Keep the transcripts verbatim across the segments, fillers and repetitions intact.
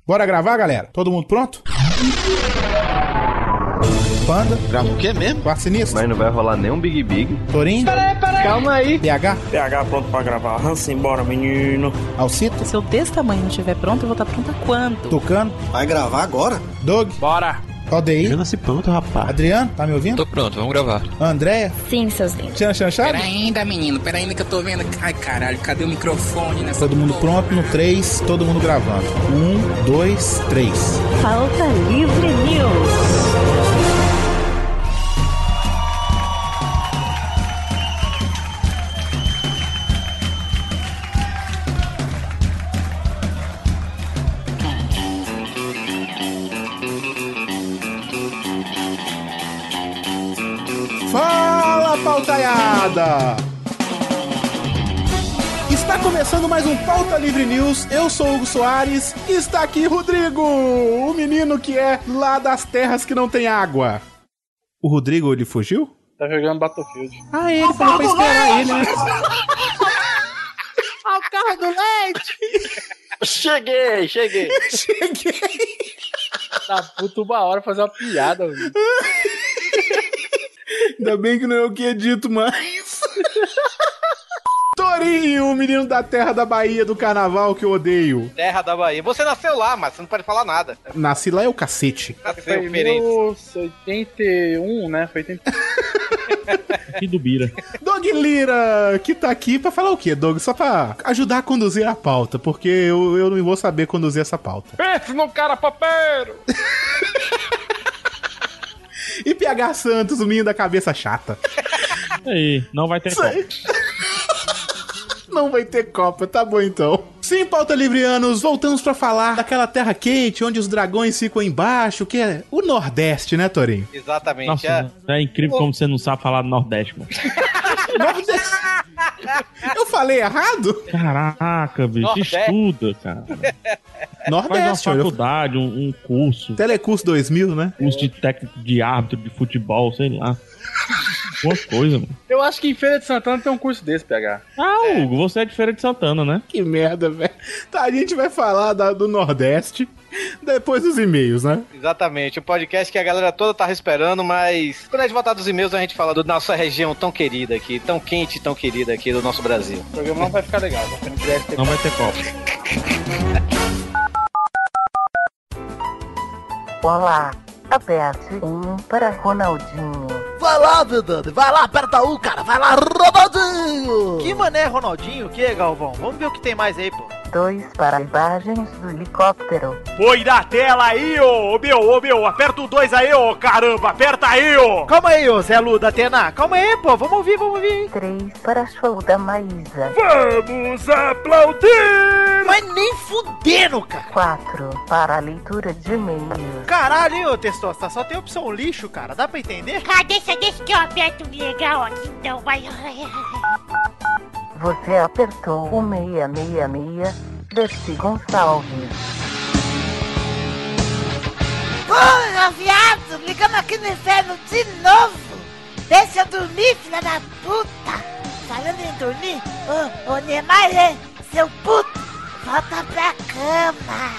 Bora gravar, galera? Todo mundo pronto? Panda. Grava o quê mesmo? Quarto Sinistro. Mas não vai rolar nenhum Big Big. Torinho. Peraí, peraí. Calma aí. P H. P H pronto pra gravar. Hansen, bora, menino. Alcito. Se eu desse tamanho não estiver pronto, eu vou estar pronta quando? Tucano. Vai gravar agora? Doug. Bora. O D I. Eu nasci pronto, rapaz. Adriano, tá me ouvindo? Tô pronto, vamos gravar. Andréia. Sim, seus lindos. Tiana Chanchado. Pera ainda, menino, pera ainda que eu tô vendo. Ai, caralho, cadê o microfone nessa Todo mundo porra? pronto no três, todo mundo gravando. um, dois, três. Pauta Livre News. Fala, pautaiada! Está começando mais um Pauta Livre News. Eu sou o Hugo Soares e está aqui Rodrigo, o menino que é lá das terras que não tem água. O Rodrigo, ele fugiu? Tá jogando Battlefield. Ah, ele falou pra esperar ele, né? Ah, o carro do leite! Cheguei, cheguei. Cheguei. Tá puto uma hora fazer uma piada, velho. Ainda bem que não é o que é dito mais. Torinho, o menino da terra da Bahia do carnaval que eu odeio. Terra da Bahia. Você nasceu lá, mas você não pode falar nada. Nasci lá é o cacete. Foi Nasceu em Pereira. oitenta e um, né? Foi oitenta Que do Bira. Doug Lira, que tá aqui pra falar o quê, Doug? Só pra ajudar a conduzir a pauta, porque eu, eu não vou saber conduzir essa pauta. Pense no cara papeiro! E P H Santos, o menino da cabeça chata. Aí, não vai ter como. Não vai ter Copa, tá bom então. Sim, pauta livrianos, voltamos pra falar daquela terra quente, onde os dragões ficam embaixo, que é o Nordeste, né, Torinho? Exatamente. Nossa, é, é incrível como você não sabe falar do Nordeste, mano. Nordeste? Eu falei errado? Caraca, bicho, Nordeste. estuda, cara. Faz uma Nordeste, olha. faculdade, um, um curso. Telecurso dois mil, né? Curso de técnico de árbitro de futebol, sei lá. Boa coisa, mano. Eu acho que em Feira de Santana tem um curso desse, P H. Ah, Hugo, você é de Feira de Santana, né? Que merda, velho. Tá, a gente vai falar da- do Nordeste depois dos e-mails, né? Exatamente. Um podcast que a galera toda tava esperando, mas quando a gente voltar dos e-mails, a gente fala da nossa região tão querida aqui, tão quente e tão querida aqui do nosso Brasil. O programa não vai ficar legal, né? Não vai ter Copa. Olá, aperte um para Ronaldinho. Vai lá, Vedane, vai lá, aperta um, cara, vai lá, Ronaldinho! Que mané, Ronaldinho? O que, Galvão? Vamos ver o que tem mais aí, pô. Dois para imagens do helicóptero. Põe na tela aí, ô, ô meu, ô meu, aperta o dois aí, ô, caramba, aperta aí, ô! Calma aí, ô, Zé Lu da Atena, calma aí, pô, vamos ouvir, vamos ouvir. Três para show da Maísa. Vamos aplaudir! Mas nem fudendo, cara! Quatro para a leitura de e-mails. Caralho, hein, ô, Testosta, só tem opção lixo, cara, dá pra entender? Ah, deixa, deixa que eu aperto legal aqui, então, vai. Você apertou o seiscentos e sessenta e seis. Dercy Gonçalves. Porra, viado, ligando aqui no inferno de novo. Deixa eu dormir, filha da puta. Falando em dormir, ô, ô Neymar, hein, seu puto, volta pra cama.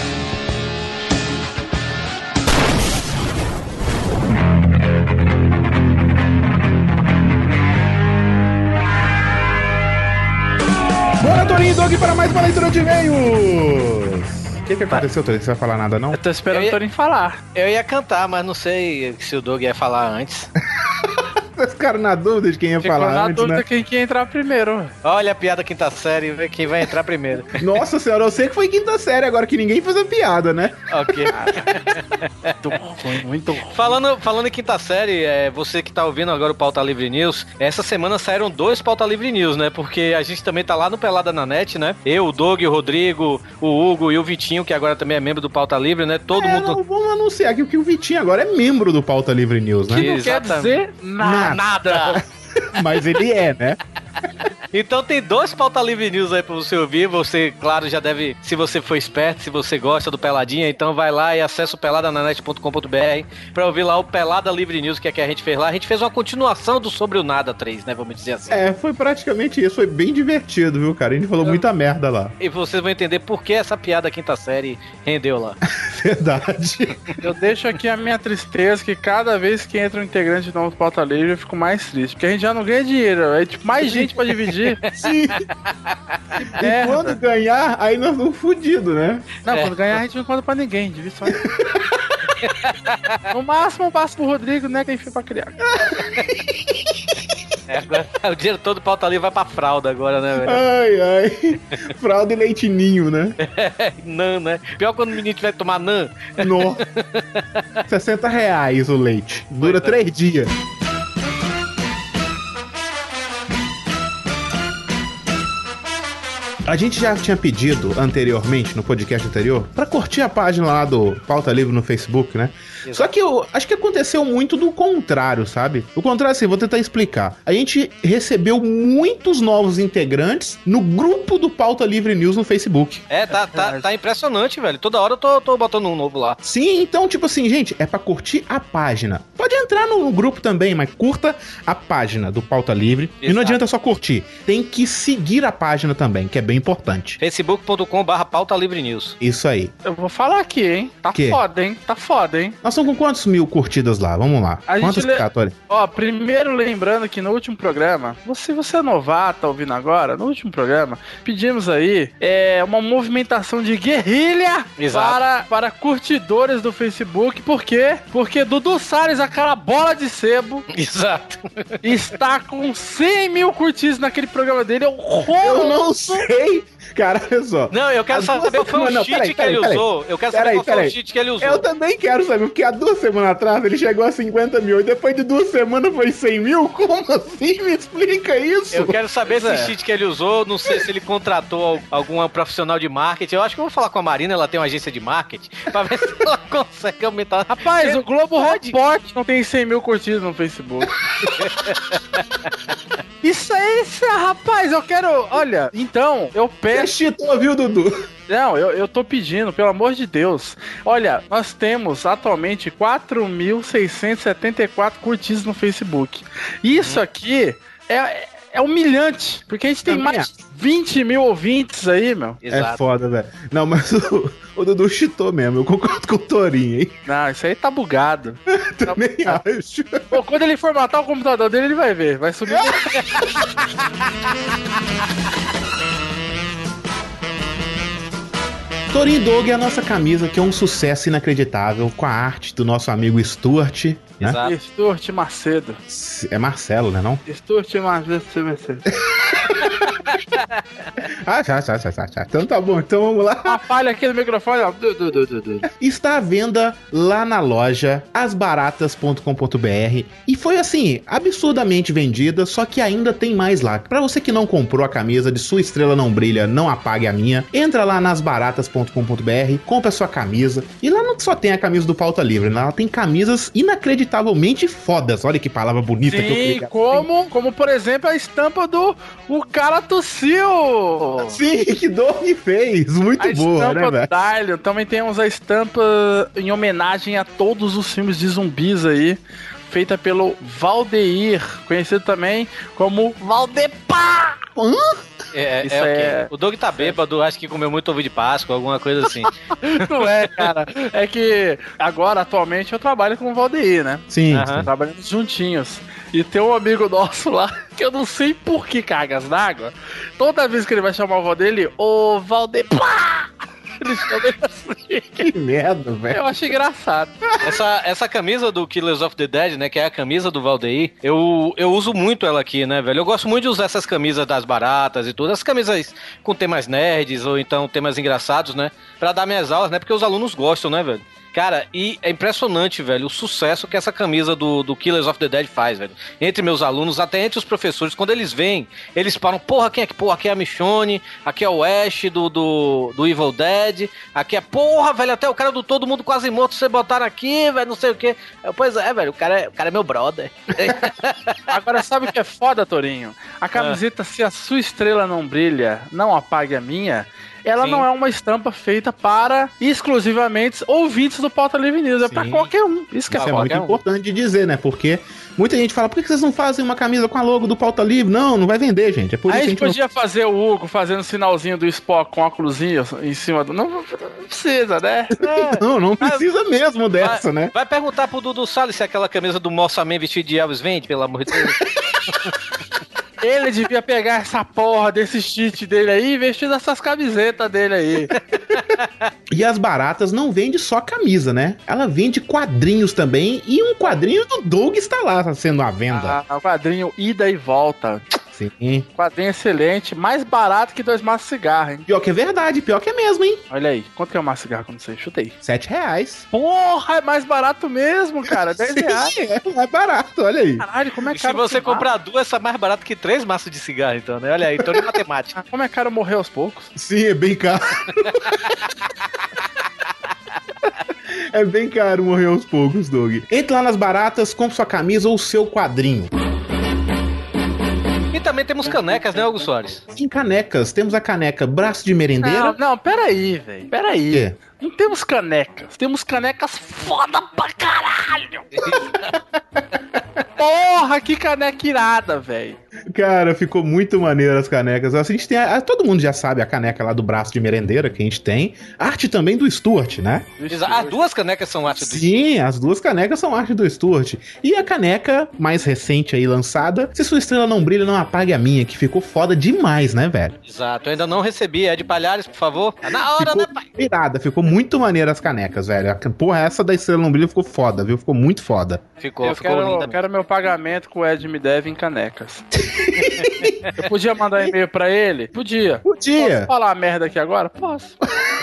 Bora, Torinho e Doug, para mais uma leitura de e-mails. O que que aconteceu, Torinho? Você vai falar nada, não? Eu tô esperando Eu ia- o Torinho falar. Eu ia cantar, mas não sei se o Doug ia falar antes. Vocês ficaram na dúvida de quem ia Ficou falar na antes, dúvida né? quem que ia entrar primeiro. Olha a piada quinta série, vê quem vai entrar primeiro. Nossa senhora, eu sei que foi quinta série agora, que ninguém fez a piada, né? Ok. Muito ruim, muito ruim. Falando, falando em quinta série, é, você que tá ouvindo agora o Pauta Livre News, essa semana saíram dois Pauta Livre News, né? Porque a gente também tá lá no Pelada na Net, né? Eu, o Doug, o Rodrigo, o Hugo e o Vitinho, que agora também é membro do Pauta Livre, né? Todo É, mundo... não, vamos anunciar aqui que o Vitinho agora é membro do Pauta Livre News, né? Que- Não quer Exatamente. dizer na- Nada. nada. Mas ele é, né? Então tem dois Pauta Livre News aí pra você ouvir. Você, claro, já deve, se você for esperto, se você gosta do Peladinha, então vai lá e acessa o pelada na net ponto com ponto b r pra ouvir lá o Pelada Livre News, que é que a gente fez lá. A gente fez uma continuação do Sobre o Nada três, né? Vamos dizer assim. É, foi praticamente isso. Foi bem divertido, viu, cara? A gente falou muita merda lá. E vocês vão entender por que essa piada quinta série rendeu lá. Verdade. Eu deixo aqui a minha tristeza, que cada vez que entra um integrante novo do Pauta Livre, eu fico mais triste. Porque a gente já não ganha dinheiro. É tipo mais gente pra dividir. Sim. E quando ganhar, aí nós vamos fudidos, né? Não, É. quando ganhar a gente não conta pra ninguém. Divide só. No máximo, eu passo pro Rodrigo, né? Que enfim pra criar. É, agora, o dinheiro todo do Pauta Livre vai pra fralda agora, né, velho? Ai, ai. Fralda e leitinho, né? Nan, né? Pior quando o menino tiver que tomar nan. Nossa. sessenta reais o leite. Dura Pois é. três dias. A gente já tinha pedido anteriormente, no podcast anterior, pra curtir a página lá do Pauta Livre no Facebook, né? Exato. Só que eu acho que aconteceu muito do contrário, sabe? O contrário, assim, vou tentar explicar. A gente recebeu muitos novos integrantes no grupo do Pauta Livre News no Facebook. É, tá, tá, tá impressionante, velho. Toda hora eu tô, tô botando um novo lá. Sim, então, tipo assim, gente, é pra curtir a página. Pode entrar no, no grupo também, mas curta a página do Pauta Livre. E Exato. não adianta só curtir, tem que seguir a página também, que é bem importante. facebook ponto com barra Pauta Livre News. Isso aí. Eu vou falar aqui, hein? Tá Que? foda, hein? Tá foda, hein? Nós estamos com quantos mil curtidas lá? Vamos lá. A gente Quantas, lê- Católica? Ó, primeiro lembrando que no último programa, se você é novato, tá ouvindo agora, no último programa, pedimos aí é, uma movimentação de guerrilha Exato. para, para curtidores do Facebook. Por quê? Porque Dudu Salles, aquela bola de sebo, Exato. está com cem mil curtidas naquele programa dele. Eu, Eu não sei. Cara, olha só. Não, eu quero Há saber duas qual foi o semanas- cheat peraí, que peraí, ele peraí. usou. Eu quero saber Peraí, qual foi peraí. o cheat que ele usou. Eu também quero saber, porque há duas semanas atrás ele chegou a cinquenta mil e depois de duas semanas foi cem mil? Como assim? Me explica isso. Eu quero saber Pois esse é. cheat que ele usou. Não sei se ele contratou al- alguma profissional de marketing. Eu acho que eu vou falar com a Marina, ela tem uma agência de marketing, pra ver se ela consegue aumentar. Rapaz, o Globo Pode. Report não tem cem mil curtidas no Facebook. Isso é isso, rapaz. Eu quero. Olha, então, eu Você peço. cheatou, viu, Dudu? Não, eu, eu tô pedindo, pelo amor de Deus. Olha, nós temos atualmente quatro mil seiscentos e setenta e quatro curtidas no Facebook. Isso aqui é, é humilhante, porque a gente tem Também mais de vinte mil ouvintes aí, meu. É foda, velho. Não, mas o, o Dudu cheatou mesmo. Eu concordo com o Torinho, hein? Não, isso aí tá bugado. Também acho. Pô, quando ele formatar o computador dele, ele vai ver. Vai subir. Torinho Dog é a nossa camisa, que é um sucesso inacreditável, com a arte do nosso amigo Stuart, né? Exato. Stuart Macedo. É Marcelo, né, não? Stuart Macedo, C V C. Ah, já, já, já, já, já. Então tá bom, então vamos lá. Uma falha aqui no microfone, ó. Du, du, du, du, du. Está à venda lá na loja as baratas ponto com ponto b r e foi assim, absurdamente vendida, só que ainda tem mais lá. Pra você que não comprou a camisa de Sua Estrela Não Brilha, Não Apague a Minha, entra lá nas baratas ponto com ponto b r, compra a sua camisa, e lá não só tem a camisa do Pauta Livre, né? Lá tem camisas inacreditavelmente fodas. Olha que palavra bonita que eu Sim, peguei. como, como por exemplo a estampa do O Cara Tossiu. Sim, que Doug fez. Muito A boa, estampa né, velho? Darlion. Também temos a estampa em homenagem a todos os filmes de zumbis aí, feita pelo Valdeir, conhecido também como Valdepá. Hã? É, Isso é, o quê? é- O Doug tá bêbado, acho que comeu muito ovo de Páscoa, alguma coisa assim. Não é, cara. É que agora, atualmente, eu trabalho com o Valdeir, né? Sim, Aham. sim. Trabalhamos juntinhos. E tem um amigo nosso lá, que eu não sei por que cargas d'água. Toda vez que ele vai chamar o Valdeir, ele, ô Valdepá! Ele chama ele assim. Que merda, velho. Eu acho engraçado. Essa, essa camisa do Killers of the Dead, né, que é a camisa do Valdeir, eu, eu uso muito ela aqui, né, velho? Eu gosto muito de usar essas camisas das baratas e tudo, essas camisas com temas nerds ou então temas engraçados, né, pra dar minhas aulas, né, porque os alunos gostam, né, velho? Cara, e é impressionante, velho, o sucesso que essa camisa do, do Killers of the Dead faz, velho. Entre meus alunos, até entre os professores, quando eles vêm, eles param, porra, quem é que, porra, aqui é a Michonne, aqui é o Ash do, do, do Evil Dead, Ed. Aqui é, porra, velho, até o cara do Todo Mundo Quase Morto você botaram aqui, velho, não sei o quê. Eu, pois é, velho, o cara é, o cara é meu brother. Agora, sabe o que é foda, Torinho? A camiseta, é. Se a sua estrela não brilha, não apague a minha... Ela Sim. não é uma estampa feita para exclusivamente ouvintes do Pauta Livre News, é Sim. pra qualquer um. Isso que é, Isso é muito um. importante de dizer, né? Porque muita gente fala, por que vocês não fazem uma camisa com a logo do Pauta Livre? Não, não vai vender, gente. É por Aí isso a gente que a gente podia não... fazer o Hugo fazendo o sinalzinho do Spock com óculosinho em cima do... Não, não precisa, né? É. Não, não precisa vai, mesmo dessa, vai, né? Vai perguntar pro Dudu Salles se aquela camisa do Mossa Man vestido de Elvis vende, pelo amor de Deus. Ele devia pegar essa porra desse cheat dele aí e vestir nessas camisetas dele aí. E as Baratas não vende só camisa, né? Ela vende quadrinhos também. E um quadrinho do Doug está lá sendo à venda. Ah, o quadrinho ida e volta. Sim. Quadrinho excelente. Mais barato que dois maços de cigarro, hein? Pior que é verdade. Pior que é mesmo, hein? Olha aí. Quanto que é um maço de cigarro quando você chutei? Sete reais. Porra, é mais barato mesmo, cara. Dez reais. É mais barato, olha aí. Caralho, como é e caro. Se você comprar duas, é mais barato que três maços de cigarro, então, né? Olha aí, tô de matemática. Como é caro morrer aos poucos? Sim, é bem caro. É bem caro morrer aos poucos, Doug. Entre lá nas Baratas, compre sua camisa ou seu quadrinho. E também temos canecas, né, Hugo Soares? Sim, canecas. Temos a caneca Braço de Merendeira. Não, não, peraí, velho. Peraí. É. Não temos canecas. Temos canecas foda pra caralho. Porra, que caneca irada, velho. Cara, ficou muito maneiro as canecas. A gente tem a, a, todo mundo já sabe a caneca lá do Braço de Merendeira que a gente tem. Arte também do Stuart, né? As duas canecas são arte do Stuart. Sim, as duas canecas são arte do Stuart. E a caneca mais recente aí lançada, Se Sua Estrela Não Brilha, Não Apague a Minha, que ficou foda demais, né, velho? Exato, eu ainda não recebi. É de Palhares, por favor. Na hora, ficou né, pai? Irada, ficou muito maneiro as canecas, velho. Porra, essa da Estrela Não Brilha ficou foda, viu? Ficou muito foda. Ficou, eu ficou quero, linda. Eu quero meu pagamento com o Ed me deve em canecas. Eu podia mandar e-mail pra ele? Podia. Podia. Posso falar merda aqui agora? Posso.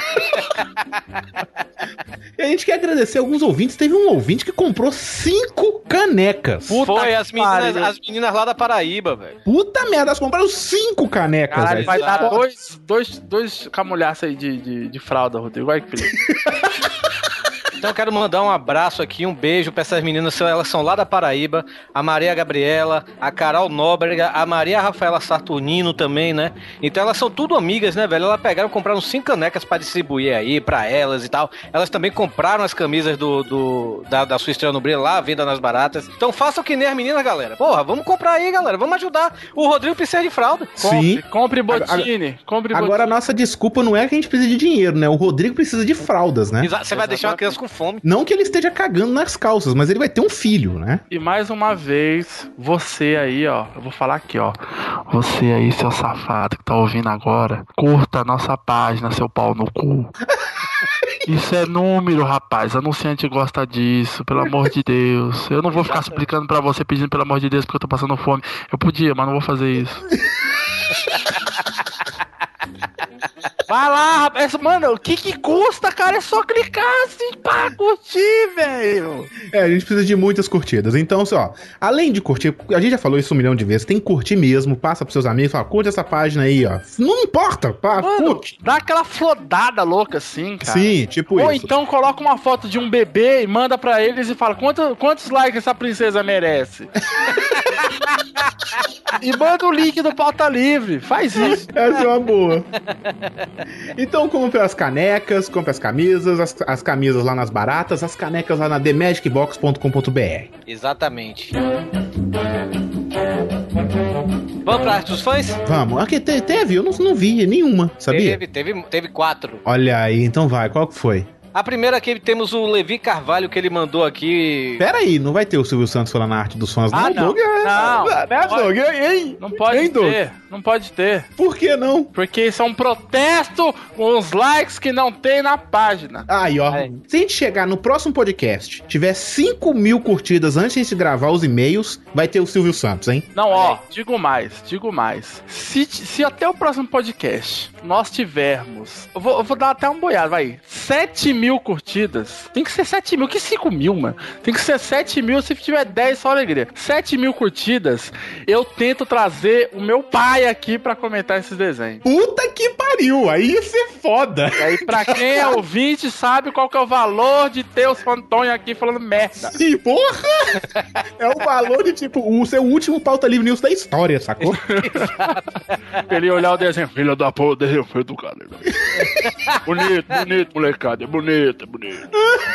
E a gente quer agradecer alguns ouvintes. Teve um ouvinte que comprou cinco canecas. Puta Foi, as meninas, as meninas lá da Paraíba, velho. Puta merda, elas compraram cinco canecas. Caralho, véio. vai dar dois, dois, dois camulhaços aí de, de, de fralda, Rodrigo. Olha que feliz. Então eu quero mandar um abraço aqui, um beijo pra essas meninas, elas são lá da Paraíba, a Maria Gabriela, a Carol Nóbrega, a Maria Rafaela Saturnino também, né? Então elas são tudo amigas, né, velho? Elas pegaram, compraram cinco canecas pra distribuir aí, pra elas e tal. Elas também compraram as camisas do, do da, da Sua Estrela no Brilho lá, venda nas baratas. Então façam que nem as meninas, galera. Porra, vamos comprar aí, galera. Vamos ajudar. O Rodrigo precisa de fralda. Sim. Compre, compre Botini. Compre Agora Botini. a nossa desculpa não é que a gente precisa de dinheiro, né? O Rodrigo precisa de fraldas, né? Exato. Você vai deixar uma criança com fome. Não que ele esteja cagando nas calças, mas ele vai ter um filho, né? E mais uma vez, você aí, ó, eu vou falar aqui, ó. Você aí, seu safado que tá ouvindo agora, curta a nossa página, seu pau no cu. Isso é número, rapaz. Anunciante gosta disso, pelo amor de Deus. Eu não vou ficar suplicando pra você, pedindo pelo amor de Deus, porque eu tô passando fome. Eu podia, mas não vou fazer isso. Vai lá, rapaz. Mano, o que que custa, cara? É só clicar assim pra curtir, velho. É, a gente precisa de muitas curtidas. Então, ó, além de curtir, a gente já falou isso um milhão de vezes, tem que curtir mesmo, passa pros seus amigos, fala, curte essa página aí, ó. Não importa, pá, Mano, curte. dá aquela flodada louca assim, cara. Sim, tipo Ou isso. Ou então coloca uma foto de um bebê e manda pra eles e fala, Quanto, quantos likes essa princesa merece? E manda o link do Pauta Livre. Faz isso. Essa é uma boa. Então compre as canecas, compre as camisas, as, as camisas lá nas Baratas, as canecas lá na the magic box ponto com ponto b r. Exatamente. Vamos pra arte dos fãs? Vamos. Aqui te, teve, eu não, não vi nenhuma, sabia? Teve, teve, teve quatro. Olha aí, então vai, qual que foi? A primeira aqui temos o Levi Carvalho, que ele mandou aqui... Pera aí, não vai ter o Silvio Santos falando a arte dos fãs, ah, não? Doug, é, não, é, não, Doug, hein? Não pode hein, ter, Doug? não pode ter. Por que não? Porque isso é um protesto com os likes que não tem na página. Aí, ó, é. Se a gente chegar no próximo podcast, tiver cinco mil curtidas antes de a gente gravar os e-mails, vai ter o Silvio Santos, hein? Não, ó, digo mais, digo mais. Se, se até o próximo podcast nós tivermos, eu vou, eu vou dar até um boiado, vai, sete mil curtidas. Tem que ser sete mil, que cinco mil, mano? Tem que ser sete mil, se tiver dez, só alegria. sete mil curtidas, eu tento trazer o meu pai aqui pra comentar esses desenhos. Puta que pariu, aí ia ser foda. E aí, pra quem é ouvinte, sabe qual que é o valor de ter os Fantônio aqui falando merda. Sim, porra! É o valor de, tipo, o seu último Pauta Livre News da história, sacou? Ele ia olhar o desenho, filho da porra, desenho foi do cara. Bonito, bonito, molecada, é bonito, é bonito.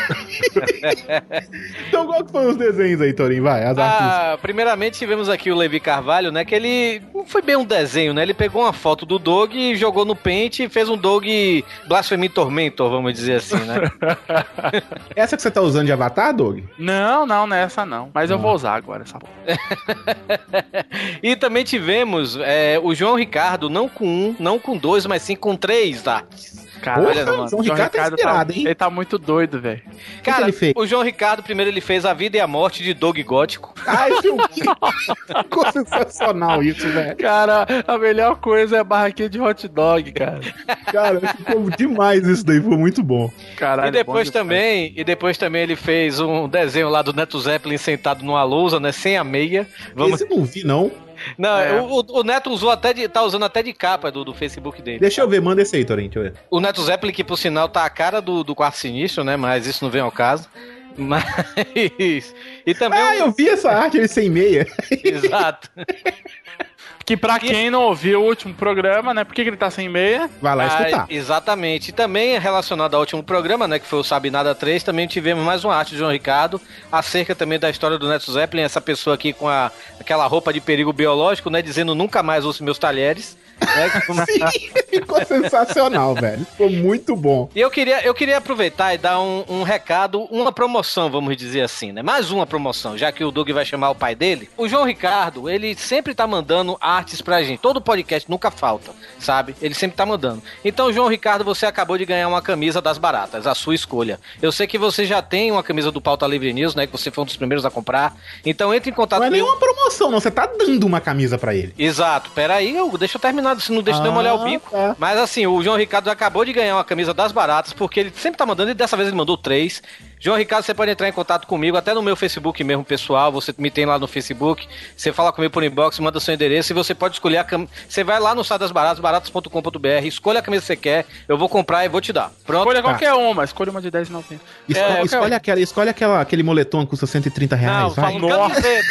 Então, qual que foram os desenhos aí, Torinho? Vai, as artes. Ah, primeiramente tivemos aqui o Levi Carvalho, né, que ele não foi bem um desenho, né, ele pegou uma foto do Doug e jogou no Paint e fez um Doug Blasphemy Tormentor, vamos dizer assim, né. Essa que você tá usando de avatar, Doug? Não, não, não é essa não, mas não. Eu vou usar agora essa porra. E também tivemos é, o João Ricardo, não com um, não com dois, mas sim com três artes. Caralho, Porra, mano. João Ricardo, Ricardo tá inspirado, tá, hein? Ele tá muito doido, velho. Cara, que ele fez? O João Ricardo, primeiro ele fez A Vida e a Morte de Doug Gótico. Ai, ficou sensacional isso, velho. Cara, a melhor coisa é a barraquinha de hot dog, cara. Cara, ficou demais isso daí, foi muito bom. Caralho, e depois também, e depois também ele fez um desenho lá do Neto Zeppelin sentado numa lousa, né, sem a meia. Vamos... Esse não vi, não. Não, é. o, o Neto usou até de, tá usando até de capa do, do Facebook dele. Deixa eu ver, manda esse aí, Torinho, deixa eu ver. O Neto Zeppelin, que por sinal tá a cara do, do Quarto Sinistro, né? Mas isso não vem ao caso. Mas. E também. Ah, eu vi essa arte, ele sem meia. Exato. Que pra quem não ouviu o último programa, né? Por que, que ele tá sem meia? Vai lá escutar. Ah, exatamente. E também relacionado ao último programa, né? Que foi o Sabe Nada três, também tivemos mais uma arte do João Ricardo, acerca também da história do Neto Zeppelin, essa pessoa aqui com a, aquela roupa de perigo biológico, né? Dizendo nunca mais use meus talheres. Né? Sim, ficou sensacional, velho. Ficou muito bom. E eu queria, eu queria aproveitar e dar um, um recado, uma promoção, vamos dizer assim, né? Mais uma promoção, já que o Doug vai chamar o pai dele. O João Ricardo, ele sempre tá mandando artes pra gente. Todo podcast nunca falta, sabe? Ele sempre tá mandando. Então, João Ricardo, você acabou de ganhar uma camisa das baratas, a sua escolha. Eu sei que você já tem uma camisa do Pauta Livre News, né? Que você foi um dos primeiros a comprar. Então, entre em contato com... Não é nenhuma promoção, não. Você tá dando uma camisa pra ele. Exato. Peraí, eu, deixa eu terminar, se não deixa ah, eu molhar o bico. Tá. Mas assim, o João Ricardo acabou de ganhar uma camisa das baratas, porque ele sempre tá mandando, e dessa vez ele mandou três. João Ricardo, você pode entrar em contato comigo, até no meu Facebook mesmo, pessoal, você me tem lá no Facebook, você fala comigo por inbox, manda seu endereço, e você pode escolher a camisa, você vai lá no site das baratas, baratas ponto com ponto b r, escolha a camisa que você quer, eu vou comprar e vou te dar. Pronto? Escolha tá. Qualquer uma, escolha uma de dez reais e noventa centavos. Escolhe, é, escolhe, aquela, escolhe aquela, aquele moletom que custa cento e trinta reais. Não, vai. Fala camiseta.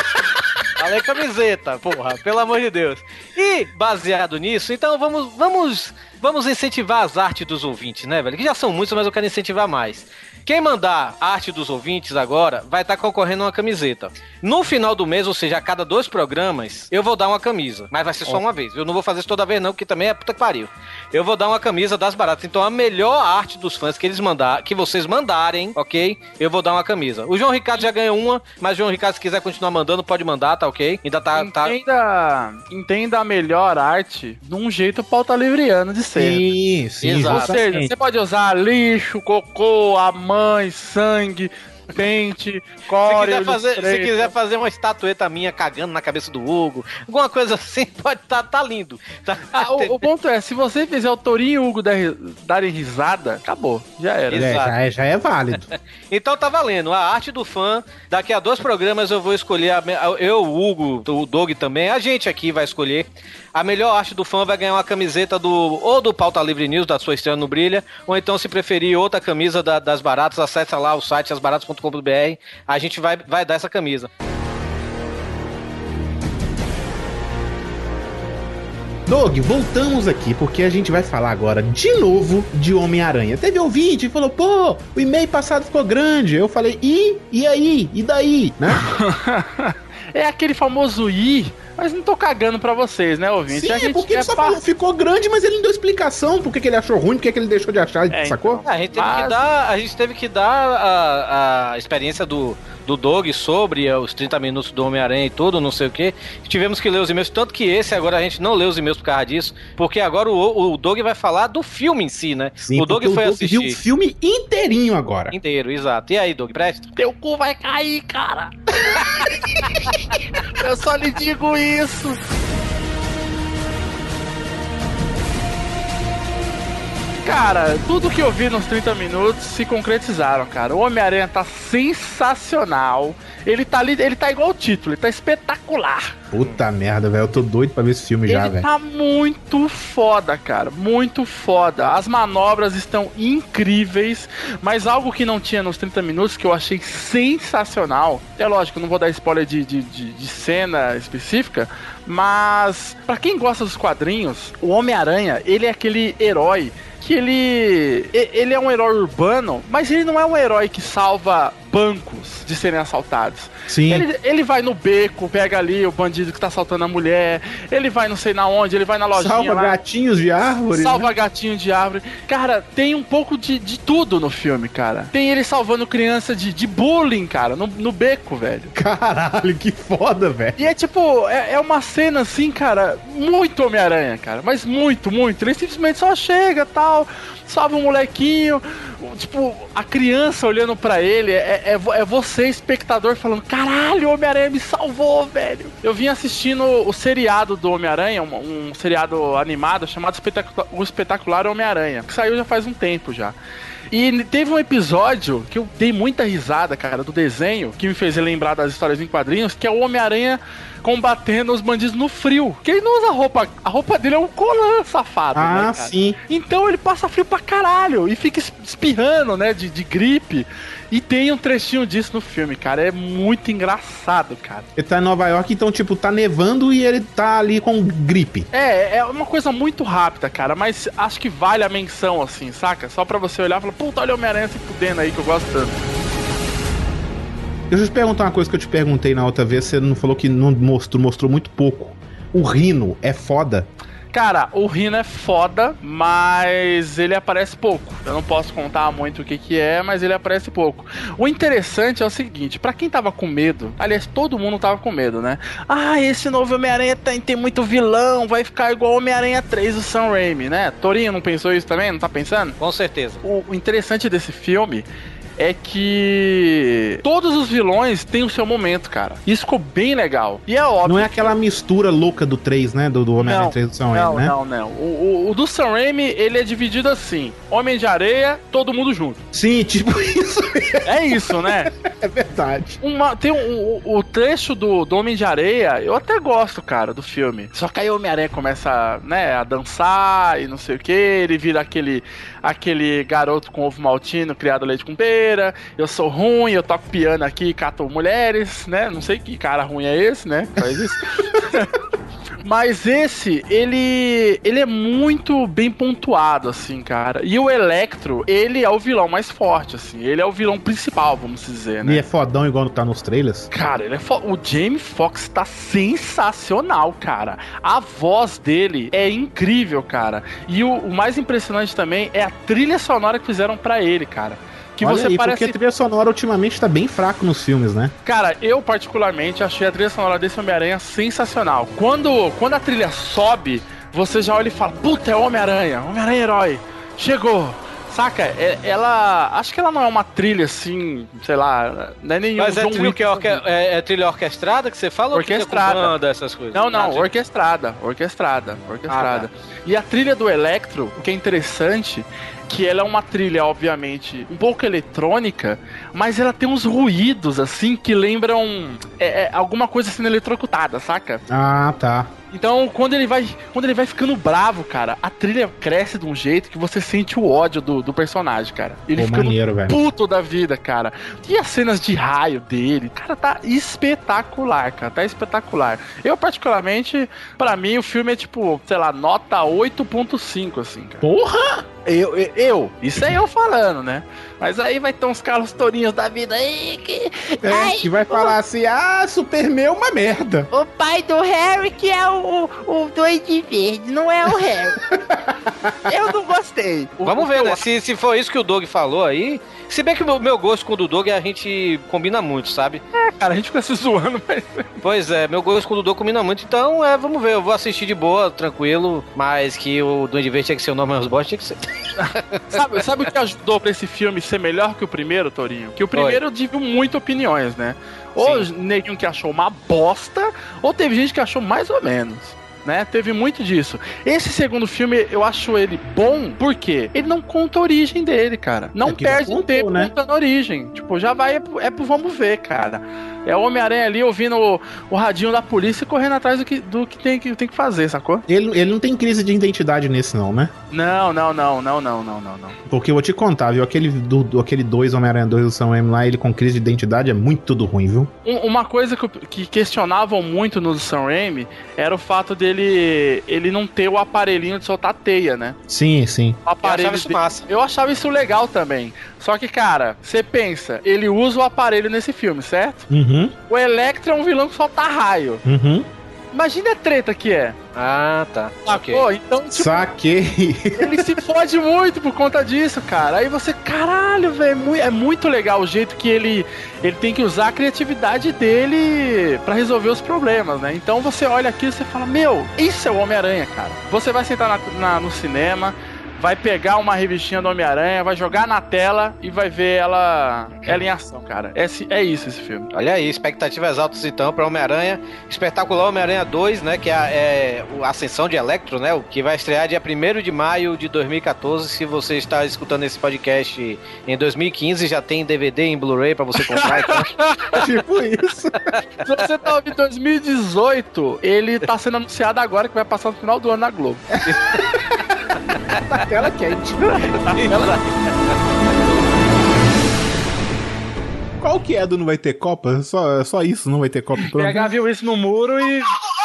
Falei camiseta, porra, pelo amor de Deus. E, baseado nisso, então vamos, vamos, vamos incentivar as artes dos ouvintes, né, velho? Que já são muitos, mas eu quero incentivar mais. Quem mandar a arte dos ouvintes agora vai estar concorrendo a uma camiseta. No final do mês, ou seja, a cada dois programas, eu vou dar uma camisa. Mas vai ser só uma vez. Eu não vou fazer isso toda vez não, porque também é puta que pariu. Eu vou dar uma camisa das baratas. Então a melhor arte dos fãs que eles mandar, que vocês mandarem, ok? Eu vou dar uma camisa. O João Ricardo já ganhou uma, mas o João Ricardo, se quiser continuar mandando, pode mandar, tá ok? Ainda tá... Entenda, tá... entenda a melhor arte de um jeito pauta livriano de ser. Sim, sim. Exato. Ou seja, você pode usar lixo, cocô, a mãe, sangue, pente, core. Se quiser, fazer, se quiser fazer uma estatueta minha cagando na cabeça do Hugo, alguma coisa assim, pode tá, tá lindo. Tá... Ah, o, o ponto é, se você fizer o Torinho e o Hugo dar, darem risada, acabou, já era. É, já, é, já é válido. Então tá valendo, a arte do fã, daqui a dois programas eu vou escolher, a, eu, o Hugo, o Doug também, a gente aqui vai escolher. A melhor arte do fã vai ganhar uma camiseta do ou do Pauta Livre News, da sua Estrela no Brilha, ou então, se preferir, outra camisa da, das baratas, acessa lá o site as baratas ponto com ponto b r, a gente vai, vai dar essa camisa. Doug, voltamos aqui porque a gente vai falar agora de novo de Homem-Aranha. Teve ouvinte e falou, pô, o e-mail passado ficou grande. Eu falei, e? E aí? E daí? Né? É aquele famoso i, mas não tô cagando pra vocês, né, ouvinte? Sim, a gente é porque ele só pa... falou, ficou grande, mas ele não deu explicação por que ele achou ruim, por que ele deixou de achar, é, sacou? então. A gente teve mas... que dar, a gente teve que dar a, a experiência do, do Doug sobre os trinta minutos do Homem-Aranha e tudo, não sei o que. Tivemos que ler os e-mails, tanto que esse agora a gente não lê os e-mails por causa disso, porque agora o, o Doug vai falar do filme em si, né? Sim, o Doug foi o Doug assistir. viu o filme inteirinho agora. Inteiro, exato. E aí, Doug, presta? Teu cu vai cair, cara! Eu só lhe digo isso! cara, tudo que eu vi nos trinta minutos se concretizaram, cara. O Homem-Aranha tá sensacional. Ele tá ali, ele tá igual o título, ele tá espetacular. Puta merda, velho. Eu tô doido pra ver esse filme já, velho. Ele tá muito foda, cara. Muito foda. As manobras estão incríveis, mas algo que não tinha nos trinta minutos, que eu achei sensacional. É lógico, eu não vou dar spoiler de, de, de, de cena específica, mas pra quem gosta dos quadrinhos, o Homem-Aranha, ele é aquele herói que ele... Ele é um herói urbano, mas ele não é um herói que salva bancos de serem assaltados. Sim. Ele, ele vai no beco, pega ali o bandido que tá assaltando a mulher, ele vai não sei na onde, ele vai na lojinha Salva lá, gatinhos de árvore. Salva né? gatinhos de árvore. Cara, tem um pouco de, de tudo no filme, cara. Tem ele salvando criança de, de bullying, cara, no, no beco, velho. Caralho, que foda, velho. E é tipo, é, é uma cena assim, cara, muito Homem-Aranha, cara. Mas muito, muito. Ele simplesmente só chega, tal, salva um molequinho. Tipo, a criança olhando pra ele, é, é, é você, espectador, falando: caralho, o Homem-Aranha me salvou, velho. Eu vim assistindo o seriado do Homem-Aranha, um, um seriado animado chamado Espetacular, O Espetacular Homem-Aranha, que saiu já faz um tempo já. E teve um episódio que eu dei muita risada, cara, do desenho, que me fez lembrar das histórias em quadrinhos, que é o Homem-Aranha combatendo os bandidos no frio. Que ele não usa roupa, a roupa dele é um colã safado, ah, né, cara? Sim. Então ele passa frio pra caralho e fica espirrando, né, de, de gripe. E tem um trechinho disso no filme, cara. É muito engraçado, cara. Ele tá em Nova York, então, tipo, tá nevando e ele tá ali com gripe. É, é uma coisa muito rápida, cara. Mas acho que vale a menção, assim, saca? Só pra você olhar e falar: puta, olha o Homem-Aranha se fudendo aí, que eu gosto tanto. Deixa eu te perguntar uma coisa que eu te perguntei na outra vez. Você não falou que não mostrou, mostrou muito pouco. O Rhino é foda? Cara, o Rhino é foda, mas ele aparece pouco. Eu não posso contar muito o que que é, mas ele aparece pouco. O interessante é o seguinte: pra quem tava com medo, aliás, todo mundo tava com medo, né? Ah, esse novo Homem-Aranha tem, tem muito vilão, vai ficar igual o Homem-Aranha três do Sam Raimi, né? Torinho não pensou isso também? Não tá pensando? Com certeza. O, o interessante desse filme é que todos os vilões têm o seu momento, cara. Isso ficou bem legal. E é óbvio. Não é aquela mistura louca do três, né? Do, do Homem-Aranha três do Sam Raimi, né? Não, não, não. O, o, o do Sam Raimi, ele é dividido assim: Homem de Areia, todo mundo junto. Sim, tipo isso. É isso, né? É verdade. Uma, tem um, o, o trecho do, do Homem de Areia, eu até gosto, cara, do filme. Só que aí o Homem-Aranha começa, né, a dançar e não sei o que. Ele vira aquele, aquele garoto com ovo maltino, criado leite com pera. Eu sou ruim, eu toco piano aqui e cato mulheres, né? Não sei que cara ruim é esse, né? Faz isso. Mas esse, ele ele é muito bem pontuado, assim, cara. E o Electro, ele é o vilão mais forte, assim. Ele é o vilão principal, vamos dizer, né? E é fodão igual tá nos trailers? Cara, ele é fo... o Jamie Foxx tá sensacional, cara. A voz dele é incrível, cara. E o, o mais impressionante também é a trilha sonora que fizeram pra ele, cara. Que Olha você aí, parece... porque a trilha sonora ultimamente tá bem fraco nos filmes, né? Cara, eu particularmente achei a trilha sonora desse Homem-Aranha sensacional. Quando, quando a trilha sobe, você já olha e fala: puta, é Homem-Aranha, Homem-Aranha herói, chegou. Saca? É, ela... Acho que ela não é uma trilha assim, sei lá, não é nenhum... Mas é trilha, que é, orque... é, é trilha orquestrada que você fala? Orquestrada. Ou banda, essas coisas? Não, não, ah, orquestrada, orquestrada, orquestrada. Ah, tá. E a trilha do Electro, o que é interessante, que ela é uma trilha, obviamente, um pouco eletrônica, mas ela tem uns ruídos, assim, que lembram é, é, alguma coisa sendo eletrocutada, saca? Ah, tá. Então, quando ele vai quando ele vai ficando bravo, cara, a trilha cresce de um jeito que você sente o ódio do, do personagem, cara. Ele Pô, fica maneiro, velho. puto da vida, cara. E as cenas de raio dele, cara, tá espetacular, cara. Tá espetacular. Eu, particularmente, pra mim, o filme é tipo, sei lá, nota oito ponto cinco, assim, cara. Porra! Eu, eu, eu, isso é eu falando, né? Mas aí vai ter uns Carlos Tourinhos da vida aí que... É, Ai, que vai falar assim: ah, Superman é uma merda. O pai do Harry que é o, o Duende Verde, não é o Harry. Eu não gostei. Vamos ver, né? Se, se for isso que o Doug falou aí... Se bem que o meu gosto com o do Doug a gente combina muito, sabe? É, cara, a gente fica se zoando, mas... Pois é, meu gosto com o do Doug combina muito, então é, vamos ver, eu vou assistir de boa, tranquilo, mas que o Duende Verde tinha que ser o Norman Osborn, tinha que ser. sabe, sabe o que ajudou pra esse filme ser melhor que o primeiro, Torinho? Que o primeiro dividiu muito opiniões, né? Ou neguinho que achou uma bosta, ou teve gente que achou mais ou menos. né? Teve muito disso. Esse segundo filme, eu acho ele bom, porque ele não conta a origem dele, cara. Não É que perde já contou, tempo né? contando a origem. Tipo, já vai, é pro, é pro vamos ver, cara. É o Homem-Aranha ali ouvindo o, o radinho da polícia e correndo atrás do que, do que, tem, que tem que fazer, sacou? Ele, ele não tem crise de identidade nesse não, né? Não, não, não, não, não, não, não, não. Porque eu vou te contar, viu? Aquele do, do- aquele dois Homem-Aranha dois do Sam Raimi lá, ele com crise de identidade é muito tudo ruim, viu? Um- uma coisa que, eu- que questionavam muito no Sam Raimi era o fato dele ele não ter o aparelhinho de soltar teia, né? Sim, sim. O aparelho achava isso de- massa. Eu achava isso legal também. Só que, cara, você pensa, ele usa o aparelho nesse filme, certo? Uhum, O Electro é um vilão que solta raio. uhum. Imagina a treta que é. Ah, tá. Ok. Pô, então, tipo, Saquei. ele se fode muito por conta disso, cara. Aí você, caralho, velho, é mui- é muito legal o jeito que ele, ele tem que usar a criatividade dele pra resolver os problemas, né? Então você olha aquilo e você fala, meu, isso é o Homem-Aranha, cara. Você vai sentar na- na- no cinema, vai pegar uma revistinha do Homem-Aranha, vai jogar na tela e vai ver ela, ela em ação, cara. É, esse- é isso esse filme. Olha aí, expectativas altas então pra Homem-Aranha. Espetacular Homem-Aranha dois, né? Que é a, é a Ascensão de Electro, né? O que vai estrear dia primeiro de maio de dois mil e catorze. Se você está escutando esse podcast em dois mil e quinze, já tem D V D em Blu-ray pra você comprar. Então... Tipo isso. Se você tá ouvindo dois mil e dezoito, ele tá sendo anunciado agora que vai passar no final do ano na Globo. Na tela quente. Qual que é do não vai ter Copa? Só, só isso, não vai ter Copa. O P H viu isso no muro e...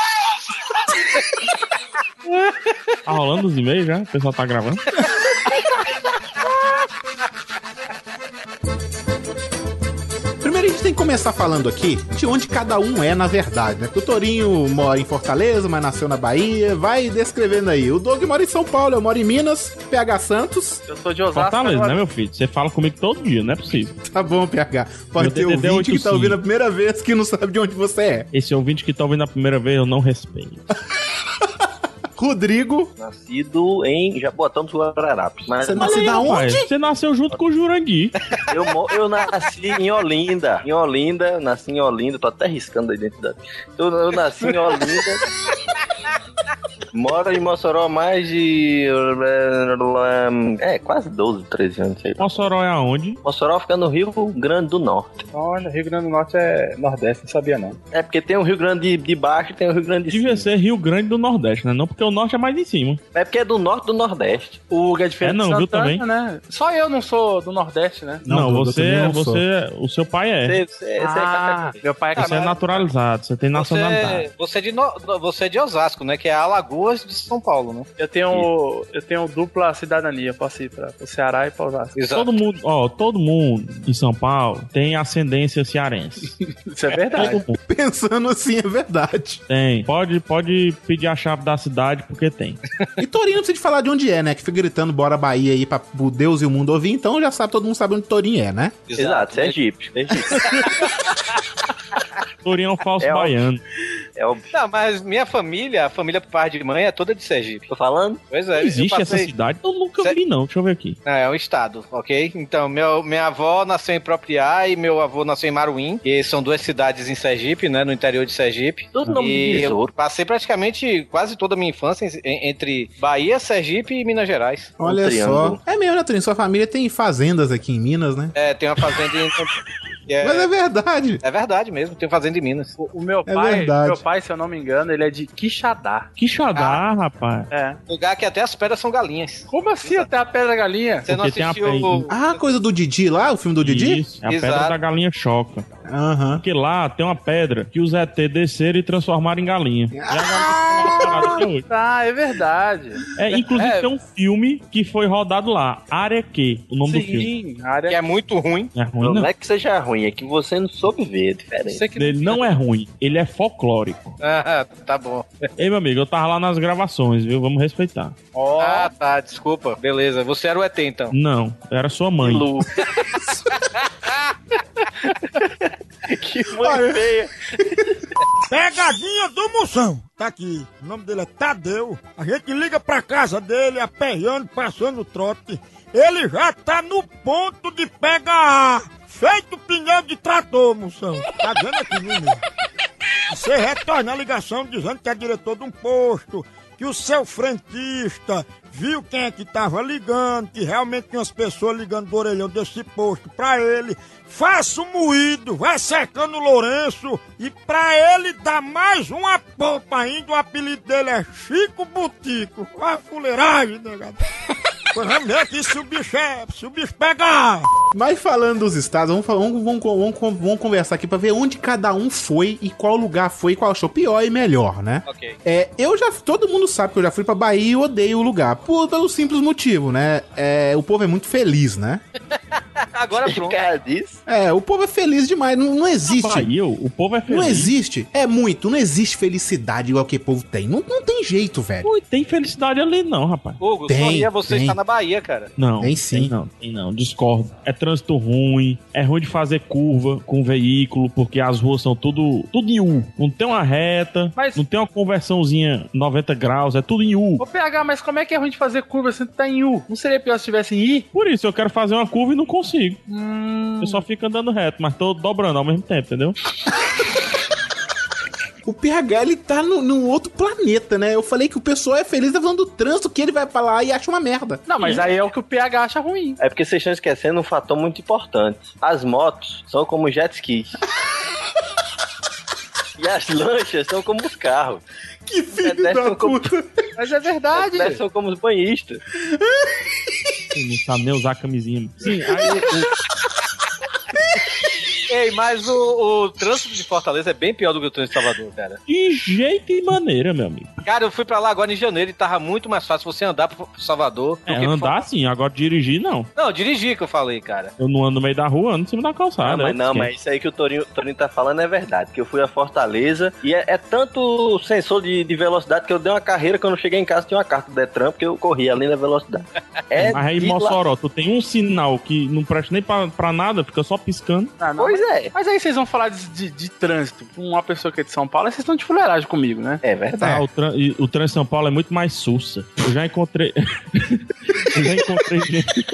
Tá rolando os e-mails já? O pessoal tá gravando? Primeiro a gente tem que começar falando aqui de onde cada um é na verdade, né? O Torinho mora em Fortaleza, mas nasceu na Bahia. Vai descrevendo aí. O Doug mora em São Paulo, eu moro em Minas. P H Santos. Eu sou de Osasco. Fortaleza, agora. né, meu filho? Você fala comigo todo dia, não é possível. Tá bom, P H. Pode Meu ter D D D ouvinte que tá oitenta e cinco. ouvindo a primeira vez que não sabe de onde você é. Esse ouvinte que tá ouvindo a primeira vez, eu não respeito. Rodrigo. Nascido em Jaboatão dos Guararapes. Mas Você nasceu da Rapaz, onde? você nasceu junto com o Jurandir. eu, mo- eu nasci em Olinda. Em Olinda, nasci em Olinda. Tô até riscando a identidade. Eu, eu nasci em Olinda. Moro em Mossoró há mais de... É, quase doze, treze anos. Sei lá. Mossoró é aonde? Mossoró fica no Rio Grande do Norte. Olha, Rio Grande do Norte é Nordeste, não sabia não. É porque tem o Rio Grande de, de baixo e tem o Rio Grande de Devia cima. ser Rio Grande do Nordeste, né? Não porque o Norte é mais em cima. É porque é do Norte do Nordeste. O Hugo é de Feira É, não, de viu, Santana, também? né? Só eu não sou do Nordeste, né? Não, Não, Dudu, você, também não você, o seu pai é. Você, você, você Ah, meu pai é Você é naturalizado, você tem nacionalidade. Você, você, é de no- você é de Osasco, né? Que é Alagoas de São Paulo, né? Eu tenho, eu tenho dupla cidadania, posso ir para o Ceará e para Osasco. Exato. Todo mundo, ó, todo mundo em São Paulo tem ascendência cearense. Isso é verdade. Todo mundo Pensando assim, é verdade. tem. Pode, pode pedir a chave da cidade porque tem. E Torinho não precisa de falar de onde é, né? Que fica gritando bora Bahia aí pra o Deus e o mundo ouvir. Então já sabe, todo mundo sabe onde Torinho é, né? Exato, Sergipe. Sergipe. Torinho é um falso É óbvio. baiano. É óbvio. Não, mas minha família, a família por parte de mãe é toda de Sergipe. Tô falando? Pois é. eu Existe essa passei- cidade? Eu nunca Cê- vi, não. Deixa eu ver aqui. Não, é um estado, ok? Então, meu, minha avó nasceu em Propriá e meu avô nasceu em Maruim. E são duas cidades em Sergipe, né? No interior de Sergipe. Tudo nome de E eu besouro. passei praticamente quase toda a minha infância em- entre Bahia, Sergipe e Minas Gerais. Olha Um triângulo. só. É mesmo, né, Torinho? Sua família tem fazendas aqui em Minas, né? É, tem uma fazenda em... que é, Mas é verdade. é verdade mesmo, tem fazenda em Minas. O, o meu É pai, verdade. meu pai, se eu não me engano, ele é de Quixadá. Que xadá, rapaz. É. Lugar que até as pedras são galinhas. Como assim até a pedra galinha? Você não Porque tem a assistiu... pe- Ah, coisa do Didi lá, o filme do Didi? Isso, é a Exato. pedra da galinha choca. Aham. Porque lá tem uma pedra que os E T desceram e transformaram em galinha. E a galinha ficou lá parada até hoje. Ah, é verdade. É, inclusive É. tem um filme que foi rodado lá. Área Q, o nome do filme. Sim, a área Que é muito ruim. É ruim, Não, não. é que seja ruim, é que você não soube ver, é diferente. Você que Ele não é ruim, ele é folclórico. Ah, tá bom. Ei, meu amigo, eu tava lá nas gravações, viu? Vamos respeitar. Ó, Ah, tá, desculpa. Beleza, você era o E T, então. Não, era sua mãe. Lu. Que mãe feia. Pegadinha do Moção. Tá aqui. O nome dele é Tadeu. A gente liga pra casa dele, aperreando, passando o trote. Ele já tá no ponto de pegar. Feito pneu de trator, Moção. Tá vendo aqui, menino? Você retorna a ligação dizendo que é diretor de um posto, que o seu frentista viu quem é que tava ligando, que realmente tinha umas pessoas ligando do orelhão desse posto pra ele. Faça o moído, vai secando o Lourenço e pra ele dar mais uma polpa ainda, o apelido dele é Chico Butico. Vai fuleiragem, negado. Pois vamos ver aqui se o bicho é, se o bicho pegar. Mas falando dos estados, vamos, vamos, vamos, vamos, vamos conversar aqui pra ver onde cada um foi e qual lugar foi e qual achou pior e melhor, né? Ok. É, eu já, todo mundo sabe que eu já fui pra Bahia e odeio o lugar, por, pelo simples motivo, né? É, o povo é muito feliz, né? Agora pronto. disso? É, o povo é feliz demais, não, não existe. Bahia, o povo é feliz. Não existe, é muito, não existe felicidade igual que o povo tem. Não, não tem jeito, velho. Não tem felicidade ali não, rapaz. Hugo, Tem, sorria você tem. está na Bahia, cara. Não, Tem sim. Tem não, tem não, discordo. É trânsito ruim, é ruim de fazer curva com veículo, porque as ruas são tudo, tudo em U. Não tem uma reta, Mas- não tem uma conversãozinha noventa graus, é tudo em U. Ô, P H, mas como é que é ruim de fazer curva se tá em U? Não seria pior se tivesse em I? Por isso eu quero fazer uma curva e não consigo. Hum... Eu só fico andando reto, mas tô dobrando ao mesmo tempo, entendeu? O P H, ele tá no, num outro planeta, né? Eu falei que o pessoal é feliz, tá falando do trânsito, que ele vai pra lá e acha uma merda. Não, mas aí é o que o P H acha ruim. É porque vocês estão esquecendo um fator muito importante. As motos são como jet skis. E as lanchas são como os carros. Que filho da como... puta. Mas é verdade. Os são como os banhistas. Não sabe nem usar a camisinha. Sim, aí... o- Ei, mas o, o trânsito de Fortaleza é bem pior do que o trânsito de Salvador, cara. De jeito e maneira, meu amigo. Cara, eu fui pra lá agora em janeiro e tava muito mais fácil você andar pro Salvador do É, que andar sim, agora dirigir não. Não, dirigir que eu falei, cara. Eu não ando no meio da rua, ando em cima da Ah, calçada. mas é não, outro mas isso aí que o Torinho, o Torinho tá falando é verdade. Que eu fui a Fortaleza e é, é tanto sensor de, de velocidade que eu dei uma carreira. Quando eu cheguei em casa tinha uma carta do Detran porque eu corri além da velocidade. É, mas aí, de Mossoró, lá- tu tem um sinal que não presta nem pra, pra nada, fica só piscando. Ah, não, Pois mas, é. mas aí vocês vão falar de, de, de trânsito com uma pessoa que é de São Paulo, aí vocês estão de fuleiragem comigo, né? É verdade. Ah, o, tran e o trânsito em São Paulo é muito mais sussa. Eu já encontrei. eu já encontrei gente.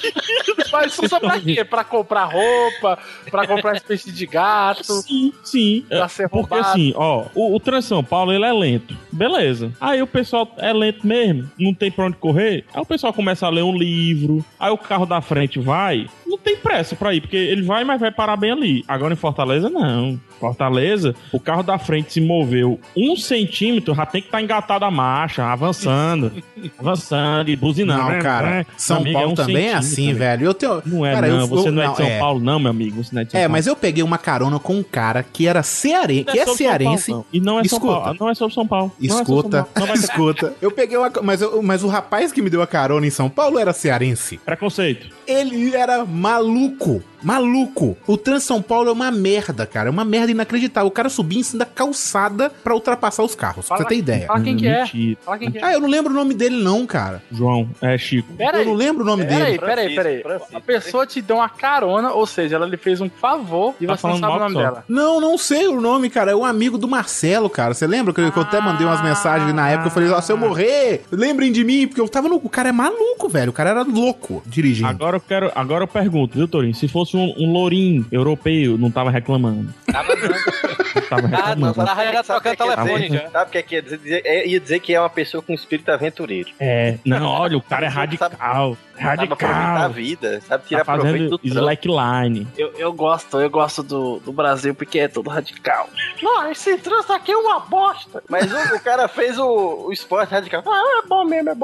Mas isso só pra quê? Pra comprar roupa, pra comprar espécie de gato. Sim, sim. Pra ser Porque roubado. assim, ó, o, o trânsito em São Paulo, ele é lento. Beleza. Aí o pessoal é lento mesmo, não tem pra onde correr. Aí o pessoal começa a ler um livro. Aí o carro da frente vai. Não tem pressa pra ir, porque ele vai, mas vai parar bem ali. Agora em Fortaleza, não. Fortaleza, o carro da frente se moveu um centímetro, já tem que estar tá engatado a marcha, avançando. avançando e buzinando. Não, cara, né? São Amigo, Paulo um também é centímetro, assim, amigo. velho. Eu tenho... Não é, cara, não. eu- Você eu- não é de São é. Paulo, não, meu amigo. Você não é de São É, Paulo. mas eu peguei uma carona com um cara que era cearense, Não que é sobre São cearense. Paulo, não. E não é São Escuta. Paulo. Não é sobre São Paulo. Não é sobre São Escuta, Paulo. Não vai ter escuta. Eu peguei uma. Mas, eu- mas o rapaz que me deu a carona em São Paulo era cearense. preconceito. Ele era maluco. Maluco. O Trans São Paulo é uma merda, cara. É uma merda inacreditável. O cara subia em cima da calçada pra ultrapassar os carros. Pra você ter ideia. Fala quem que é. Mentira. Fala quem que é. Ah, eu não lembro o nome dele, não, cara. João, é Chico. Pera Eu aí. não lembro o nome Peraí, dele. peraí, peraí. Francisco. A pessoa te deu uma carona, ou seja, ela lhe fez um favor e Tá você não falando sabe o mal nome só. dela. Não, não sei o nome, cara. É um amigo do Marcelo, cara. Você lembra que eu, que eu até mandei umas mensagens na época? Eu falei, ó, se eu morrer, lembrem de mim, porque eu tava no. O cara é maluco, velho. O cara era louco dirigindo. Agora eu quero, agora eu pergunto, viu, Torinho? Se fosse um, um lourinho europeu, não tava reclamando. Tava não. Não tava Ah, não, reclamando. tava já trocando telefone já. Sabe o que é que ia dizer? É, ia dizer que é uma pessoa com espírito aventureiro. É, não, olha, o cara é radical. Sabe aproveitar a Radical. vida, sabe tirar Tá proveito fazendo do trânsito. slackline. Eu, eu gosto, eu gosto do, do Brasil porque é todo radical. Não, esse trânsito aqui é uma bosta. Mas o, o cara fez o, o esporte radical. Ah, é bom mesmo, é bom.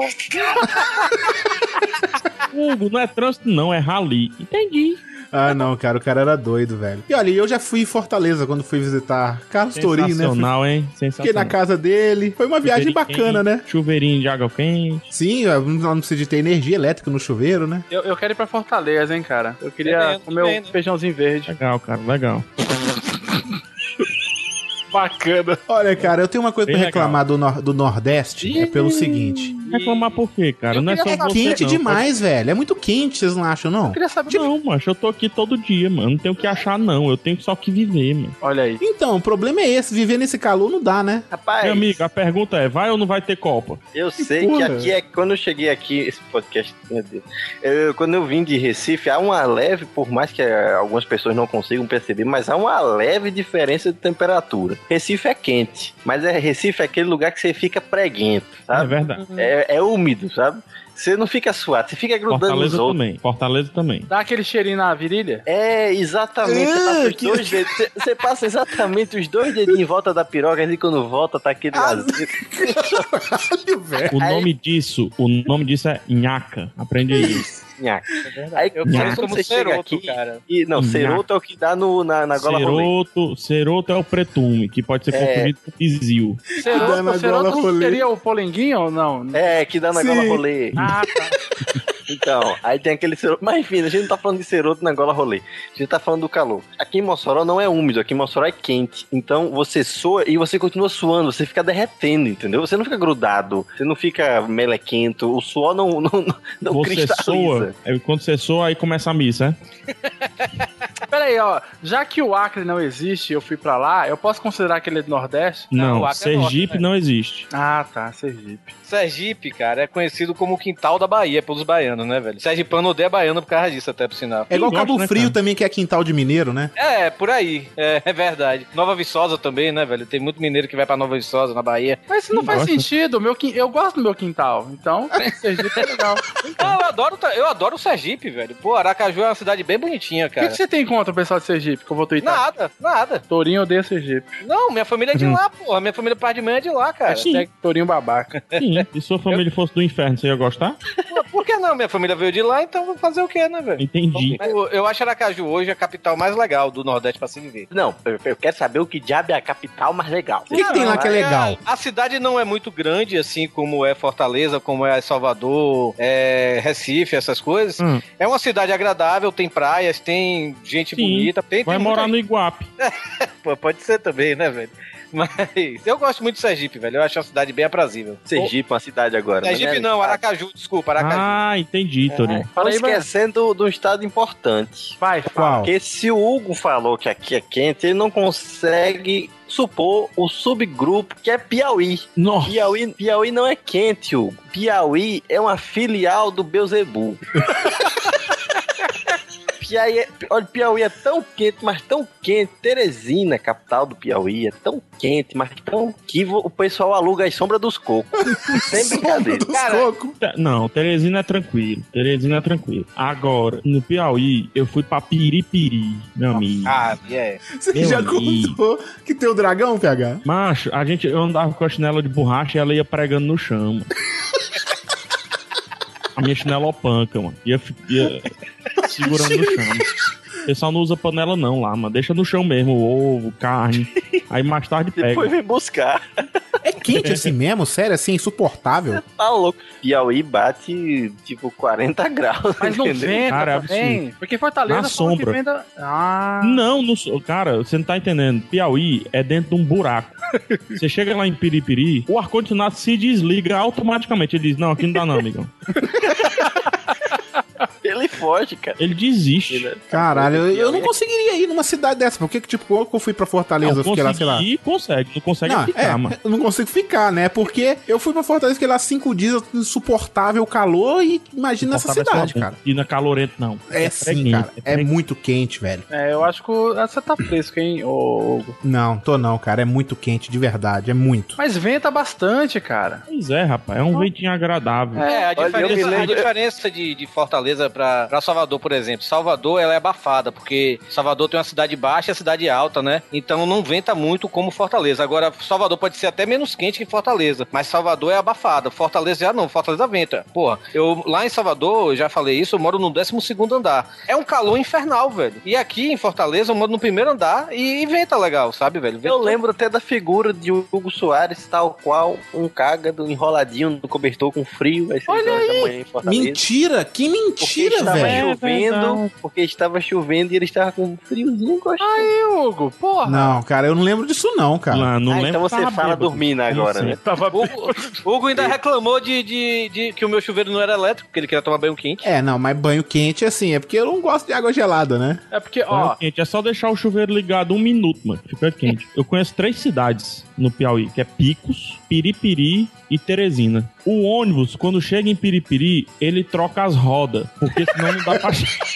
Hugo, não é trânsito, não, é rally. Entendi. Ah, não, cara, o cara era doido, velho. E olha, eu já fui em Fortaleza quando fui visitar Carlos Tourinho, né? Fui- Sensacional, hein? Fiquei Sensacional. na casa dele. Foi uma viagem Chuveirinho bacana, né? quente, Chuveirinho de água quente. Sim, eu não não precisa de ter energia elétrica no chuveiro, né? Eu, eu quero ir pra Fortaleza, hein, cara. Eu queria Bebendo, comer bebendo. um feijãozinho verde. Legal, cara, legal. Bacana. Olha, cara, eu tenho uma coisa Bem pra reclamar do, nor- do Nordeste. É pelo seguinte. Reclamar por quê, cara? Não é só É você, quente não. demais, velho. É muito quente, vocês não acham, não? Eu queria saber. Não, macho, eu tô aqui todo dia, mano. Não tenho o que achar, não. Eu tenho só que viver, mano. Olha aí. Então, o problema é esse. Viver nesse calor não dá, né? Rapaz, Meu amigo, a pergunta é, vai ou não vai ter Copa? eu sei porra. que aqui é quando eu cheguei aqui, esse podcast, meu Deus, eu, quando eu vim de Recife, há uma leve, por mais que eh, algumas pessoas não consigam perceber, mas há uma leve diferença de temperatura. Recife é quente, mas é, Recife é aquele lugar que você fica preguento, sabe? É verdade. É, é úmido, sabe? Você não fica suado, você fica grudando Fortaleza nos outros. também. Fortaleza também. Dá aquele cheirinho na virilha? É, exatamente. Você passa os dois dedos. Você, você passa exatamente os dois dedinhos em volta da piroca e quando volta tá aquele vazio. O nome disso, o nome disso é nhaca. Aprende aí. Nhaca. Aí, eu Nhaca. penso como Você chega ceroto, aqui cara. E, não, Nhaca. ceroto é o que dá no, na, na gola rolê. Ceroto, ceroto é o pretume, que pode ser É. confundido com pizil. Ceroto, na ceroto gola rolê. seria o polenguinho ou não? É, que dá na Sim. gola rolê. Ah, tá. Então, aí tem aquele ceroto. Mas enfim, a gente não tá falando de ceroto na gola rolê. A gente tá falando do calor. Aqui em Mossoró não é úmido, aqui em Mossoró é quente. Então você soa e você continua suando, você fica derretendo, entendeu? Você não fica grudado, você não fica melequento, o suor não, não, não, não Você cristaliza. soa, aí quando você soa, aí começa a missa, é? Pera aí, ó. Já que o Acre não existe, eu fui pra lá, eu posso considerar que ele é do Nordeste? Não, o Acre é Sergipe norte, né? não existe. Ah, tá, Sergipe. Sergipe, cara, é conhecido como o quintal da Bahia pelos baianos, né, velho? Sergipano odeia baiano por causa disso, até por sinal. É igual gosta, Cabo né, Frio cara? também, que é quintal de mineiro, né? É, por aí. É, é verdade. Nova Viçosa também, né, velho? Tem muito mineiro que vai pra Nova Viçosa, na Bahia. Mas isso não Quem faz gosta? sentido. Meu, quin- eu gosto do meu quintal. Então, Sergipe é legal. Ah, eu adoro, eu adoro o Sergipe, velho. Pô, Aracaju é uma cidade bem bonitinha, O que, cara. que você tem contra o pessoal de Sergipe? Que eu vou twittar. Nada, nada. Torinho odeia Sergipe. Não, minha família é de Uhum. lá, porra. Minha família parte de mãe é de lá, cara. Sim. Hashtag Torinho babaca. Sim, se sua família fosse do inferno, você ia gostar? Pô, por que não? Minha família veio de lá, então vou fazer o quê, né, velho? Entendi. Eu, eu acho Aracaju hoje a capital mais legal do Nordeste pra se viver. Não, eu, eu quero saber o que diabo é a capital mais legal. O que, que tem lá que é legal? A cidade não é muito grande, assim como é Fortaleza, como é Salvador, é Recife, essas coisas. Hum. É uma cidade agradável, tem praias, tem gente Sim, bonita. Tem, vai tem morar muita- no Iguape. Pô, pode ser também, né, velho? Mas eu gosto muito de Sergipe, velho. Eu acho uma cidade bem aprazível. Sergipe, uma cidade agora. Sergipe né? não, Aracaju, desculpa, Aracaju. Ah, entendi, Torinho. Estão Fala aí, vai. esquecendo de um estado importante. Vai, Qual? Porque se o Hugo falou que aqui é quente, ele não consegue supor o subgrupo que é Piauí. Nossa. Piauí, Piauí não é quente, Hugo. Piauí é uma filial do Beuzebu. Piauí é, olha, Piauí é tão quente, mas tão quente. Teresina, capital do Piauí, é tão quente, mas tão que vo- o pessoal aluga as sombras dos cocos. Sem brincadeira. Dos Cara, cocos. Te- Não, Teresina é tranquilo. Teresina é tranquilo. Agora, no Piauí, eu fui pra Piripiri, meu amigo. Ah, é. Você Meu já amigo. contou que tem o dragão, P H? Macho, a gente, eu andava com a chinela de borracha e ela ia pregando no chão. Mano. A minha chinela opanca, mano. Ia, fi- ia segurando no chão. O pessoal não usa panela não lá, mano. Deixa no chão mesmo, ovo, carne. Aí mais tarde pega. Depois vem buscar. É quente assim mesmo? Sério, assim, insuportável? Tá louco. Piauí bate tipo quarenta graus. Mas não entendeu? venta Cara, é também. absurdo. Porque Fortaleza Na falou que sombra. venda... Ah... Não, não sou- cara, você não tá entendendo. Piauí é dentro de um buraco. Você chega lá em Piripiri, o ar-condicionado se desliga automaticamente. Ele diz, não, aqui não dá não, amigão. Ele foge, cara. Ele desiste. Caralho, eu, eu não conseguiria ir numa cidade dessa. Porque, tipo, quando eu fui pra Fortaleza, Não, eu fiquei lá, sei lá. conseguir, consegue. Não consegue Não, ficar, é, mano. eu não consigo ficar, né? Porque eu fui pra Fortaleza, fiquei lá cinco dias, insuportável calor, e imagina essa cidade, cara. E na calorento, não. É sim, preguente, cara. É preguente. muito quente, velho. É, eu acho que o- você tá fresco, hein, ô Hugo. Não, tô não, cara. É muito quente, de verdade. É muito. Mas venta bastante, cara. Pois é, rapaz. É um ventinho agradável. É, a Olha, diferença, eu me lembro- a diferença de, de Fortaleza pra, pra Salvador, por exemplo. Salvador, ela é abafada, porque Salvador tem uma cidade baixa e a cidade alta, né? Então não venta muito como Fortaleza. Agora, Salvador pode ser até menos quente que Fortaleza, mas Salvador é abafada. Fortaleza já não, Fortaleza venta. Porra, eu lá em Salvador, eu já falei isso, eu moro no décimo segundo andar. É um calor infernal, velho. E aqui em Fortaleza, eu moro no primeiro andar e, e venta legal, sabe, velho? Venta Eu lembro até da figura de Hugo Soares, tal qual um cágado enroladinho no cobertor com frio. Às seis Olha horas da aí. manhã em Fortaleza. Mentira! Que mentira, Porque estava velho. chovendo, é porque estava chovendo e ele estava com um friozinho gostoso. Aí, Hugo, porra. Não, cara, eu não lembro disso não, cara. Não, não Ah, lembro. então você Tava fala bêbado. dormindo agora, Sim, né? sim. Tava Hugo, Hugo ainda reclamou de, de, de que o meu chuveiro não era elétrico, porque ele queria tomar banho quente. É, não, mas banho quente, assim, é porque eu não gosto de água gelada, né? É porque, Ó, ó, quente, é só deixar o chuveiro ligado um minuto, mano. Fica quente. Eu conheço três cidades no Piauí, que é Picos, Piripiri e Teresina. O ônibus, quando chega em Piripiri, ele troca as rodas, porque senão não dá pra...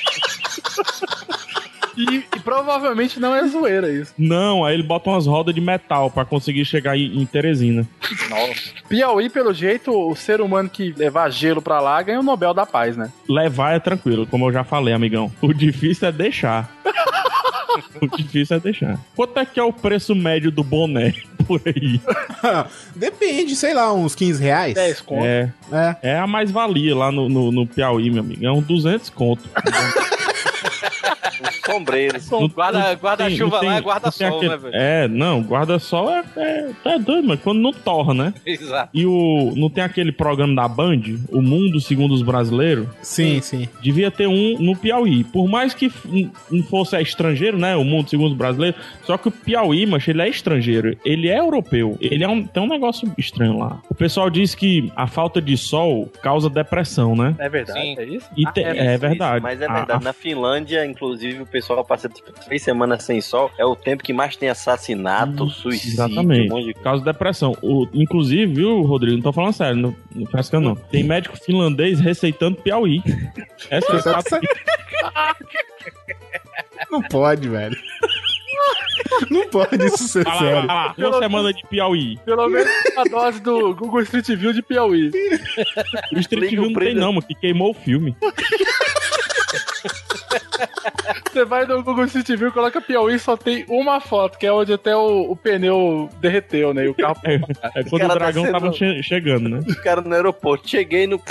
e, e provavelmente não é zoeira isso. Não, aí ele bota umas rodas de metal pra conseguir chegar em, em Teresina. Nossa. Piauí, pelo jeito, o ser humano que levar gelo pra lá ganha o Nobel da Paz, né? Levar é tranquilo, como eu já falei, amigão. O difícil é deixar. O difícil é deixar. Quanto é que é o preço médio do boné por aí? Depende, sei lá, uns quinze reais. dez conto. É, É. é a mais-valia lá no, no, no Piauí, meu amigo. É uns duzentos conto. Sombreiros. Não- Guarda- não guarda-chuva tem- lá é não tem guarda-sol, aquele- né, velho? É, não, guarda-sol é, é. Tá doido, mano. Quando não torra, né? Exato. E o. Não tem aquele programa da Band, O Mundo Segundo os Brasileiros? Sim, sim. Devia ter um no Piauí. Por mais que f- não fosse estrangeiro, né? O Mundo Segundo os Brasileiros. Só que o Piauí, mas ele é estrangeiro. Ele é europeu. Ele é um, tem um negócio estranho lá. O pessoal diz que a falta de sol causa depressão, né? É verdade, Sim. é isso? E te- é, isso, verdade. Mas é A- verdade. a- Na Finlândia, inclusive, o pessoal passa tipo, três semanas sem sol. É o tempo que mais tem assassinato, suicídio, Exatamente. um monte de Por causa da depressão. O, inclusive, viu, Rodrigo? Não tô falando sério, não, não fresca não. Tem médico finlandês receitando Piauí. Essa é a fato. Não pode, velho. Não pode isso ser Vai lá, sério. vai lá. Uma semana de Piauí. Pelo menos uma dose do Google Street View de Piauí. O Street Liga View o não tem brilho. não, mano, que queimou o filme. Você vai no Google Street View e coloca Piauí, só tem uma foto, que é onde até o, o pneu derreteu, né? E o carro... É, é quando o cara tá dragão sendo- tava che- chegando, né? Os caras no aeroporto. Cheguei no.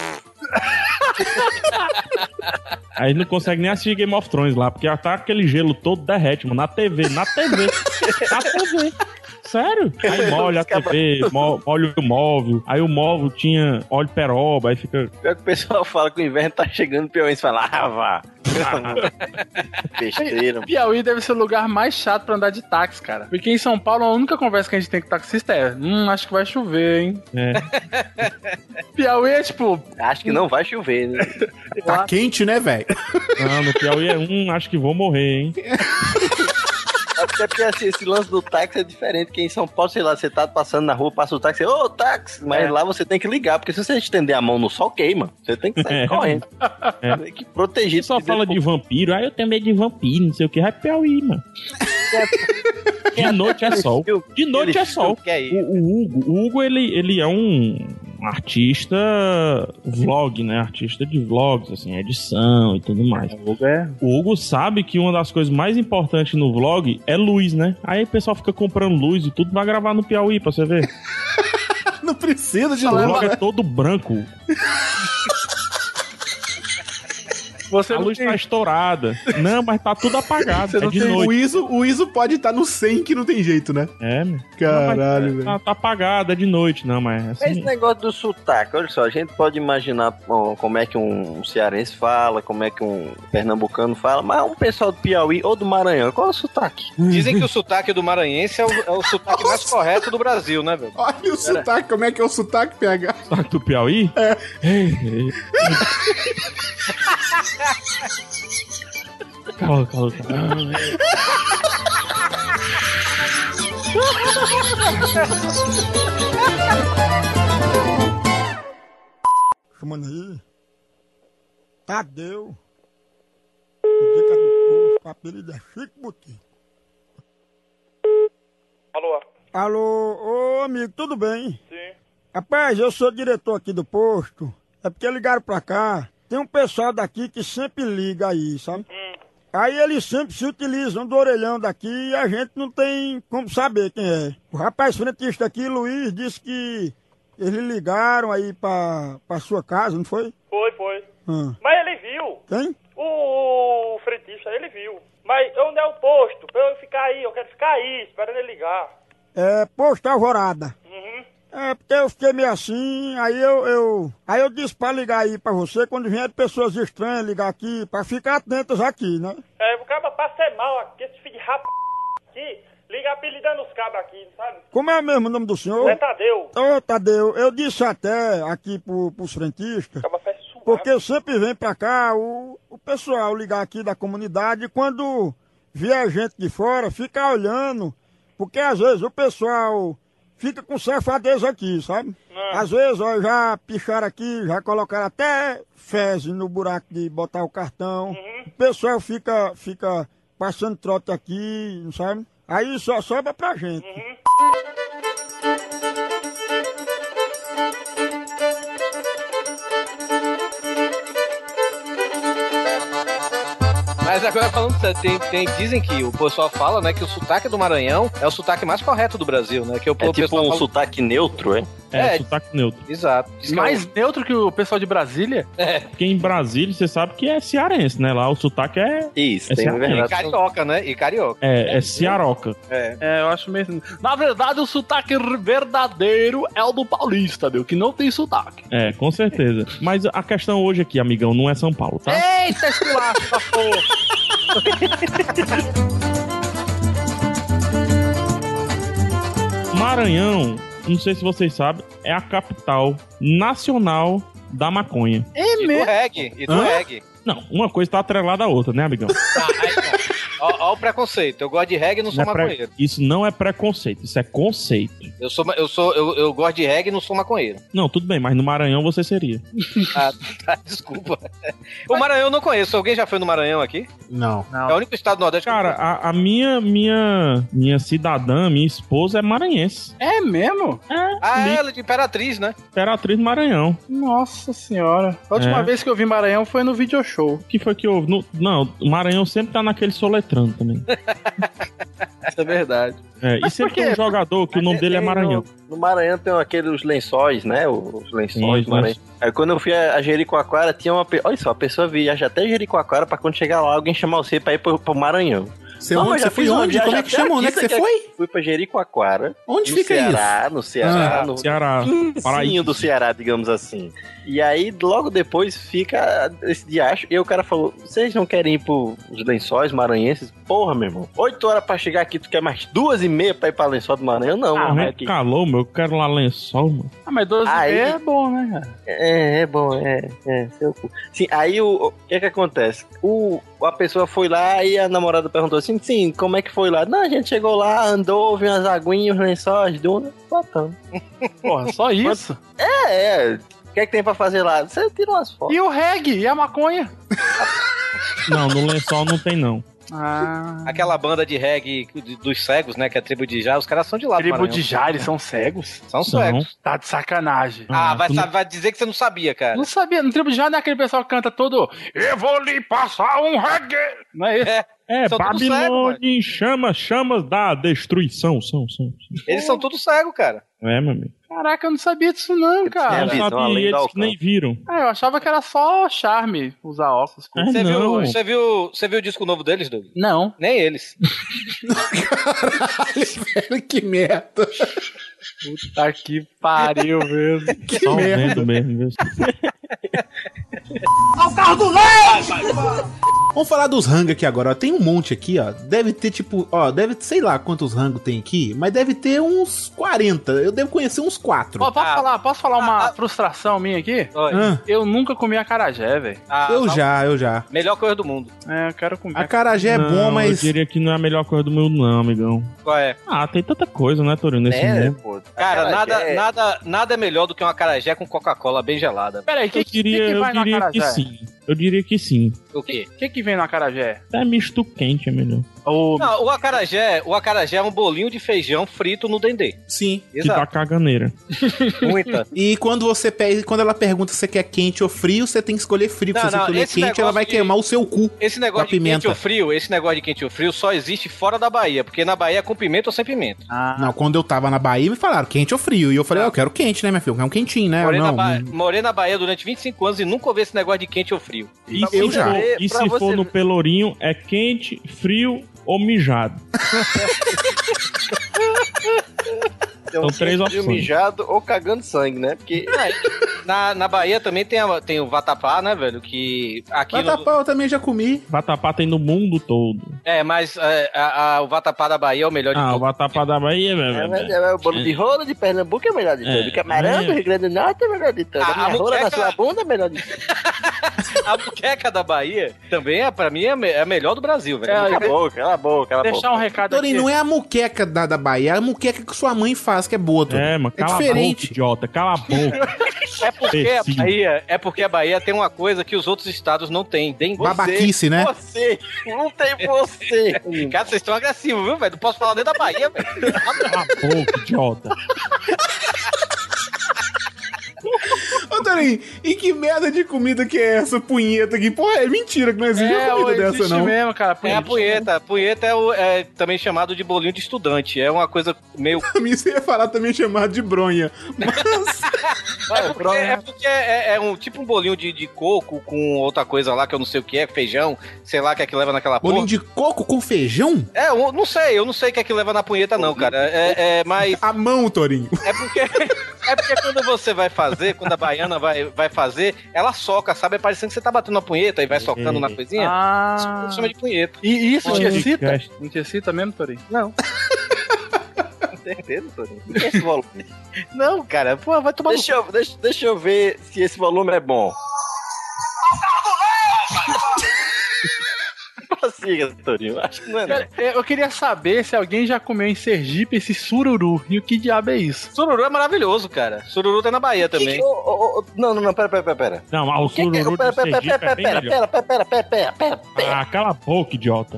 Aí não consegue nem assistir Game of Thrones lá, porque já tá aquele gelo todo derrete, mano, na T V, na T V, na T V. Sério? Aí molha a T V, mo- molha o móvel, aí o móvel tinha óleo peroba, aí fica... Pior que o pessoal fala que o inverno tá chegando, o Piauí fala, ah, vá. Besteira. Piauí deve ser o lugar mais chato pra andar de táxi, cara. Porque em São Paulo, a única conversa que a gente tem com o taxista é: hum, acho que vai chover, hein? É. Piauí é tipo. Acho que não vai chover, né? Tá quente, né, velho? Não, no Piauí é um, acho que vou morrer, hein? Até porque assim, esse lance do táxi é diferente, que em São Paulo, sei lá, você tá passando na rua, passa o táxi, ô, táxi! Mas É. lá você tem que ligar, porque se você estender a mão no sol, queima. Você tem que sair É. correndo. É. Tem que proteger. Só fala de vampiro, aí eu tenho medo de vampiro, não sei o que, vai pro Piauí, mano. De noite é sol. De noite é sol. Que é isso? O, o Hugo, o Hugo ele, ele é um artista vlog, né? Artista de vlogs, assim, edição e tudo mais. O Hugo é. O Hugo sabe que uma das coisas mais importantes no vlog é luz, né? Aí o pessoal fica comprando luz e tudo, vai gravar no Piauí pra você ver. Não precisa de O luz, vlog né? é todo branco. Você A não luz tem- tá estourada. Não, mas tá tudo apagado. Você É não de tem- o, noite. ISO, o ISO pode estar no cem, que não tem jeito, né? É, meu. Caralho, Não, mas velho. tá, tá apagado, é de noite, não, mas Mas assim. esse negócio do sotaque, olha só, a gente pode imaginar ó, como é que um cearense fala, como é que um pernambucano fala, mas um pessoal do Piauí ou do Maranhão, qual é o sotaque? Dizem que o sotaque do maranhense é o, é o sotaque mais correto do Brasil, né, velho? Olha o sotaque, como é que é o sotaque, P H? Sotaque do Piauí? É. Ei, ei. Calma, calma, calma. Chamando aí. Tadeu. O dia que é do posto, o apelido é Chico Buti. Alô? Alô, ô amigo, tudo bem? Sim. Rapaz, eu sou diretor aqui do posto. É porque ligaram pra cá. Tem um pessoal daqui que sempre liga aí, sabe? Hum. Aí eles sempre se utilizam do orelhão daqui e a gente não tem como saber quem é. O rapaz frentista aqui, Luiz, disse que eles ligaram aí pra, pra sua casa, não foi? Foi, foi. Ah. Mas ele viu. Quem? O, o frentista, ele viu. Mas onde é o posto? Pra eu ficar aí, eu quero ficar aí, esperando ele ligar. É Posto Alvorada. Uhum. É, porque eu fiquei meio assim, aí eu, eu... Aí eu disse pra ligar aí pra você, quando vier pessoas estranhas ligar aqui, pra ficar atentas aqui, né? É, o cara passa mal aqui, esse filho de rap aqui, liga apelidando os cabos aqui, sabe? Como é mesmo o nome do senhor? É Tadeu. Ô, Tadeu, eu disse até aqui pro, pros frentistas, porque sempre vem pra cá o, o pessoal ligar aqui da comunidade, quando vier gente de fora, fica olhando, porque às vezes o pessoal fica com safadeza aqui, sabe? Não. Às vezes, ó, já picharam aqui, já colocaram até fezes no buraco de botar o cartão. Uhum. O pessoal fica, fica passando trote aqui, sabe? Aí só sobra pra gente. Uhum. Mas agora falando sério, tem, tem, dizem que o pessoal fala, né, que o sotaque do Maranhão é o sotaque mais correto do Brasil, né? Que o é tipo um fala... sotaque neutro, é? É, é, sotaque neutro. Exato. Mais é neutro que o pessoal de Brasília? É. Porque em Brasília, você sabe que é cearense, né? Lá o sotaque é... Isso, é tem verdade. E carioca, né? E carioca. É, é cearoca. É. é, eu acho mesmo. Na verdade, o sotaque verdadeiro é o do paulista, meu, que não tem sotaque. É, com certeza. Mas a questão hoje aqui, amigão, não é São Paulo, tá? Eita, esculacho da porra! Maranhão, não sei se vocês sabem, é a capital nacional da maconha. É mesmo? E do reggae. E do Hã? reggae. Não, uma coisa tá atrelada à outra, né, amigão? Ah, aí não. Ó, ó o preconceito. Eu gosto de reggae e não sou Não é pre- maconheiro. Isso não é preconceito, isso é conceito. Eu sou, eu sou, eu, eu gosto de reggae e não sou maconheiro. Não, tudo bem, mas no Maranhão você seria. Ah, tá, desculpa. O Maranhão eu não conheço. Alguém já foi no Maranhão aqui? Não. É o único estado do Nordeste. Cara, a, a minha, minha, minha cidadã, minha esposa é maranhense. É mesmo? É. Ah, li- ela é de Imperatriz, né? Imperatriz do Maranhão. Nossa senhora. A última É. vez que eu vi Maranhão foi no video show. O que foi que houve? No- não, o Maranhão sempre tá naquele soletrando também. Isso é verdade. É, e sempre tem um jogador que o nome dele é Maranhão. No, no Maranhão tem aqueles lençóis, né? Os lençóis Sim, do Maranhão. Aí quando eu fui a, a Jericoacoara, tinha uma... pe- Olha só, a pessoa viaja até Jericoacoara pra quando chegar lá, alguém chamar você pra ir pro, pro Maranhão. Você, Não, onde, eu já você foi fiz uma onde? viagem Como é que até chama? Onde é aqui, que você você foi? Fui pra Jericoacoara. Onde no fica Ceará, isso? No Ceará, Ah, no Ceará. Sim, Paraíso. do Ceará, digamos assim. E aí, logo depois, fica esse diacho. E o cara falou, vocês não querem ir pros lençóis maranhenses? Porra, meu irmão. Oito horas pra chegar aqui, tu quer mais duas e meia pra ir pra lençol do Maranhão? Não, Ah, não é mas aqui. calor, meu. Eu quero lá lençol, mano. Ah, mas doze Aí- e meia é bom, né, cara? É, é bom, é, é, seu cu. Sim, aí o, o que é que acontece? O, a pessoa foi lá e a namorada perguntou assim, sim, como é que foi lá? Não, a gente chegou lá, andou, viu umas aguinhas, os lençóis, dunas, botando. Porra, só isso? É, é. O que é que tem pra fazer lá? Você tira umas fotos. E o reggae? E a maconha? Não, no lençol não tem, não. Ah. Aquela banda de reggae de- dos cegos, né? Que é a tribo de Já. Os caras são de lá do Tribo Maranhão. de Já, eles são cegos? São cegos. Tá de sacanagem. Ah, vai, tu não- sabe- vai dizer que você não sabia, cara. Não sabia, no Tribo de Já não é aquele pessoal que canta todo Eu vou lhe passar um reggae. Não é isso? É, É, São tudo Babilônia cego, mano. em chamas, chamas da destruição. São, são. são. eles são todos cegos, cara. É, meu amigo. Caraca, eu não sabia disso não, tem cara. a Eu visão sabia, além do eles que alcance. nem viram. Ah, eu achava que era só charme usar óculos. É, Você viu, não. você, viu, você viu o disco novo deles, Doug? Não. Nem eles. Caralho, velho, que merda. Puta que pariu mesmo. Que Só merda. vendo mesmo, viu? Ao carro do leite! Vamos falar dos rangos aqui agora, ó. Tem um monte aqui, ó. Deve ter, tipo, ó, deve, sei lá quantos rangos tem aqui, mas deve ter uns quarenta. Eu devo conhecer uns quatro. Pô, posso Ah. falar, posso falar uma Ah, frustração minha aqui? Oi. Ah, Eu nunca comi acarajé, velho. Ah, eu tá- já, eu já. Melhor coisa do mundo. É, eu quero comer. Acarajé é Não, bom, mas... Eu diria que não é a melhor coisa do mundo, não, amigão. Qual é? Ah, tem tanta coisa, né, Torino, nesse É, mundo. pô. Cara, Acarajé nada, é- nada, nada é melhor do que uma acarajé com Coca-Cola bem gelada. Peraí, o que, Eu que, diria, que, que vai eu no diria que acarajé? sim. Eu diria que sim. O quê? O que, que vem no acarajé? Até misto quente é melhor. Ô, Não, o acarajé, o acarajé é um bolinho de feijão frito no dendê. Sim. Que dá caganeira. Muita. E quando você pede, quando ela pergunta se você quer quente ou frio, você tem que escolher frio. Não, Se você não, escolher esse quente, ela negócio vai de- queimar o seu cu. Esse Com negócio a de quente pimenta. ou frio, esse negócio de quente ou frio só existe fora da Bahia, porque na Bahia é com pimenta ou sem pimenta. Ah, Não, quando eu tava na Bahia, me falaram quente ou frio. E eu falei, ó, eu quero quente, né, minha filha? Eu quero um quentinho, né? Morei, não, na ba... não- Morei na Bahia durante vinte e cinco anos e nunca ouvi esse negócio de quente ou frio. E Eu se já. for, ver, e pra se você for no ver. pelourinho, é quente, frio ou mijado. Então, São três opções. mijado ou cagando sangue, né? Porque na, na Bahia também tem, a, tem o vatapá, né, velho? Que aqui Vatapá no... eu também já comi. Vatapá tem no mundo todo. É, mas é, a, a, o vatapá da Bahia é o melhor de Ah, todos. o vatapá da Bahia, velho. É, mas é, o bolo de rola de Pernambuco é o melhor de É, todos. Camarão do é. Rio Grande do Norte é o melhor de todos. A- A minha a rola na muqueca- sua bunda é o melhor de todos. A muqueca da Bahia também, é, pra mim, é, me- é a melhor do Brasil, velho. Cala a boca, cala a boca, cala a boca. Deixar um recado Torinho, aqui. não é a muqueca da, da Bahia, é a muqueca que sua mãe faz, que é boa, Torinho. É, mano, É cala a boca, diferente. idiota, cala a boca. É porque a Imbecil. Bahia, é porque a Bahia tem uma coisa que os outros estados não têm. Tem você. Babaquice, né? Você, não tem você. Cara, vocês estão agressivos, viu, velho? Não posso falar nem da Bahia, velho. Cala a boca, idiota. Ô, Torinho, e que merda de comida que é essa punheta aqui? Porra, é mentira que não existe É, uma comida ô, dessa, existe não. mesmo, cara. É a punheta. A punheta é, o- é também chamado de bolinho de estudante. É uma coisa meio... Pra mim, você ia falar também chamado de bronha. Mas... É porque, é, porque é, é um tipo um bolinho de, de coco com outra coisa lá que eu não sei o que é, feijão, sei lá o que é que leva naquela porra. Bolinho de coco com feijão? É, eu não sei, eu não sei o que é que leva na punheta não, cara. É, é mas A mão, Torinho. é porque é porque quando você vai fazer, quando a baiana vai, vai fazer, ela soca, sabe? É parecendo que você tá batendo na punheta e vai socando na coisinha. Ah. Isso chama de punheta. E isso te Olha, excita? podcast. Não te excita mesmo, Torinho? Não. Com certeza, Torinho. E esse volume? Não, cara, pô, vai tomar Deixa eu, deixa, deixa eu ver se esse volume é bom. Prossiga, Torinho. Acho que não é, não. Cara, eu queria saber se alguém já comeu em Sergipe esse sururu. E o que diabo é isso? Sururu é maravilhoso, cara. Sururu tá na Bahia Que também. que- ô, ô, ô, Não, não, não, pera, pera, pera, pera. Não, mas o O que que- sururu Pera, de pera, Sergipe pera, é bem pera, melhor. pera, pera, pera, pera, pera, pera. Ah, cala a boca, idiota.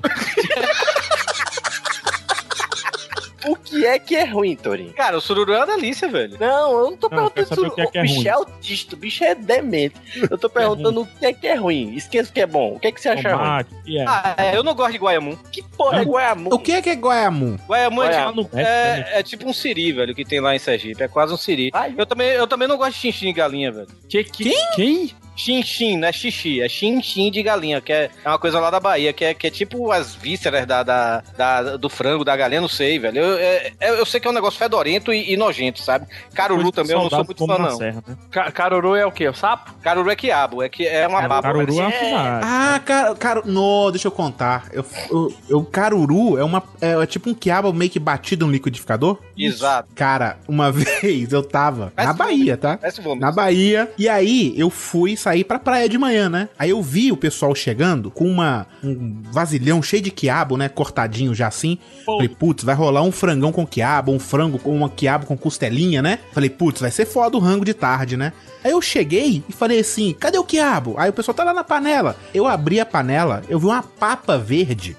O que é que é ruim, Torinho? Cara, o sururu é uma delícia, velho. Não, eu não tô Não, perguntando quero saber isso. o que é que é o bicho ruim. é autista, o bicho é demente. Eu tô perguntando o que é que é ruim. Esqueça o que é bom. O que é que você acha ruim? Tomate, que é. Ah, é, eu não gosto de guaiamum. Que porra é Guaiamu? O que é que é Guaiamu? Guaiamum é, Guaiamum. tipo, é, é tipo um siri, velho, que tem lá em Sergipe. É quase um siri. Ai. Eu também, eu também não gosto de chinchim de galinha, velho. Que, que, Quem? Quem? Chinchim, não é xixi, é chinchim de galinha, que é, é uma coisa lá da Bahia, que é, que é tipo as vísceras da, da, da- do frango, da galinha, não sei, velho. Eu, é- é- eu sei que é um negócio fedorento e, e nojento, sabe? Caruru também eu não sou muito fã, não. Serra, né? Ca- Caruru é o quê? O sapo? Caruru é quiabo, é, que, é uma baba. Caruru é uma parece- cidade. Ah, cara, cara, no, deixa eu contar. Eu, eu, eu- caruru é uma é, é tipo um quiabo meio que batido no liquidificador. Exato. Cara, uma vez eu tava Parece na Bahia, tá? Parece vômito. Na Bahia. E aí eu fui sair pra praia de manhã, né? Aí eu vi o pessoal chegando com uma, um vasilhão cheio de quiabo, né? Cortadinho já assim. Pô. Falei, putz, vai rolar um frangão com quiabo, um frango com uma quiabo com costelinha, né? Falei, putz, vai ser foda o rango de tarde, né? Aí eu cheguei e falei assim, cadê o quiabo? Aí o pessoal tá lá na panela. Eu abri a panela, eu vi uma papa verde.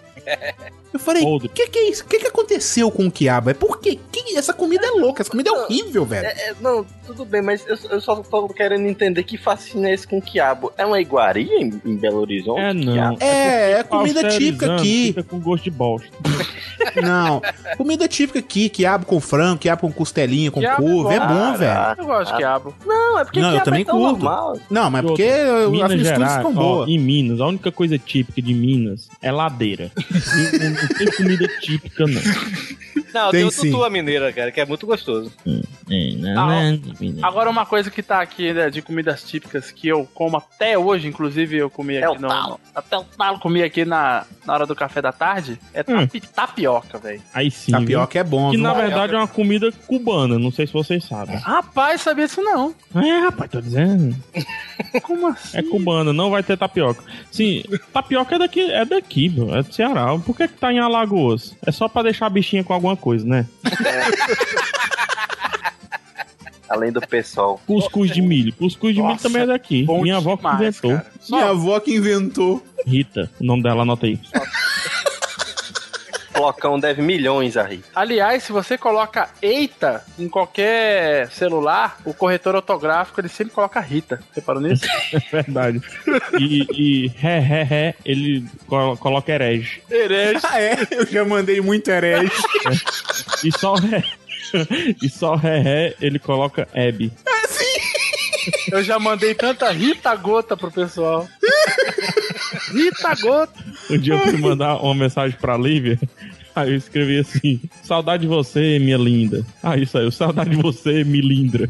Eu falei, o que que é isso? O que que aconteceu com o quiabo? É porque que essa comida é louca, essa comida é horrível, velho. É, é, não, tudo bem, mas eu, eu só tô querendo entender que fascina esse com quiabo. É uma iguaria em, em Belo Horizonte? É, não. Quiabo? É, é comida típica Pasteurizando, aqui. Fica com gosto de bosta. Não, comida típica aqui, quiabo com frango, quiabo com costelinha, com Quiabo é couve, é bom. bom, velho. Eu gosto de quiabo. Não, é porque Não, eu quiabo também é tão curto. normal. Não, mas E porque outra, as Minas misturas Gerais, ficam ó, boas. em Minas, a única coisa típica de Minas é ladeira. E não, não tem comida típica, não. Não, Tem tem o sim. tutu a mineira, cara, que é muito gostoso. É, não, Ah, não, não. Agora, uma coisa que tá aqui, né, de comidas típicas que eu como até hoje, inclusive eu comi Até aqui o no. talo. Até o talo, comi aqui na, na hora do café da tarde, é tapi- tapioca, velho. Aí sim. Tapioca é bom, viu? Que viu? na verdade é uma comida cubana, não sei se vocês sabem. Rapaz, sabia disso não. É, rapaz, tô dizendo. Como assim? É cubana, não vai ter tapioca. Sim, tapioca é daqui, é daqui, meu, é do Ceará. Por que que tá em Alagoas? É só pra deixar a bichinha com alguma coisa, né? Além do pessoal. Cuscuz de milho. Cuscuz de milho Nossa, também é daqui. bom Minha avó que demais, inventou. cara. Minha avó que inventou. Rita, o nome dela, anota aí. Flocão deve milhões a Rita. Aliás, se você coloca Eita em qualquer celular, o corretor ortográfico ele sempre coloca Rita. Você parou nisso? É verdade. E, e ré, ré, ré, ele colo- coloca herege. Herege. Ah, é? Eu já mandei muito herege. E só ré. E só ré, ré, ele coloca Hebe. Eu já mandei tanta Rita Gota pro pessoal. Rita Gota. Um dia eu fui mandar uma mensagem pra Lívia. Aí eu escrevi assim, saudade de você, minha linda. Aí saiu, saudade de você, milindra.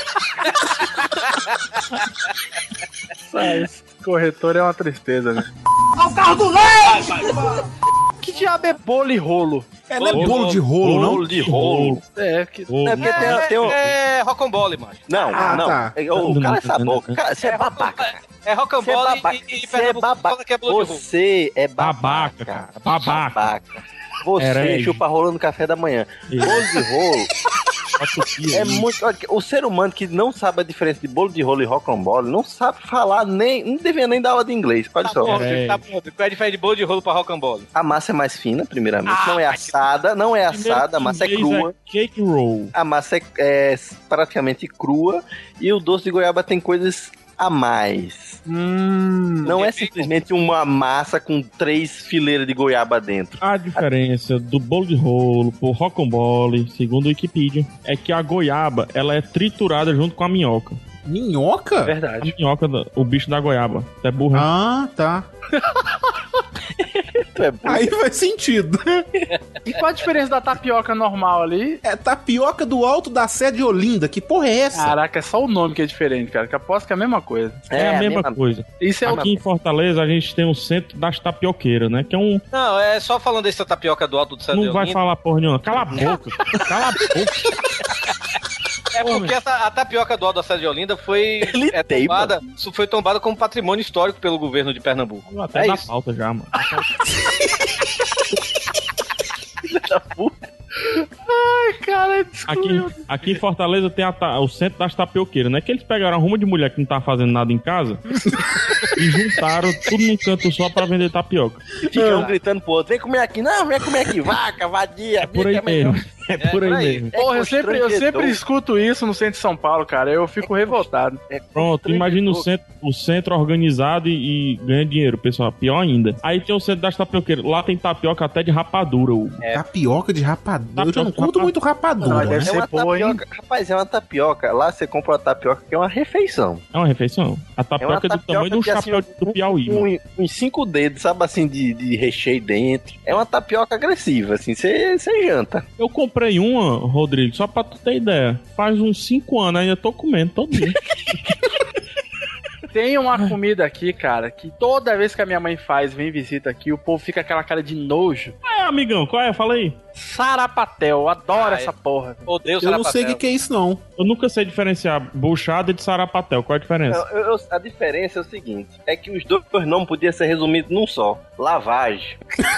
Esse corretor é uma tristeza, né? Olha o carro do leite! Que diabo é bolo e rolo? É, não é bolo de rolo, não? Bolo de rolo. É, que... Não é porque tem, tem um... É rocambole, mano. Não, Ah, não. tá. É, Ô, cala essa boca. Cara, você é babaca. É rocambole Você é e, e Você é Pernambuco babaca. fala que é bolo de rolo. Você é Babaca, babaca. cara. Babaca. Babaca. Você Herege. chupa rolo no café da manhã. Isso. Bolo de rolo Atopia, é isso. muito... olha, o ser humano que não sabe a diferença de bolo de rolo e rocambole não sabe falar nem... Não devia nem dar aula de inglês. Olha Tá só. bom, É. tá bom. Qual é a diferença de bolo de rolo pra rocambole? A massa é mais fina, primeiramente. Ah, não é assada, não é Primeiro assada, a que massa é inglês crua. Cake roll. A massa é, é praticamente crua. E o doce de goiaba tem coisas a mais. Hum, Não é simplesmente uma massa com três fileiras de goiaba dentro. A diferença do bolo de rolo pro rocambole, segundo o Wikipedia, é que a goiaba, ela é triturada junto com a minhoca. Minhoca? A verdade. minhoca, da- o bicho da goiaba. É burra. Ah, tá. Tu é burro. Aí faz sentido. E qual a diferença da tapioca normal ali? É tapioca do Alto da Sé de Olinda. Que porra é essa? Caraca, é só o nome que é diferente, cara. Que aposto que é a mesma coisa. É, a mesma coisa. Isso é o... Aqui em Fortaleza a gente tem o centro das tapioqueiras, né? Que é um. Não, é só falando dessa tapioca do alto do céu. Não vai falar porra nenhuma. Cala a boca. Cala a boca. É porque essa, a tapioca do Alto da Serra de Olinda foi, é, tem, tombada, isso foi tombada como patrimônio histórico pelo governo de Pernambuco. Até É na isso. pauta já, mano. Ai, cara, Aqui, aqui em Fortaleza tem a ta- o centro das tapioqueiras, né? Que eles pegaram uma ruma de mulher que não tava fazendo nada em casa e juntaram tudo num canto só pra vender tapioca. Fica um gritando pro outro, vem comer aqui, não, vem comer aqui, vaca, vadia, É por aí mesmo. É por aí mesmo. Porra, eu sempre, eu sempre constrangedor. escuto isso no centro de São Paulo, cara. Eu fico revoltado. Pronto, imagina o centro, o centro organizado e, e ganha dinheiro, pessoal. Pior ainda. Aí tem o centro das tapioqueiras. Lá tem tapioca até de rapadura. Hugo. Tapioca de rapadura. Eu já não curto muito rapadura. Mas deve É ser uma boa, hein? tapioca, rapaz, é uma tapioca. Lá você compra uma tapioca que é uma refeição. É uma refeição. A tapioca é, do tamanho de um que, assim, chapéu do Piauí. mano. um, uns cinco dedos, sabe assim, de, de recheio dentro. É uma tapioca agressiva, assim, você você janta. Eu comprei uma, Rodrigo, só pra tu ter ideia. Faz uns cinco anos, ainda tô comendo todo dia. Tem uma comida aqui, cara, que toda vez que a minha mãe faz, vem visita aqui, o povo fica aquela cara de nojo. É, amigão, qual é? Fala aí. Sarapatel, eu adoro Ah, essa porra. Odeio Eu não sei o que, que é isso, não. Eu nunca sei diferenciar buchada de sarapatel. Qual é a diferença? Não, eu- eu- a diferença é o seguinte: é que os dois nomes podiam ser resumidos num só: lavagem.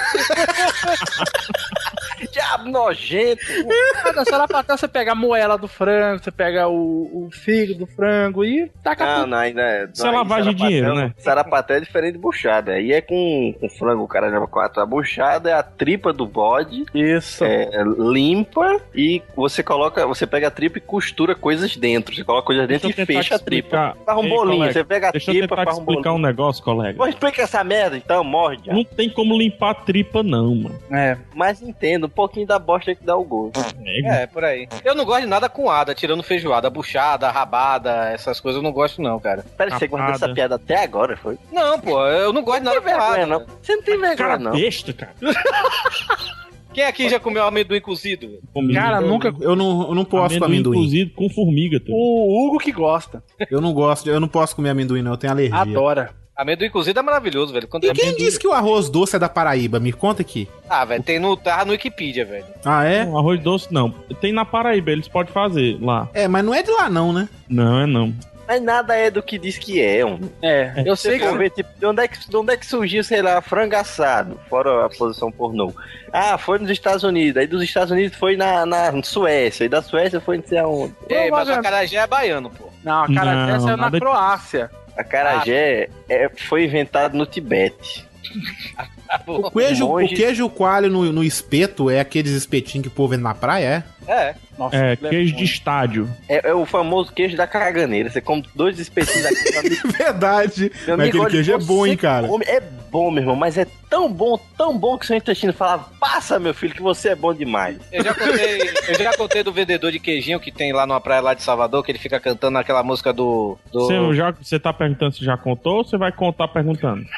Diabo nojento. Cada sarapatel você pega a moela do frango, você pega o, o fígado do frango e taca Não, tudo. não, ainda é. Isso é lavagem de dinheiro, né? Sarapatel é diferente de buchada. Aí é com, com frango, o cara leva quatro. A buchada é a tripa do bode. Isso. É, limpa e você coloca, você pega a tripa e costura coisas dentro. Você coloca coisas dentro Deixa eu e tentar fecha a te tripa. explicar. Faz um Ei, bolinho, colega, você pega a Deixa eu tripa, tentar te faz um explicar bolinho. um negócio, colega. Pô, explica essa merda então, morde. Não tem como limpar a tripa, não, mano. É. Mas entendo, um pouquinho da bosta que dá o gosto. É, por aí. Eu não gosto de nada com ada, tirando feijoada, buchada, rabada, essas coisas eu não gosto não, cara. Pera, você guardou Rapada. essa piada até agora, foi? Não, pô, eu não gosto de nada Não tem com ada. vergonha, não. Você não tem vergonha, Cara não. besta, cara. Quem aqui já comeu amendoim cozido? velho? Comigo. Cara, nunca. Eu não, eu não posso com amendoim. cozido com formiga, tu. O Hugo que gosta. Eu não gosto, eu não posso comer amendoim, não. Eu tenho alergia. Adora. Amendoim cozido é maravilhoso, velho. Quando E é quem amendoim- disse que o arroz doce é da Paraíba? Me conta aqui. Ah, velho, tem no, tá no Wikipedia, velho. Ah, é? Não, arroz doce não. Tem na Paraíba, eles podem fazer lá. É, mas não é de lá, não, né? Não, é não. Mas nada é do que diz que é, um. É, eu sei que. Você for ver, tipo, de onde, é que, de onde é que surgiu, sei lá, frango assado, fora a posição pornô. Ah, foi nos Estados Unidos, aí dos Estados Unidos foi na, na Suécia, e da Suécia foi não sei aonde. Ei, mas o acarajé é baiano, pô. Não, a cara Não, dessa é na nada- Croácia. A acarajé é, foi inventado no Tibete. O queijo, o Monge- queijo coalho no, no espeto é aqueles espetinhos que o povo vende na praia, é? É. Nossa, É, que queijo bom. de estádio. É, é o famoso queijo da caganeira. Você come dois espetinhos aqui. meu amigo- Verdade. meu Mas amigo, aquele queijo é olha, bom, você hein, cara? come- é bom, meu irmão, mas é tão bom, tão bom que seu intestino fala: passa, meu filho, que você é bom demais. Eu já contei, eu já contei do vendedor de queijinho que tem lá numa praia lá de Salvador, que ele fica cantando aquela música do. do... Você, já, você tá perguntando se já contou ou você vai contar perguntando?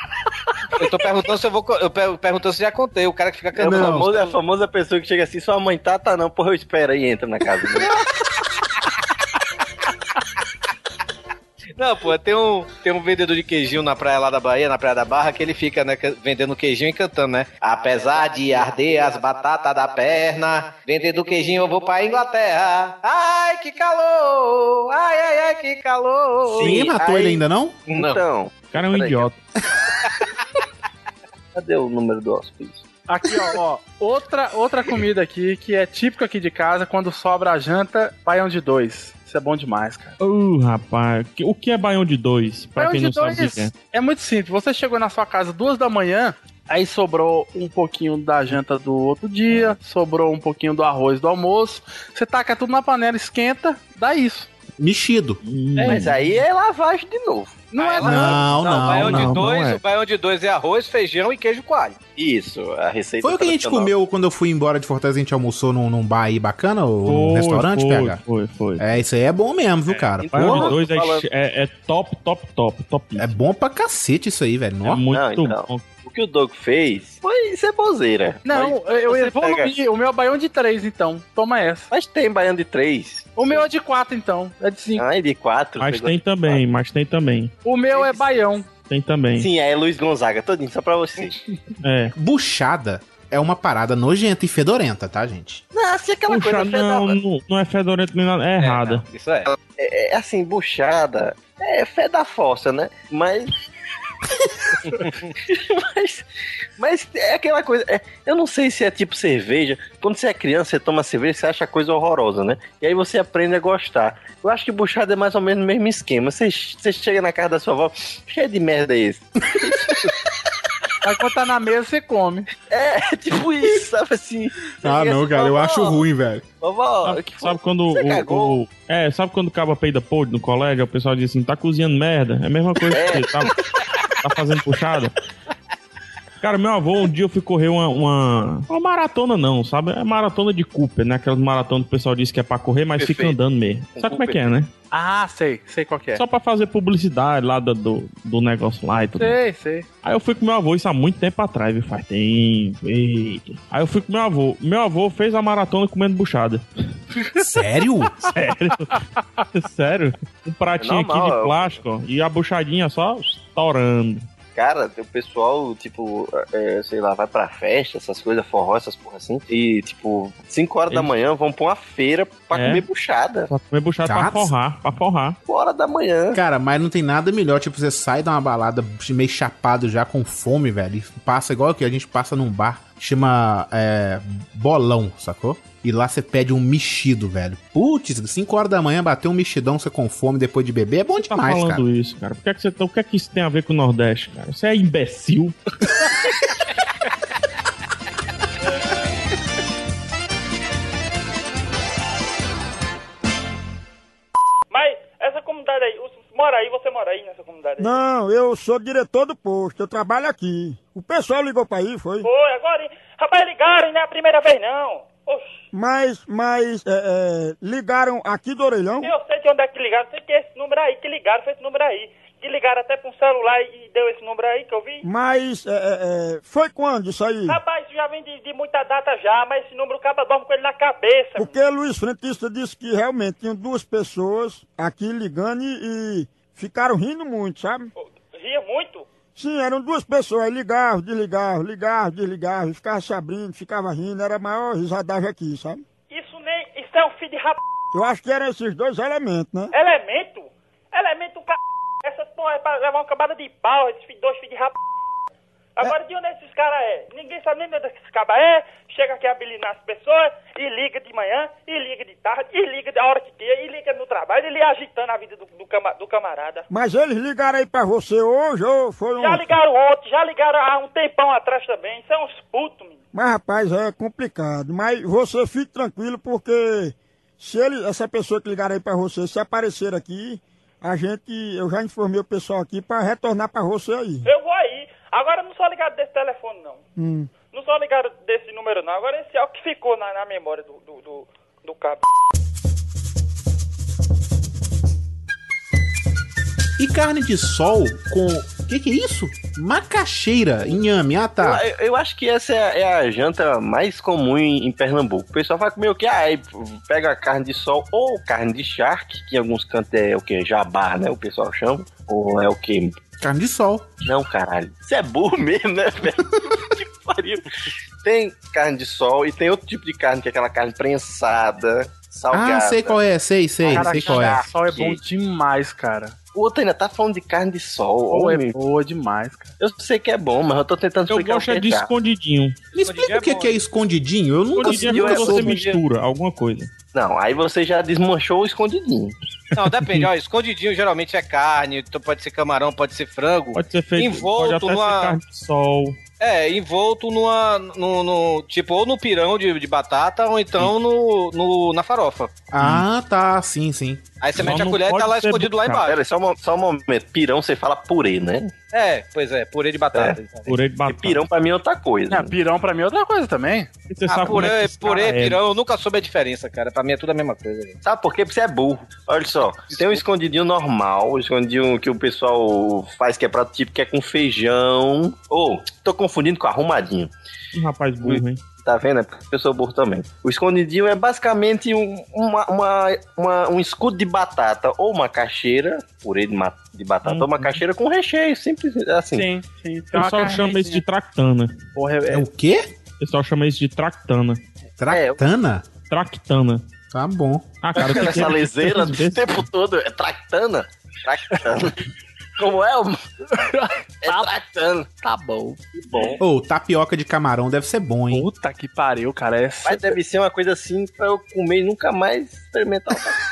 Eu tô perguntando se eu vou. Eu per- perguntando se já contei. O cara que fica É, o famoso, é a famosa pessoa que chega assim, sua mãe tá, tá não, porra, eu espero aí, entra na casa. Não, pô, tem um, tem um vendedor de queijinho na praia lá da Bahia, na Praia da Barra, que ele fica, né, vendendo queijinho e cantando, né? Apesar de arder as batatas da perna, vendendo queijinho eu vou pra Inglaterra. Ai, que calor! Ai, ai, ai, que calor! Sim, matou aí- ele ainda não? Então. O cara é um Peraí. idiota. Cadê o número do hóspede? Aqui, ó, ó, outra, outra comida aqui que é típica aqui de casa, quando sobra a janta, baião de dois. Isso é bom demais, cara. Uh, rapaz. O que é baião de dois? Pra Baião quem de não sabe o dois que é. é muito simples. Você chegou na sua casa duas da manhã, aí sobrou um pouquinho da janta do outro dia, sobrou um pouquinho do arroz do almoço. Você taca tudo na panela, esquenta, dá isso. Mexido. É Mas isso. aí é lavagem de novo. Não é Não, não, baião de não, dois, não é. o baião de dois é arroz, feijão e queijo coalho. Isso, a receita Foi o que a gente tradicional. comeu quando eu fui embora de Fortaleza, a gente almoçou num, num bar aí bacana, ou num Foi, restaurante, foi, P H? Foi, foi. É, isso aí é bom mesmo, viu, cara? Baião Porra, de dois é, falando. é, é top, top, top, top. é bom pra cacete isso aí, velho. É Nossa. muito Não, então. bom. O que o Doug fez foi ceboseira. Não, Mas eu você evoluí. pega- O meu é baião de três, então. Toma essa. Mas tem baiano de três. O meu é de quatro, então. É de cinco. Ah, e de quatro. Mas pegou tem de também, quatro. mas tem também. O meu é baião. Tem também. Sim, é Luiz Gonzaga, todinho, só pra você. É. Buchada é uma parada nojenta e fedorenta, tá, gente? Não, assim, aquela Puxa, coisa não, fedada. não, não é fedorento nem nada, é errada. Não, isso é. É, é assim, buchada. É fé da fossa, né? Mas. mas, mas é aquela coisa. é, eu não sei se é tipo cerveja. Quando você é criança, você toma cerveja, você acha a coisa horrorosa, né? E aí você aprende a gostar. Eu acho que buchada é mais ou menos o mesmo esquema. Você, você chega na casa da sua avó, cheio de merda é esse. Aí quando tá na mesa, você come. É, tipo isso, sabe assim? Ah, Você não, assim, cara, eu vovó, acho ruim, velho. Vovó, Sabe, que foi? sabe quando Você o, cagou? o- É, sabe quando o cabo peida podre no colégio, o pessoal diz assim, tá cozinhando merda? É a mesma coisa que você, tá, tá fazendo puxada. Cara, meu avô, um dia eu fui correr uma, uma, uma maratona não, sabe? É maratona de Cooper, né? Aquelas maratonas que o pessoal diz que é pra correr, mas Perfeito. fica andando mesmo. Sabe como é que é, né? Ah, sei. Sei qual que é. Só pra fazer publicidade lá do, do, do negócio lá e tudo. Sei, sei. Aí eu fui com meu avô, isso há muito tempo atrás, viu? Faz tempo. Eita. Aí eu fui com meu avô. Meu avô fez a maratona comendo buchada. Sério? Sério? Sério? Um pratinho É normal, aqui é de o- plástico, ó, e a buchadinha só estourando. Cara, tem o pessoal, tipo, é, sei lá, vai pra festa, essas coisas, forró, essas porra assim. E, tipo, cinco horas da Eles- manhã vão pra uma feira pra É. comer buchada. Pra comer buchada pra Chato. forrar, pra forrar. cinco horas da manhã. Cara, mas não tem nada melhor, tipo, você sai de uma balada meio chapado já, com fome, velho, e passa igual que a gente passa num bar, chama é, bolão, sacou? E lá você pede um mexido, velho. Putz, cinco horas da manhã bater um mexidão, você com fome depois de beber, é bom Tá demais, falando cara. isso, cara? Por que, é que você tá, o que é que isso tem a ver com o Nordeste, cara? Você é imbecil. Mas essa comunidade aí, você mora aí, você mora aí nessa comunidade aí? Não, eu sou diretor do posto, eu trabalho aqui. O pessoal ligou pra aí, foi? Foi, agora, hein? Rapaz, ligaram, não é a primeira vez não. Oxi, Mas, mas, é, é, ligaram aqui do orelhão? eu sei de onde é que ligaram, sei que é esse número aí, que ligaram, foi esse número aí. Que ligaram até pra um celular e deu esse número aí que eu vi. Mas, é, é, é, foi quando isso aí? Rapaz, isso já vem de, de muita data já, mas esse número o cara dorme com ele na cabeça. Porque Luiz Frentista disse que realmente tinham duas pessoas aqui ligando e, e ficaram rindo muito, sabe? Ria muito. Sim, eram duas pessoas, aí ligavam, desligavam, ligavam, desligavam, e ficava se abrindo, ficava rindo, era a maior risadagem aqui, sabe? Isso nem, isso é um filho de rap... Eu acho que eram esses dois elementos, né? Elemento? Elemento ca... Essas porra é pra levar uma camada de pau, esses filhos- dois filhos de rap... Agora, de onde esses caras é? Ninguém sabe nem onde esses cabas é. Chega aqui habilitar as pessoas e liga de manhã, e liga de tarde, e liga da hora que quer, e liga no trabalho, e liga agitando a vida do, do, cama- do camarada. Mas eles ligaram aí pra você hoje ou foi um... Já ligaram ontem, já ligaram há um tempão atrás também. Isso é uns putos, menino. Mas, rapaz, é complicado. Mas você fique tranquilo, porque se ele, essa pessoa que ligaram aí pra você, se aparecer aqui, a gente, eu já informei o pessoal aqui pra retornar pra você aí. Eu vou aí. Agora não só ligaram desse telefone, não. Hum. Não só ligaram desse número, não. Agora esse é o que ficou na, na memória do, do, do, do cabo. E carne de sol com... Que que é isso? Macaxeira, inhame, ah tá. Eu, eu acho que essa é, é a janta mais comum em, em Pernambuco. O pessoal vai comer o quê? Ah, aí pega a carne de sol ou carne de charque, que em alguns cantos é o quê? Jabá, né? O pessoal chama. Ou é o quê? Carne de sol. Não, caralho. Você é burro mesmo, né, velho? Que pariu. Tem carne de sol e tem outro tipo de carne, que é aquela carne prensada, salgada. Ah, sei qual é, sei, sei, Cara, sei qual é. carne de sol é bom demais, cara. O outro ainda tá falando de carne de sol. Pô, é homem. boa demais, cara. Eu sei que é bom, mas eu tô tentando Eu explicar gosto o é que de tá. escondidinho. Me explica o que, que é escondidinho. Eu nunca, Escondidinho é nunca quando você soube. mistura alguma coisa. Não, aí você já desmanchou o escondidinho. Não, depende, ó, escondidinho geralmente é carne, então pode ser camarão, pode ser frango. Pode ser feito, envolto pode até numa... ser carne de sol. É, envolto numa, no, no, tipo, ou no pirão de, de batata, ou então no, no, na farofa. Ah, tá, sim, sim. Aí você Só mete a não colher e tá pode lá ser escondido lá bucata. embaixo. Pera aí, só um, só um momento. Pirão, você fala purê, né? É, pois é, purê de batata. É. Purê de E batata. pirão pra mim é outra coisa. É, pirão pra mim é outra coisa também. E você Ah, sabe como purê, é que esse purê, cara é. pirão, eu nunca soube a diferença, cara. Pra mim é tudo a mesma coisa. velho. Sabe por quê? Porque você é burro. Olha só, tem um escondidinho normal, o escondidinho que o pessoal faz, que é prato típico, que é com feijão. Ou, oh, tô confundindo com arrumadinho. Um rapaz burro, hein? Tá vendo? É porque eu sou burro também. O escondidinho é basicamente um, uma, uma, uma- um escudo de batata ou uma caixeira, purê de, ma- de batata, Hum. ou uma caixeira com recheio, simples assim. Sim, sim. O pessoal chama isso de tractana. Porra, é, É o quê? O pessoal chama isso de tractana. Tractana? Tractana. Tá bom. Ah, cara, eu Aquela fiquei- salezeira eu fiquei- o tempo todo, é tractana? Tractana. Como é? o- É tractana. Tá bom. Que bom. Ô, tapioca de camarão deve ser bom, hein? Puta que pariu, cara. É Mas deve ser uma coisa assim pra eu comer e nunca mais experimentar.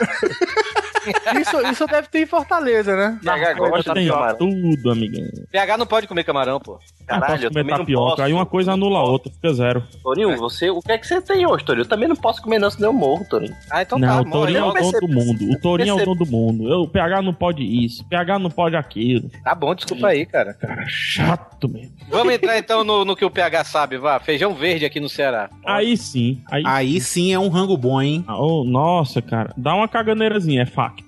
Isso, isso deve ter em Fortaleza, né? P H gosta de Tem camarão. tudo, amiguinho. P H não pode comer camarão, pô. Não Caralho, posso eu comer também não tapioca. posso. Aí uma coisa anula a outra, fica zero. Torinho, você, o que é que você tem hoje, Torinho? Eu também não posso comer não, senão eu morro, Torinho. Ah, então não, tá, o Torinho é o morre. dono do mundo. O Torinho é o percebo. dono do mundo. Eu, o P H não pode isso. O P H não pode aquilo. Tá bom, desculpa aí, cara. Cara, chato mesmo. Vamos entrar então no, no que o P H sabe, vá. Feijão verde aqui no Ceará. Aí sim. Aí, Aí sim é um rango bom, hein? Ah, oh, nossa, cara. Dá uma caganeirazinha, é facto.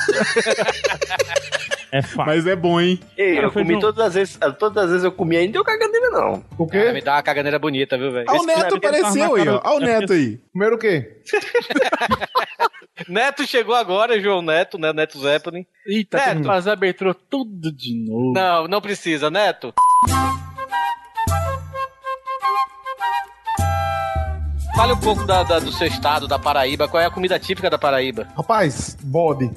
É facto. Mas é bom, hein? Ei, Cara, eu comi feijão- todas as vezes, todas as vezes eu comi aí, não deu caganeira não. O Cara, quê? me dá uma caganeira bonita, viu, velho? Ó, o Esse Neto cara apareceu tá aí, na ó. cara- Ó o Neto aí. Primeiro o quê? Neto chegou agora, João Neto, né? Neto Zeppelin. Eita, Neto. tem que fazer a abertura tudo de novo. Não, não precisa, Neto. Fale um pouco da, da- do seu estado, da Paraíba. Qual é a comida típica da Paraíba? Rapaz, bode.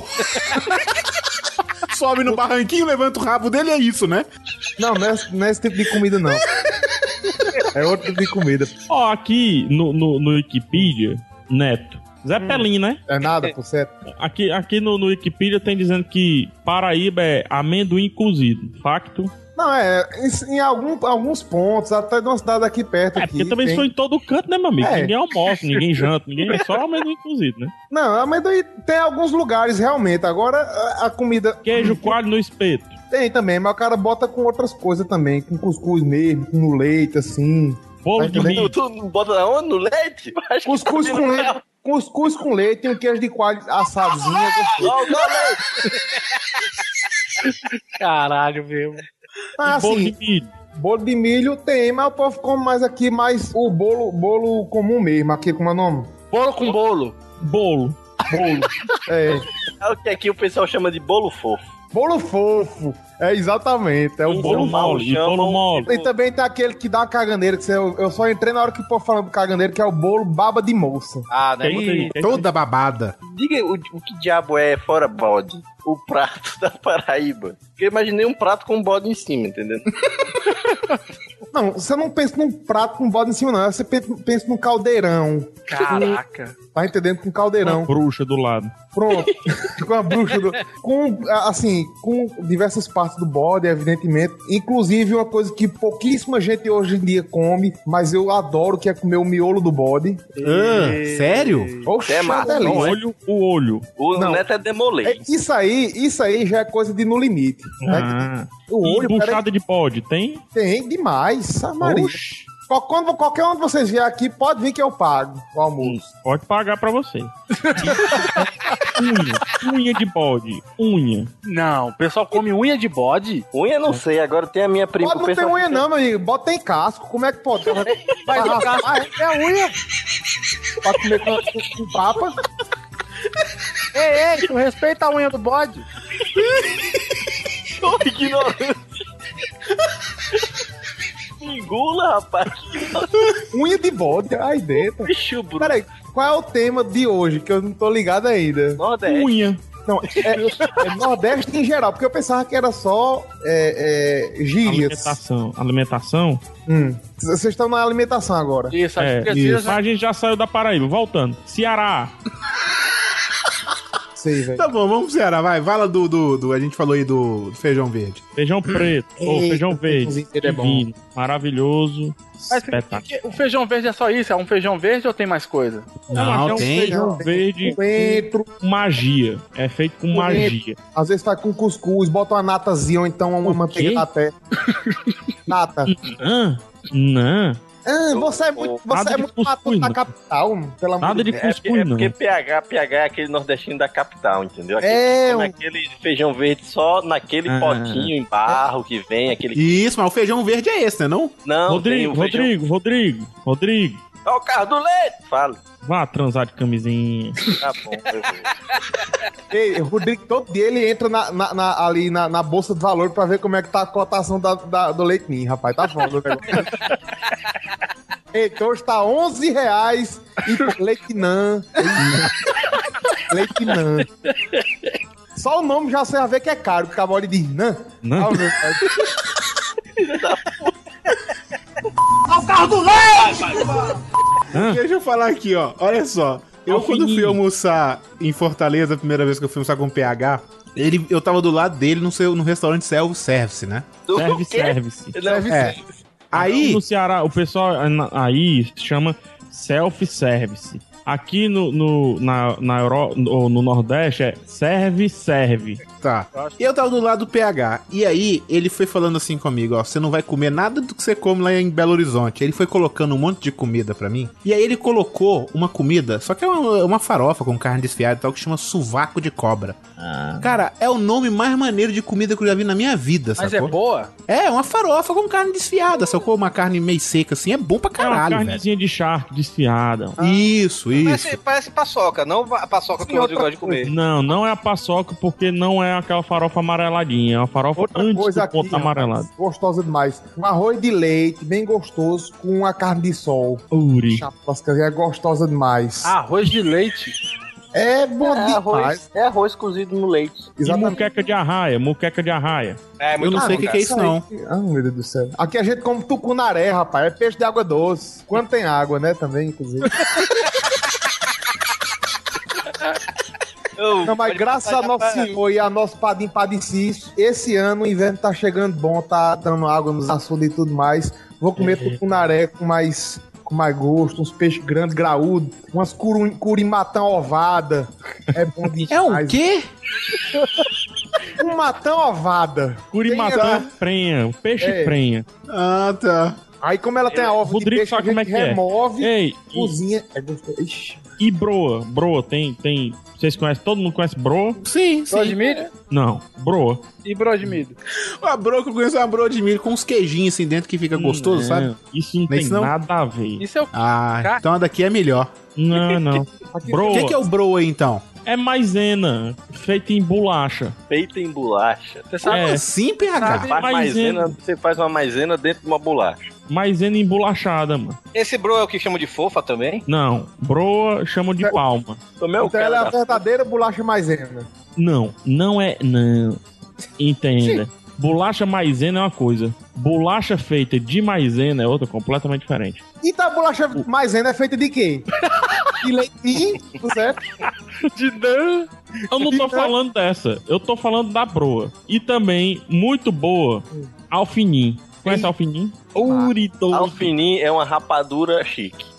Sobe no barranquinho, levanta o rabo dele, é isso, né? Não, não é, não é esse tipo de comida, não. É outro tipo de comida. Ó, aqui no, no, no Wikipedia, Neto. Zeppelin, né? É nada, por certo. Aqui, aqui no, no Wikipedia tem dizendo que Paraíba é amendoim cozido. Facto. Não, é, em, em algum- alguns pontos, até de uma cidade aqui perto. É, aqui, porque também tem- sou em todo canto, né, meu amigo? É. Ninguém almoça, ninguém janta, ninguém é só amendoim cozido, né? Não, amendoim tem alguns lugares realmente. Agora a, a comida. Queijo coalho no espeto. Tem também, mas o cara bota com outras coisas também, com cuscuz mesmo, com no leite, assim. Bolo Tá de entendendo? milho. Tu não bota onde? No leite? Acho que Cuscuz tá com vindo leite. não. Cuscuz com leite e um queijo de coalho assadinho. é gostoso. Ó, ó, leite. Caralho, meu. Ah, E bolo assim, de milho. bolo de milho tem, mas o povo come mais aqui, mais o bolo, bolo comum mesmo. Aqui, como é o nome? Bolo com bolo. Bolo. Bolo. É. É o que aqui o pessoal chama de bolo fofo. Bolo fofo. É exatamente. É o E bolo bolo mole. E chamam- bolo mole. E também tem aquele que dá uma caganeira, que você, eu, eu só entrei na hora que o povo falando do caganeiro, que é o bolo baba de moça. Ah, né? Tem- tem- Toda babada. Diga o, o que diabo é fora bode? O prato da Paraíba. Porque eu imaginei um prato com bode em cima, entendeu? Não, você não pensa num prato com bode em cima, não. Você pensa, pensa num caldeirão. Caraca. Tá entendendo? Com caldeirão. Uma bruxa do lado. Pronto. Com a bruxa do. Com, assim, com diversas partes do bode, evidentemente. Inclusive, uma coisa que pouquíssima gente hoje em dia come, mas eu adoro, que é comer o miolo do bode. Ah, sério? Oxe, É massa, delícia. O olho, o olho. O Não. Neto é demolei. É, isso aí, isso aí já é coisa de no limite. né? Ah. O E olho, peraí, buchada de bode, tem? tem demais. Ah, Maria. Oxi. Quando qualquer um de vocês vier aqui, pode vir que eu pago o almoço. Pode pagar pra você. unha. Unha de bode. Unha. Não, o pessoal come unha de bode? Unha não sei, agora tem a minha prima. Bode não tem unha não, meu amigo. Bode tem casco. Como é que pode? Vai raspar, é a unha. Pra comer com, com, com papa. Ei, ei, tu respeita a unha do bode? Tô ignorante. Engula, rapaz. Unha de bode aí dentro. Peraí, qual é o tema de hoje? Que eu não tô ligado ainda. Nordeste. Unha. Não, é, é Nordeste em geral, porque eu pensava que era só é, é, gírias. Alimentação. Alimentação? Hum. Vocês estão na alimentação agora. Isso, é, acho que isso. Mas a gente já saiu da Paraíba. Voltando. Ceará. Sei, velho. Tá bom, vamos pro Ceará, vai. Fala do, do, do. A gente falou aí do, do feijão verde. Feijão preto. Ou Eita, feijão verde. É bom. Divino. Maravilhoso. Mas que, o feijão verde é só isso? É um feijão verde ou tem mais coisa? Não, Não, é um tem. feijão verde Coentro. com magia. É feito com magia. Às vezes faz com cuscuz, bota uma natazinha ou então uma manteiga na terra. Nata. Ah, não. Ah, você é muito, você Nada é de muito cuscuz, matuto da não. capital, pelo amor Nada de É cuscuz, porque, é não. porque P H, P H é aquele nordestino da capital, entendeu? Aquele, É, come um- aquele feijão verde só naquele Ah. potinho em barro que vem, aquele... Isso, mas o feijão verde é esse, né? Não? Não, Rodrigo, tem o feijão... Rodrigo, Rodrigo, Rodrigo. É o carro do leite! Fala. Vá transar de camisinha. Tá bom, eu vou. Ei, o Rodrigo, todo dia ele entra na, na- na- ali na, na bolsa de valor pra ver como é que tá a cotação da, da- do leite ninho, rapaz. Tá foda o negócio. Ei, então hoje tá onze reais e pô, leite nan. Leite nan. Só o nome já você vai ver que é caro, porque acabou de dizer nan. Nan? Ah, meu pai. Ao carro do leite! Ah, Deixa eu falar aqui, ó. Olha só. Eu, Alfininho. quando fui almoçar em Fortaleza, a primeira vez que eu fui almoçar com o P H, ele, eu tava do lado dele no, seu, no restaurante self-service, né? serve, O quê? service. Não, É. Aí, No Ceará, o pessoal aí chama self-service. Aqui no, no, na, na Euro, no, no Nordeste é serve-serve. tá. E eu tava do lado do P H. E aí, ele foi falando assim comigo, ó. Você não vai comer nada do que você come lá em Belo Horizonte. Ele foi colocando um monte de comida pra mim. E aí ele colocou uma comida, só que é uma, uma farofa com carne desfiada e tal, que chama sovaco de cobra. Ah. Cara, é o nome mais maneiro de comida que eu já vi na minha vida, Mas sacou? é boa? É, uma farofa com carne desfiada, sacou? Uma carne meio seca assim, é bom pra É uma caralho, velho. carnezinha de charque desfiada. Isso, isso. Parece, parece paçoca, não a paçoca que o Rodrigo gosta de comer. Não, não é a paçoca porque não é aquela farofa amareladinha. É uma farofa Outra antes coisa do aqui, ponto rapaz, amarelado. gostosa demais. Um arroz de leite, bem gostoso, com a carne de sol. Uri. Chapasca, é gostosa demais. Arroz de leite. É bom É demais. arroz, é arroz cozido no leite. E Exatamente. muqueca de arraia, muqueca de arraia. É, Eu não sei o que, que é isso, não. Ah, meu Deus do céu. Aqui a gente come tucunaré, rapaz. É peixe de água doce. Quando tem água, né? Também, inclusive. Não, mas graças a Nosso Senhor e a nosso Padim Padicício, esse ano o inverno tá chegando bom, tá dando água nos açudes e tudo mais. Vou comer tucunaré com mais, com mais gosto, uns peixes grandes, graúdos, umas curu, curimatã ovada. É bom demais. É o quê? Um matã ovada. Curimatã Tem- prenha, peixe É. prenha. Ah, tá. Aí como ela tem a ova Rodrigo de peixe, a sabe como é gente que é. remove, Ei, e, cozinha. É gostoso. Ixi. e broa? Broa, tem, tem... Vocês conhecem? Todo mundo conhece broa? Sim, Broa de sim. milho? Não, broa. E broa de milho? Uma broa que eu conheço é uma broa de milho com uns queijinhos assim dentro que fica gostoso, Não, sabe? Isso não Não é tem isso não? nada a ver. Isso é o Ah, Ca- então a daqui é melhor. Não, não. O Broa que, que é o broa então? é maisena, feita em bolacha. Feita em bolacha. Você sabe? É. Assim, P H? Sabe- Faz maisena. maisena, você faz uma maisena dentro de uma bolacha. Maisena embolachada, mano. Esse bro é o que chamam de fofa também? Não, broa chamam de palma. Tomei o Então ela é a cara da... verdadeira bolacha maisena. Não, não é. Não. Entenda. Bolacha maisena é uma coisa. Bolacha feita de maisena é outra completamente diferente. Então a bolacha maisena é feita de quê? De leitinho, certo? De não. Eu não tô falando dessa. Eu tô falando da broa. E também, muito boa, alfinim. Conhece alfinim? Uritou. Alfinim é uma rapadura chique.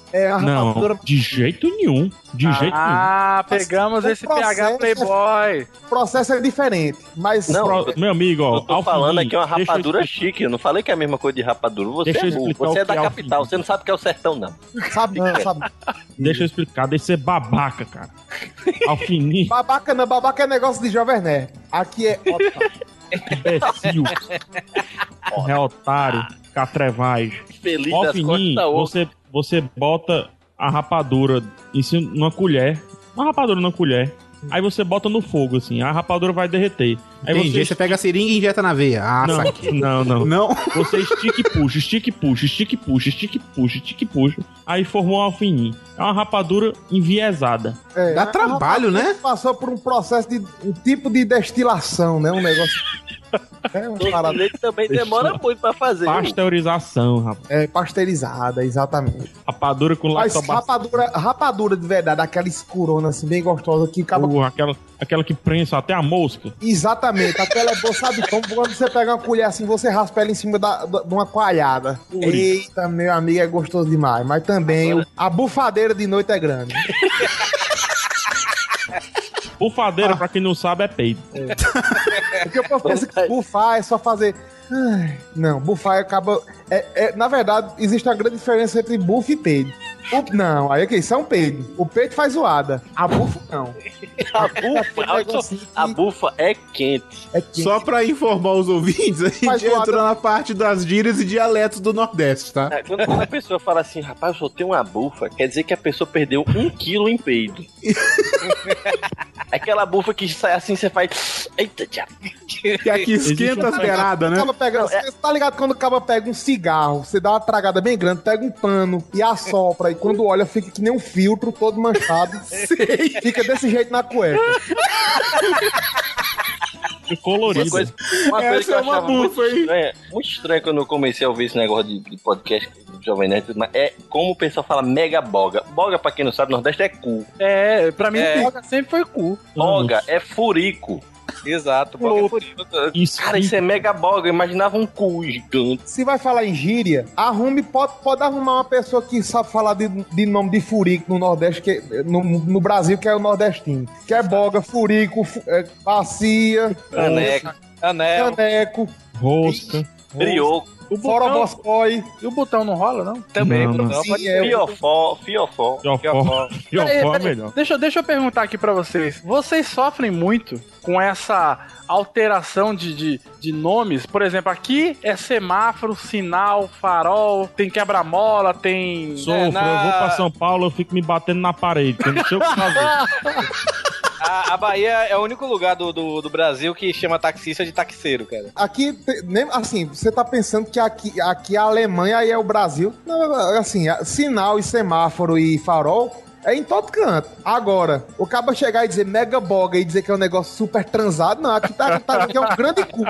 É a rapadura... Não, de jeito nenhum. De ah, jeito nenhum. Ah, pegamos esse P H Playboy. O processo é diferente, mas... Não, Pro... meu amigo, ó. Eu tô Alfininho, falando aqui uma rapadura eu chique. Eu não falei que é a mesma coisa de rapadura. Você Deixa é eu burro. explicar Você o é da que é capital. Você não sabe o que é o sertão, não. Sabe não, sabe. Deixa eu explicar, deixa de ser babaca, cara. Alfininho. Babaca não, babaca é negócio de Jovem Nerd. Aqui é... Imbecil. É otário. Catrevais. Feliz das Alfininho, costas, você, você bota a rapadura em cima, numa colher. Uma rapadura numa colher. Aí você bota no fogo, assim. A rapadura vai derreter. Aí Entendi. você... você pega a seringa e injeta na veia. Ah, não, saquei. não, não. Não? Você estica e puxa, estica e puxa, estica e puxa, estica e puxa, estica e puxa. Aí formou um alfininho. É uma rapadura enviesada. É, Dá trabalho, né? Passou por um processo de... um tipo de destilação, né? Um negócio... É uma parada... Ele também demora muito pra fazer. Pasteurização, rapaz. É, pasteurizada, exatamente. Rapadura com Mas lactobacillus. rapadura, rapadura de verdade, aquela escurona assim, bem gostosa que acaba... Uh, aquela, aquela que prensa até a mosca. Exatamente, aquela é boa, sabe como? Quando você pega uma colher assim, você raspa ela em cima da, da- de uma coalhada. Eita, meu amigo, é gostoso demais. Mas também o- a bufadeira de noite é grande. Bufadeira, pra quem não sabe, é peido. Porque o povo pensa que bufar é só fazer... Ai, não, bufar acaba... É, é, na verdade, existe uma grande diferença entre bufo e peido. O- não, aí é que isso é um peido. O peito faz zoada. A bufa, não. A bufa, a bufa é quente. É quente. Só pra informar os ouvintes, a Faz gente zoada. entrou na parte das gírias e dialetos do Nordeste, tá? É, Quando quando a pessoa fala assim, rapaz, eu só tenho uma bufa, quer dizer que a pessoa perdeu um quilo em peido. Aquela bufa que sai assim, você faz... Eita, diabo. Que aqui esquenta as beiradas, né? Acaba pegando, Você tá ligado quando o cara pega um cigarro, você dá uma tragada bem grande, pega um pano e assopra, e quando olha fica que nem um filtro todo manchado. Fica desse jeito na cueca. Colorido. Uma coisa, uma coisa que eu é uma achava muito bufa, hein? estranha, muito estranho quando eu comecei a ouvir esse negócio de, de podcast do Jovem Nerd, mas é como o pessoal fala mega boga. Boga, pra quem não sabe, Nordeste é cu. É, pra mim, É. boga sempre foi cu. Boga é furico. Exato, boga é furico. Isso, Cara, isso é mega boga. Eu imaginava um cu gigante. Se vai falar em gíria, arrume, pode, pode arrumar uma pessoa que sabe falar de, de nome de furico no Nordeste, que, no, no Brasil, que é o nordestino. Que é boga, furico, fu, é, bacia, Caneco. Anel. caneco, Rosca. Brioco. O foroboscói. E o botão não rola, não? Também, Não, botão, não. pode Sim, é, Fiofó. Fiofó. Fiofó. Fiofó Peraí, é peraí. melhor. Deixa, deixa eu perguntar aqui pra vocês. Vocês sofrem muito com essa alteração de, de, de nomes? Por exemplo, aqui é semáforo, sinal, farol, tem quebra-mola, tem... Sofro, na- eu vou pra São Paulo, eu fico me batendo na parede, que eu não sei o que fazer. A, a Bahia é o único lugar do, do, do Brasil que chama taxista de taxeiro, cara. Aqui, te- nem, assim, você tá pensando que aqui, aqui a Alemanha aí é o Brasil. Não, assim, a- sinal e semáforo e farol é em todo canto. Agora, o cara chegar e dizer mega boga e dizer que é um negócio super transado, não, aqui tá, tá aqui é um grande cu.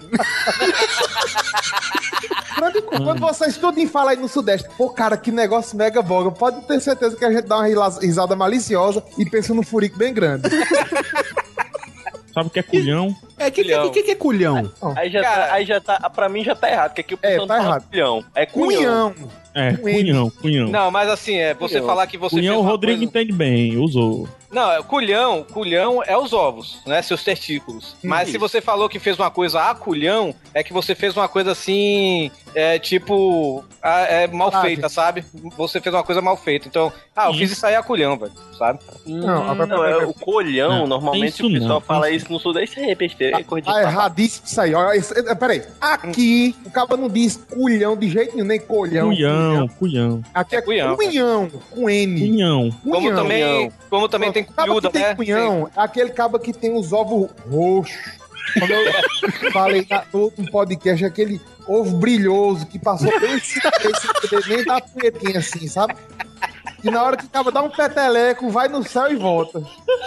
Grande cu. Quando vocês tudinho falam aí no Sudeste, pô, cara, que negócio mega boga, pode ter certeza que a gente dá uma rila- risada maliciosa e pensa num furico bem grande. Sabe o que é culhão? É, o que, que, que, que é culhão? Aí já, tá, aí já tá, pra mim já tá errado, porque aqui o pessoal tá não fala errado. culhão. É cunhão. Cunhão. É, cunhão, cunhão. Não, mas assim, é você Culhão. falar que você Cunhão o fez uma Rodrigo coisa... entende bem, usou. Não, é, culhão, culhão é os ovos, né? Seus testículos. Mas se você falou que fez uma coisa a culhão, é que você fez uma coisa assim, é, tipo, a- é, mal Ah, feita, sabe? Você fez uma coisa mal feita. Então, ah, eu fiz isso aí a culhão, velho, sabe? Não, agora- Não, é o colhão, Não, normalmente isso o pessoal não, fala isso isso no Sudeste, é besteira, é coisa de Tá papai. erradíssimo isso aí. Ó, isso- é, peraí. Aqui, o cara não diz culhão de jeito nenhum, nem colhão. Cunhão, cunhão. Aqui é, É cunhão. cunhão, com N. Cunhão. Como Cunhão. também, como também tem O caba cunhuda, que tem né? cunhão é aquele caba que tem os ovos roxos. Como eu falei na- no outro podcast, aquele ovo brilhoso que passou bem sem poder nem dar punhetinha assim, sabe? E na hora que o caba dá um peteleco, vai no céu e volta.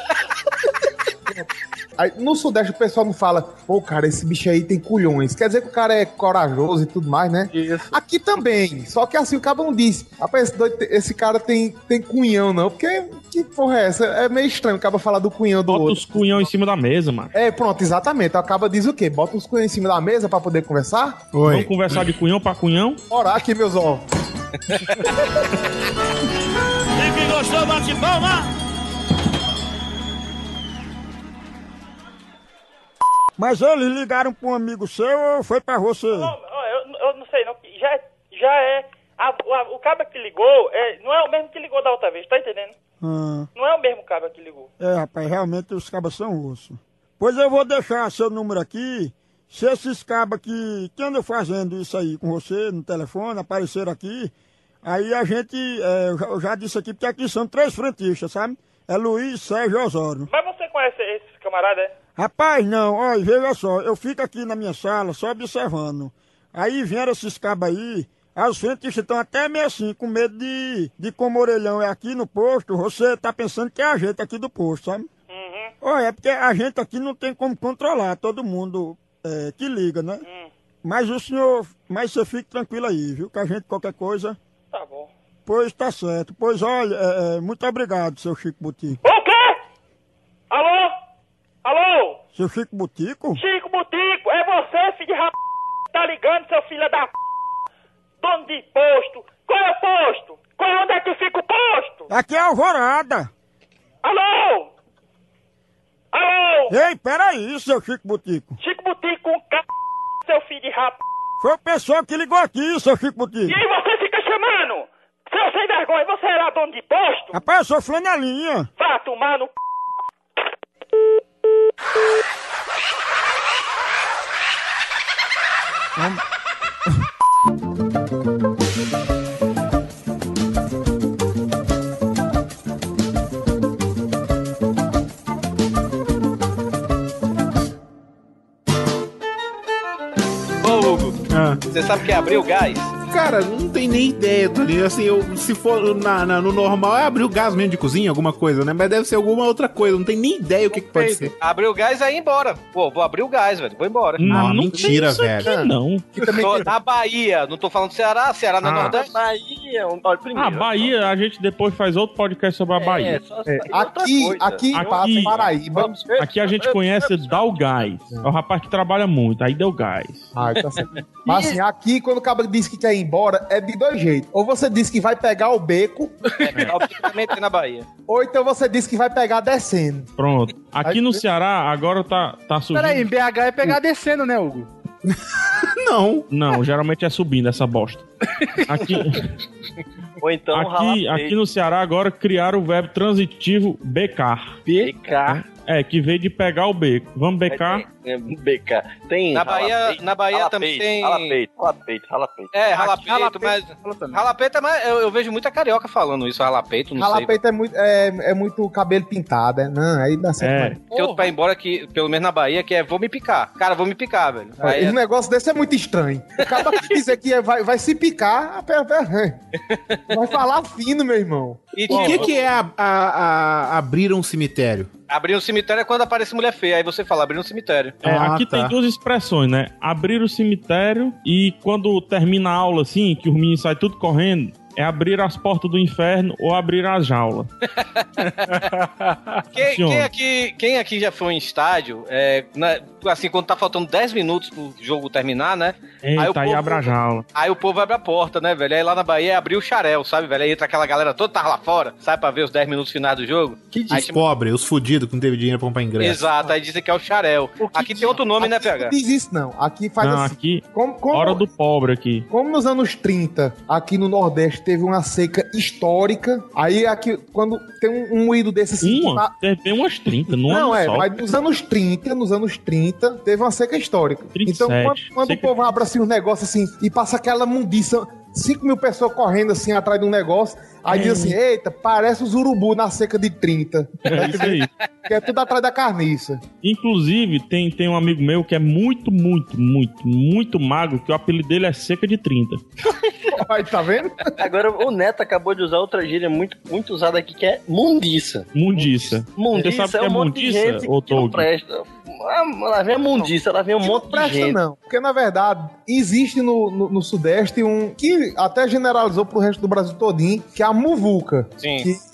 Aí, no Sudeste o pessoal não fala, pô, cara, esse bicho aí tem culhões. Quer dizer que o cara é corajoso e tudo mais, né? Isso. Aqui também. Só que assim, o cabo não disse. Rapaz, esse, doido- esse cara tem, tem cunhão, não. Porque, que porra é essa? É meio estranho o cabo falar do cunhão do Bota outro. os cunhão em cima da mesa, mano. É, pronto, exatamente. Acaba diz o quê? Bota os cunhões em cima da mesa pra poder conversar? Vamos conversar de cunhão pra cunhão? Orar aqui, meus ovos. E quem gostou, bate palma! Mas eles ligaram pra um amigo seu ou foi pra você? Não, eu, eu não sei, não. Já, já é. A, a, o cabo que ligou é, não é o mesmo que ligou da outra vez, tá entendendo? Ah. Não é o mesmo cabo que ligou. É, rapaz, realmente os cabas são osso. Pois eu vou deixar seu número aqui. Se esses cabas que, que andam fazendo isso aí com você no telefone apareceram aqui, aí a gente, é, eu, já, eu já disse aqui, porque aqui são três frentistas, sabe? É Luiz, Sérgio e Osório. Mas você conhece esses camaradas, é? Rapaz, não, olha, veja só, eu fico aqui na minha sala só observando. Aí vieram esses cabas aí, as frentistas estão até meio assim, com medo de, de como o orelhão é aqui no posto, você tá pensando que é a gente aqui do posto, sabe? Uhum. Olha, é porque a gente aqui não tem como controlar todo mundo é, que liga, né? Hum. Mas o senhor, mas você fique tranquilo aí, viu? Que a gente, qualquer coisa... Tá bom. Pois tá certo. Pois olha, é, é, muito obrigado, seu Chico Butico. O quê? Alô? Alô? Seu Chico Butico? Chico Butico, é você, filho de rap... Tá ligando, seu filho da p... Dono de posto. Qual é o posto? Qual, onde é que fica o posto? Aqui é Alvorada. Alô? Alô? Ei, peraí, seu Chico Butico. Chico Butico com c... seu filho de rap... Foi o pessoal que ligou aqui, seu Chico Butico. E aí você fica chamando? Seu sem vergonha, você era dono de posto? Rapaz, eu sou flanelinha. Vá tomar no c... Ô, Hugo, você sabe que é abrir o gás? Cara, não tem nem ideia, Toninho. Assim, eu, se for na, na- no normal, é abrir o gás mesmo de cozinha, alguma coisa, né? Mas deve ser alguma outra coisa. Não tem nem ideia o que, que pode ser. Abrir o gás e ir embora. Pô, vou abrir o gás, velho. Vou embora. Não, não mentira, tem isso velho. aqui, não. Tô na Bahia, não tô falando do Ceará, Ceará não é Ah. Nordeste. Bahia, olha, primeiro. Ah, Bahia, a gente depois faz outro podcast sobre a Bahia. É, aqui, aqui, passa em Paraíba. Aqui a gente conhece Dalgás. É o rapaz que trabalha muito, aí deu gás. Ah, tá certo. Mas assim, aqui, quando o cara diz que quer ir embora, é de dois jeitos. Ou você diz que vai pegar o beco, É, pegar o bico também tem na Bahia. ou então você diz que vai pegar descendo. Pronto. Aqui no Ceará, agora tá, tá subindo. Peraí, em B H é pegar descendo, né, Hugo? Não. Não, geralmente é subindo essa bosta. Aqui, Ou então, aqui, ralar aqui no Ceará agora criaram o verbo transitivo becar. Becar. É, que veio de pegar o beco. Vamos becar? É, becar. Tem. Na rala Bahia, peito, na Bahia rala também peito, tem. Rala peito, rala peito, rala peito. É, rala Aqui, peito, rala mas. peito, fala também. Rala peito é mais. Eu, eu vejo muita carioca falando isso, rala peito, não sei. Ralapeito é muito, é, é muito cabelo pintado, é? Não, aí dá certo. É. mais. Tem outro pra ir embora que, pelo menos na Bahia, que é vou me picar. Cara, vou me picar, velho. É, Aí um é- negócio desse é muito estranho. O cara que dizer que é- vai, vai se picar, pera, pera, vai falar fino, meu irmão. E, O que, tipo, que é a, a- a- abrir um cemitério? abrir um cemitério é quando aparece mulher feia. Aí você fala, abrir um cemitério. É, Ah, aqui tá. tem duas expressões, né? Abrir o cemitério e quando termina a aula, assim, que os meninos saem tudo correndo, é abrir as portas do inferno ou abrir as jaulas. Quem, Funciona. quem aqui, quem aqui já foi em estádio, é, né, assim, quando tá faltando dez minutos pro jogo terminar, né? Eita, aí, povo- abre a jaula. Aí o povo abre a porta, né, velho? Aí lá na Bahia é abrir o xarel, sabe, velho? Aí entra aquela galera toda, tá lá fora, sabe, pra ver os dez minutos finais do jogo. Que Aí os pobre, os fudidos que não teve dinheiro pra comprar ingresso. Exato, aí dizem que é o xarel. Aqui tem outro nome, né, P H? Não diz isso, não. Aqui faz Não, assim. aqui, Como, como, hora do pobre aqui. como nos anos trinta, aqui no Nordeste, teve uma seca histórica. Aí aqui, quando tem um, um moído desse assim. que Uma? tá- Deve ter umas trinta, num Não, ano é, só. mas nos anos trinta, nos anos trinta, teve uma seca histórica. trinta e Então, sete. quando, quando Seca- o povo abre assim um negócio assim e passa aquela mundiça, cinco mil pessoas correndo assim atrás de um negócio, aí É. diz assim: eita, parece os urubu na seca de trinta. É isso aí. Que é tudo atrás da carniça. Inclusive, tem, tem um amigo meu que é muito, muito, muito, muito magro, que o apelido dele é Seca de trinta. Aí, tá vendo? Agora, o Neto acabou de usar outra gíria muito, muito usada aqui, que é mundiça. Mundiça. Mundiça Você sabe o que é é um monte de mundiça, gente ô que não Doug? presta. Ah, lá vem a mundiça, lá vem um Que monte não de presta, gente. não. Porque, na verdade, existe no, no, no Sudeste um que até generalizou pro resto do Brasil todinho, que é a muvuca. Sim. Que,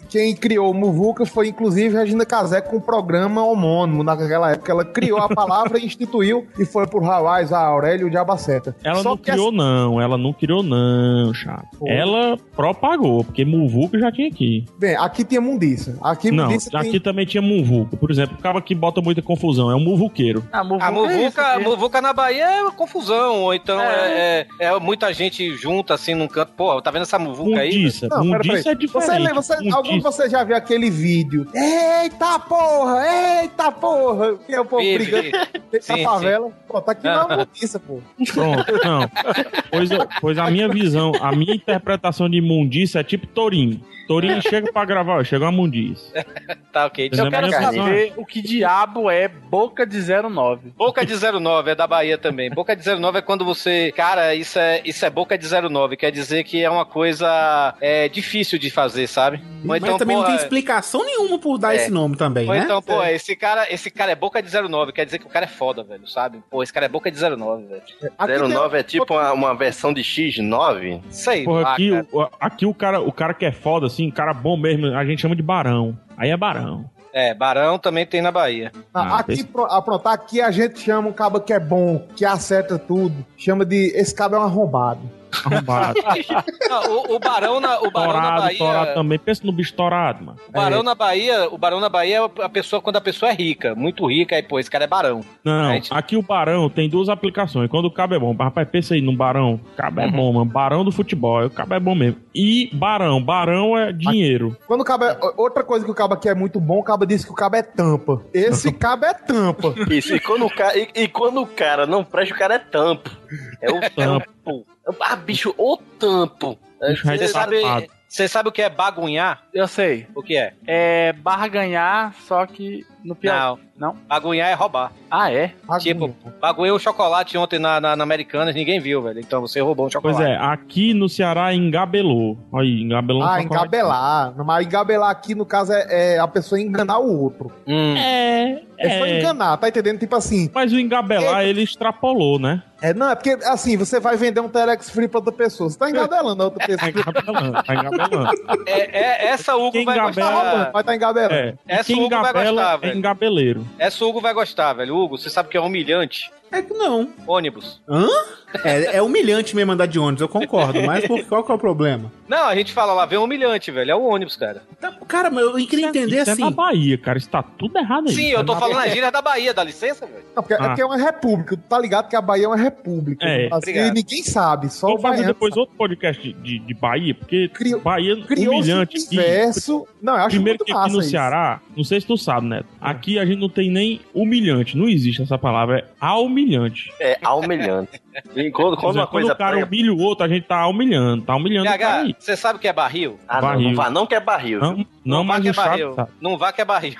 quem criou o Muvuca foi inclusive Regina Casé com um programa homônimo naquela época. Ela criou a palavra e instituiu e foi por Hawaii, a Aurélio e o Diabaceta. Ela Só não que criou, essa- não. Ela não criou, não, chato. Pô. Ela propagou, porque Muvuca já tinha aqui. Bem, aqui tinha Mundiça. Aqui Não, Mundiça aqui tem... também tinha Muvuca. Por exemplo, o cara que bota muita confusão é um muvuqueiro. Ah, Muvuca, A muvuca, é isso aqui. muvuca na Bahia é confusão, ou então é, é, é muita gente junta assim num canto. Pô, tá vendo essa muvuca aí? Mundiça. Não, pera, Mundiça peraí. é diferente. Você, lembra- você, Mundiça. algum de vocês já viu aquele vídeo? Eita porra! Eita porra! Que é o povo Vi, brigando vi. dentro da Sim, favela. Pô, tá aqui na Ah. Mundiça, pô. Pronto, não. Pois, eu- pois a minha visão, a minha interpretação de Mundiça é tipo Torinho. Torinho chega pra gravar, ó, chegou a Mundiça. Tá, ok. Mas Eu a quero minha visão é- saber o que diabo é Boca de zero nove. Boca de zero nove é da Bahia também. Boca de zero nove é quando você... Cara, isso é, isso é boca de zero nove. Quer dizer que é uma coisa é, difícil de fazer, sabe? Ou Mas então, também não porra, tem explicação nenhuma por dar É. esse nome também, Ou né? então, pô, esse cara, esse cara é boca de zero nove. Quer dizer que o cara é foda, velho, sabe? Pô, esse cara é boca de zero nove, velho. Aqui zero tem- nove é tipo uma, uma versão de X nove? Isso aí. Porra, ah, aqui, cara. o, aqui o, cara, o cara que é foda, assim, cara bom mesmo, a gente chama de barão. Aí é barão. É, Barão também tem na Bahia. Ah, Ah, aqui, esse- pro- ah, pronto, aqui a gente chama um cabo que é bom, que acerta tudo. Chama de. Esse cabo é um arrombado. Arrombado. Não, o, o Barão na, o Barão na Torado, Bahia... torado também. Pensa no bicho torado, mano. O Barão na Bahia, o Barão na Bahia é a pessoa quando a pessoa é rica, muito rica, aí, pô, esse cara é Barão. Não, A gente- aqui o barão tem duas aplicações. Quando o cabo é bom, rapaz, pensa aí no barão. O cabo é Uhum. bom, mano. Barão do futebol, o cabo é bom mesmo. E barão, barão é dinheiro. Quando o cabo é, outra coisa que o cabo aqui é muito bom, o cabo diz que o cabo é tampa. Esse cabo é tampa. Isso, e quando, o cara, e, e quando o cara não presta, o cara é tampo. É o Tampo. tampo. Ah, bicho, o tampo. Bicho Você sabe, retardado. você sabe o que é bagunhar? Eu sei. O que é? É barganhar, só que no pior. Não. Não? Bagunhar é roubar. Ah, é? Tipo, bagunhei um chocolate ontem na, na, na Americanas, ninguém viu, velho. Então você roubou um chocolate. Pois é, aqui no Ceará engabelou. Aí, engabelou um Ah, chocolate. engabelar. Mas engabelar aqui, no caso, é, é a pessoa enganar o outro. Hum. É, É só é. enganar, tá entendendo? Tipo assim. Mas o engabelar, ele extrapolou, né? É, não, é porque assim, você vai vender um Telex Free pra outra pessoa. Você tá engabelando a outra pessoa. Tá engabelando, tá engabelando. É, é, essa o Hugo Quem vai engabela- Tá roubando, gostar. vai tá engabelando. É. E Essa quem o Hugo vai engabela gostar, é velho. engabeleiro. Essa o Hugo vai gostar, velho. Hugo, você sabe que é humilhante? É que não. Ônibus. Hã? É, é humilhante mesmo andar de ônibus, eu concordo. Mas por, qual que é o problema? Não, a gente fala lá, vem humilhante, velho. É o ônibus, cara. Então, cara, mas eu queria entender Isso assim. é na Bahia, cara. Isso tá tudo errado aí. Sim, Isso eu é tô na falando Bahia. na gíria da Bahia, dá licença, velho. Não, porque, é Ah. porque é uma república. Tu tá ligado que a Bahia é uma república. É. Assim, Obrigado. ninguém sabe, só o Vamos fazer baiano depois sabe. outro podcast de, de, de Bahia, porque Criou- Bahia Criou humilhante um aqui. universo. Não, eu acho Primeiro muito que massa aqui no isso. Ceará, não sei se tu sabe, Neto, aqui a gente não tem nem humilhante, não existe essa palavra, é humilhante. É humilhante. E quando, quando uma Quando coisa o cara prega- humilha o outro, a gente tá humilhando, tá humilhando o cara H, aí. você sabe o que é barril? Ah, não, barril. não vá, não que é barril. Não, viu? não, vá mas que é o Chaves barril. tá. Não vá que é barril.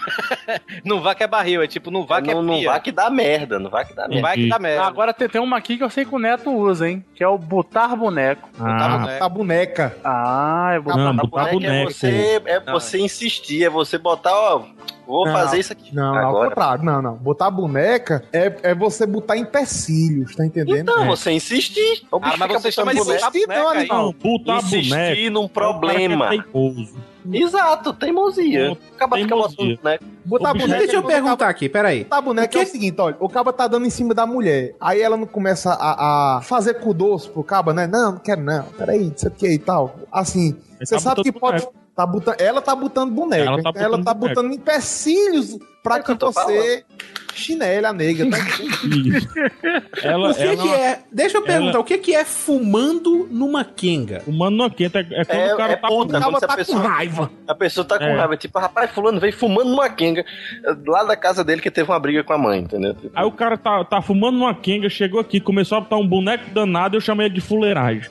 Não vá que é barril, é tipo, não vá que não, é não pia. vá que dá merda, não vá que dá Não merda. vai que dá merda. Agora tem, tem uma aqui que eu sei que o Neto usa, hein? Que é o botar boneco. Ah, boneco. Tá boneca. Ah, é botar não, A botar boneca é boneco. você, é Não. você insistir, é você botar, ó, vou Não, fazer isso aqui. Não, não, ao agora. contrário. Não, não. Botar boneca é, é você botar empecilhos, tá entendendo? Então, É. você insistir. O bicho Ah, mas fica você chama botando de boneca. botar Insistir boneca não, aí. animal. Não, botar Insistir boneco. num é um cara problema. que é teimoso. Exato, teimosia. Acaba fica Teimosia. botando boneca. Botar Ô, bicho, boneca. Deixa eu quando o cabo- perguntar aqui, peraí. Botar boneca é o seguinte, olha, o cabo tá dando em cima da mulher. Aí ela não começa a, a fazer cu doce pro cabo, né? Não, não quero não. Peraí, não sei o que e tal. Assim, Ele você tá sabe que botando pode. boneco. Tá botando, ela tá botando boneca. Ela Ela tá tá, ela botando tá boneca. botando empecilhos pra É que que eu tô você chinele a nega, tá entendendo? Isso. Ela, O que, ela que é? Deixa eu perguntar, ela- o que, que é fumando numa quenga? O mano não quenta, é quando É, o cara é tá ponta, O quando cabo se a tá pessoa, com raiva. a pessoa tá com É. raiva. Tipo, rapaz, fulano veio fumando numa quenga lá da casa dele que teve uma briga com a mãe, entendeu? Tipo, Aí o cara tá, tá fumando uma quenga, chegou aqui, começou a botar um boneco danado, eu chamei ele de fuleiragem.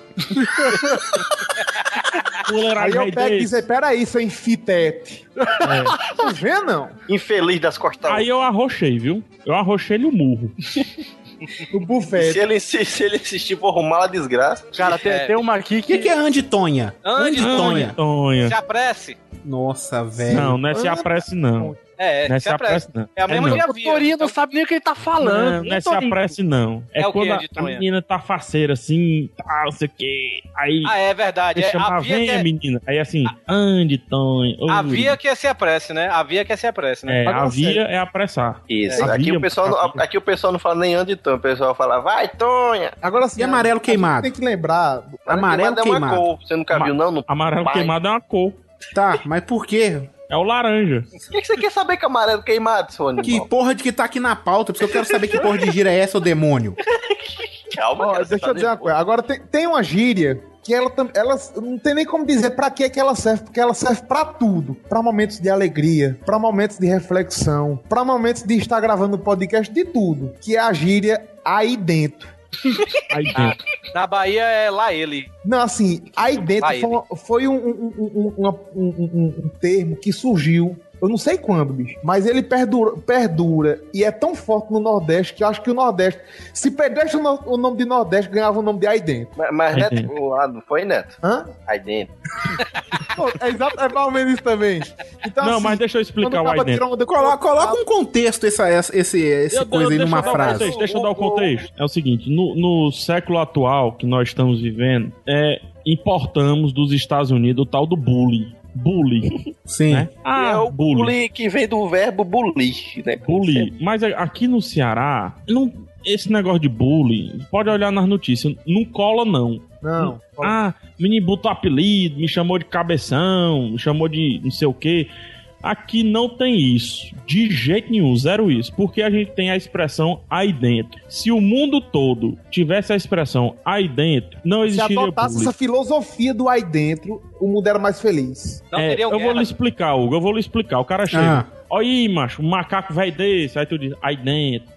Aí fuleiragem eu aí pego e desse. dizer, peraí, seu infitete. Tá vendo, não? infeliz das costas. Aí eu arrochei, viu? Eu arrochei ele o murro. No buffet. Se ele, insistir, se ele insistir, vou arrumar a desgraça. Cara, tem, É. tem uma aqui O que, que. que é Anditonha? Ande, Anditonha. Tonha. Se apresse. Nossa, velho. Não, não é se apresse, não. É, Não é se se apresse. apresse, não. É a mesma É, que não. a O Torinho não sabe nem o que ele tá falando. Não, não é se apresse, não. É, É o quando quê, a, de a Tonha? menina tá faceira, assim, tal, não sei o quê. Aí. Ah, é verdade. Você É, chama, havia vem, que é- menina. Aí assim, ande, Tonha. ui. Havia que se apresse, né? Havia que se apresse, né? É, havia é apressar. Isso. É. Aqui, Havia- o pessoal não, aqui o pessoal não fala nem ande Tonha, o pessoal fala, vai, Tonha. Agora sim. E amarelo queimado? Tem que lembrar. Amarelo é uma queimado. cor. Você nunca viu, não? No Amarelo pai? queimado é uma cor. Tá, mas por quê? É o laranja. O que, que você quer saber com amarelo queimado, seu animal? Que porra de que tá aqui na pauta? Porque eu quero saber que porra de gira é essa, ô demônio. Calma, Ó, cara, deixa você eu dizer tá uma coisa. Agora tem, tem uma gíria que ela, tam- ela não tem nem como dizer pra que que ela serve, porque ela serve pra tudo. Pra momentos de alegria, pra momentos de reflexão, pra momentos de estar gravando podcast, de tudo. Que é a gíria aí dentro. Aí dentro. Na Bahia é lá ele. Não, assim, aí dentro Lá ele. foi, uma- foi um, um- um- um- uma- um- um- um termo que surgiu, eu não sei quando, bicho, mas ele perdura, perdura e é tão forte no Nordeste que eu acho que o Nordeste, se perdesse o, no- o nome de Nordeste, ganhava o nome de aí dentro. Mas, mas Aí Neto, dentro. o- ah, não foi, Neto? Hã? Aí dentro. Pô, é exato, é mais ou menos isso também. Então, Não, assim, mas deixa eu explicar quando o aí acaba dentro. tirando onda com Coloca, outro, coloca um contexto essa, essa, esse, esse Eu- coisa eu- aí deixa numa eu dar o frase. contexto, deixa eu dar o contexto. É o seguinte, no, no século atual que nós estamos vivendo, é, importamos dos Estados Unidos o tal do bullying. Bullying. Sim. Né? Ah, é o bullying. bullying que vem do verbo bulir, né? Bullying. Mas a- aqui no Ceará, não, esse negócio de bullying, pode olhar nas notícias, não cola não. Não. Ah, menino botou apelido, me chamou de cabeção, me chamou de não sei o quê. Aqui não tem isso. De jeito nenhum, zero isso. Porque a gente tem a expressão aí dentro. Se o mundo todo tivesse a expressão aí dentro, não Se existiria adotasse bullying. essa filosofia do aí dentro, o mundo era mais feliz. Não É, teria eu vou guerra. lhe explicar, Hugo. Eu vou lhe explicar. O cara chega. Olha aí, macho, um macaco velho desse. Aí tu diz, aí dentro.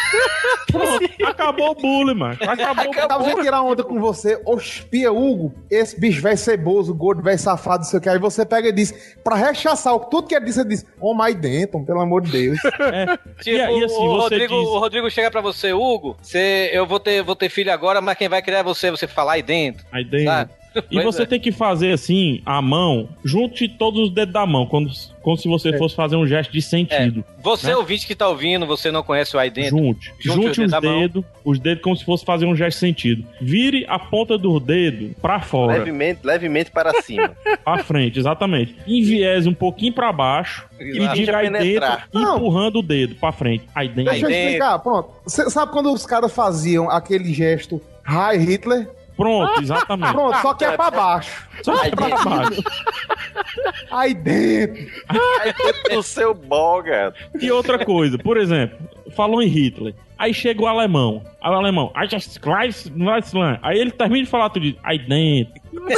Pronto, acabou o bullying, macho. Acabou o Tava bullying. sem tirar onda com você, ospia, Hugo, esse bicho vai ceboso, gordo, vai safado, não sei o que. Aí você pega e diz, pra rechaçar o- tudo que ele disse, ele diz, homem aí dentro, pelo amor de Deus. É. Tipo, E, e assim, o, você Rodrigo, diz... o Rodrigo chega pra você, Hugo, você, eu vou ter, vou ter filho agora, mas quem vai criar é você, você falar aí dentro. Aí dentro. Sabe? E Pois você é. tem que fazer assim, a mão, junte todos os dedos da mão, como, como se você fosse fazer um gesto de sentido. Você, né? ouvinte que tá ouvindo, você não conhece o aí dentro. Junte. Junte Junte os dedos os da mão. dedos, os dedos como se fosse fazer um gesto de sentido. Vire a ponta do dedo pra fora, Levemente, levemente para cima. pra frente, exatamente. Enviese um pouquinho pra baixo e Exato. diga aí Penetrar. dentro, Não. empurrando o dedo pra frente. Aí dentro. Deixa eu dentro. explicar, pronto. Você sabe quando os caras faziam aquele gesto Hi Hitler? Pronto, exatamente. Pronto, só que é pra baixo. Só Aí pra dentro. baixo. Aí dentro. Aí dentro do seu boga. E outra coisa, por exemplo, falou em Hitler. Aí chega o alemão. Aí o alemão, "I just Christ, Deutschland." Aí ele termina de falar, tu diz, aí dentro.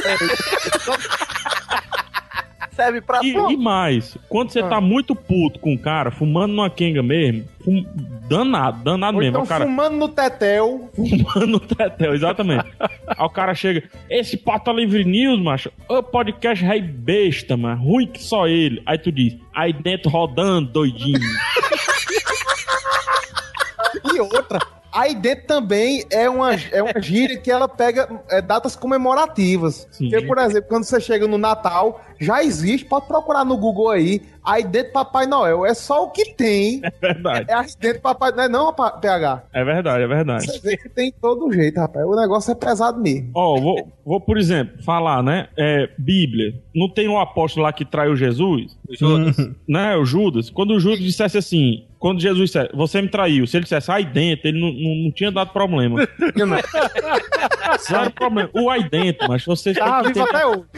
Serve pra E, tudo. e mais, quando você Ah. tá muito puto com o cara, fumando numa quenga mesmo, fum- danado, danado Ou mesmo. então O cara fumando no tetel. fumando no tetel, exatamente. Aí o cara chega, esse Pauta Livre News, macho, o podcast rei besta, mano, ruim que só ele. Aí tu diz, aí dentro rodando, doidinho. E outra. Aí dentro também é uma, é uma gíria que ela pega é, datas comemorativas. Sim. Porque, por exemplo, quando você chega no Natal, já existe, pode procurar no Google aí, aí dentro Papai Noel. É só o que tem. É verdade, É aí dentro Papai Noel, não, pa- P H. é verdade, é verdade. Você vê que tem todo jeito, rapaz. O negócio é pesado mesmo. Ó, vou, vou, por exemplo, falar, né? É, Bíblia. Não tem um apóstolo lá que traiu Jesus? O Judas. Né? O Judas. Quando o Judas dissesse assim, quando Jesus dissesse, você me traiu, se ele dissesse aí dentro, ele não, não, não tinha dado problema. Zero problema. O aí dentro, mas vocês têm Tava que vivo entender, até hoje.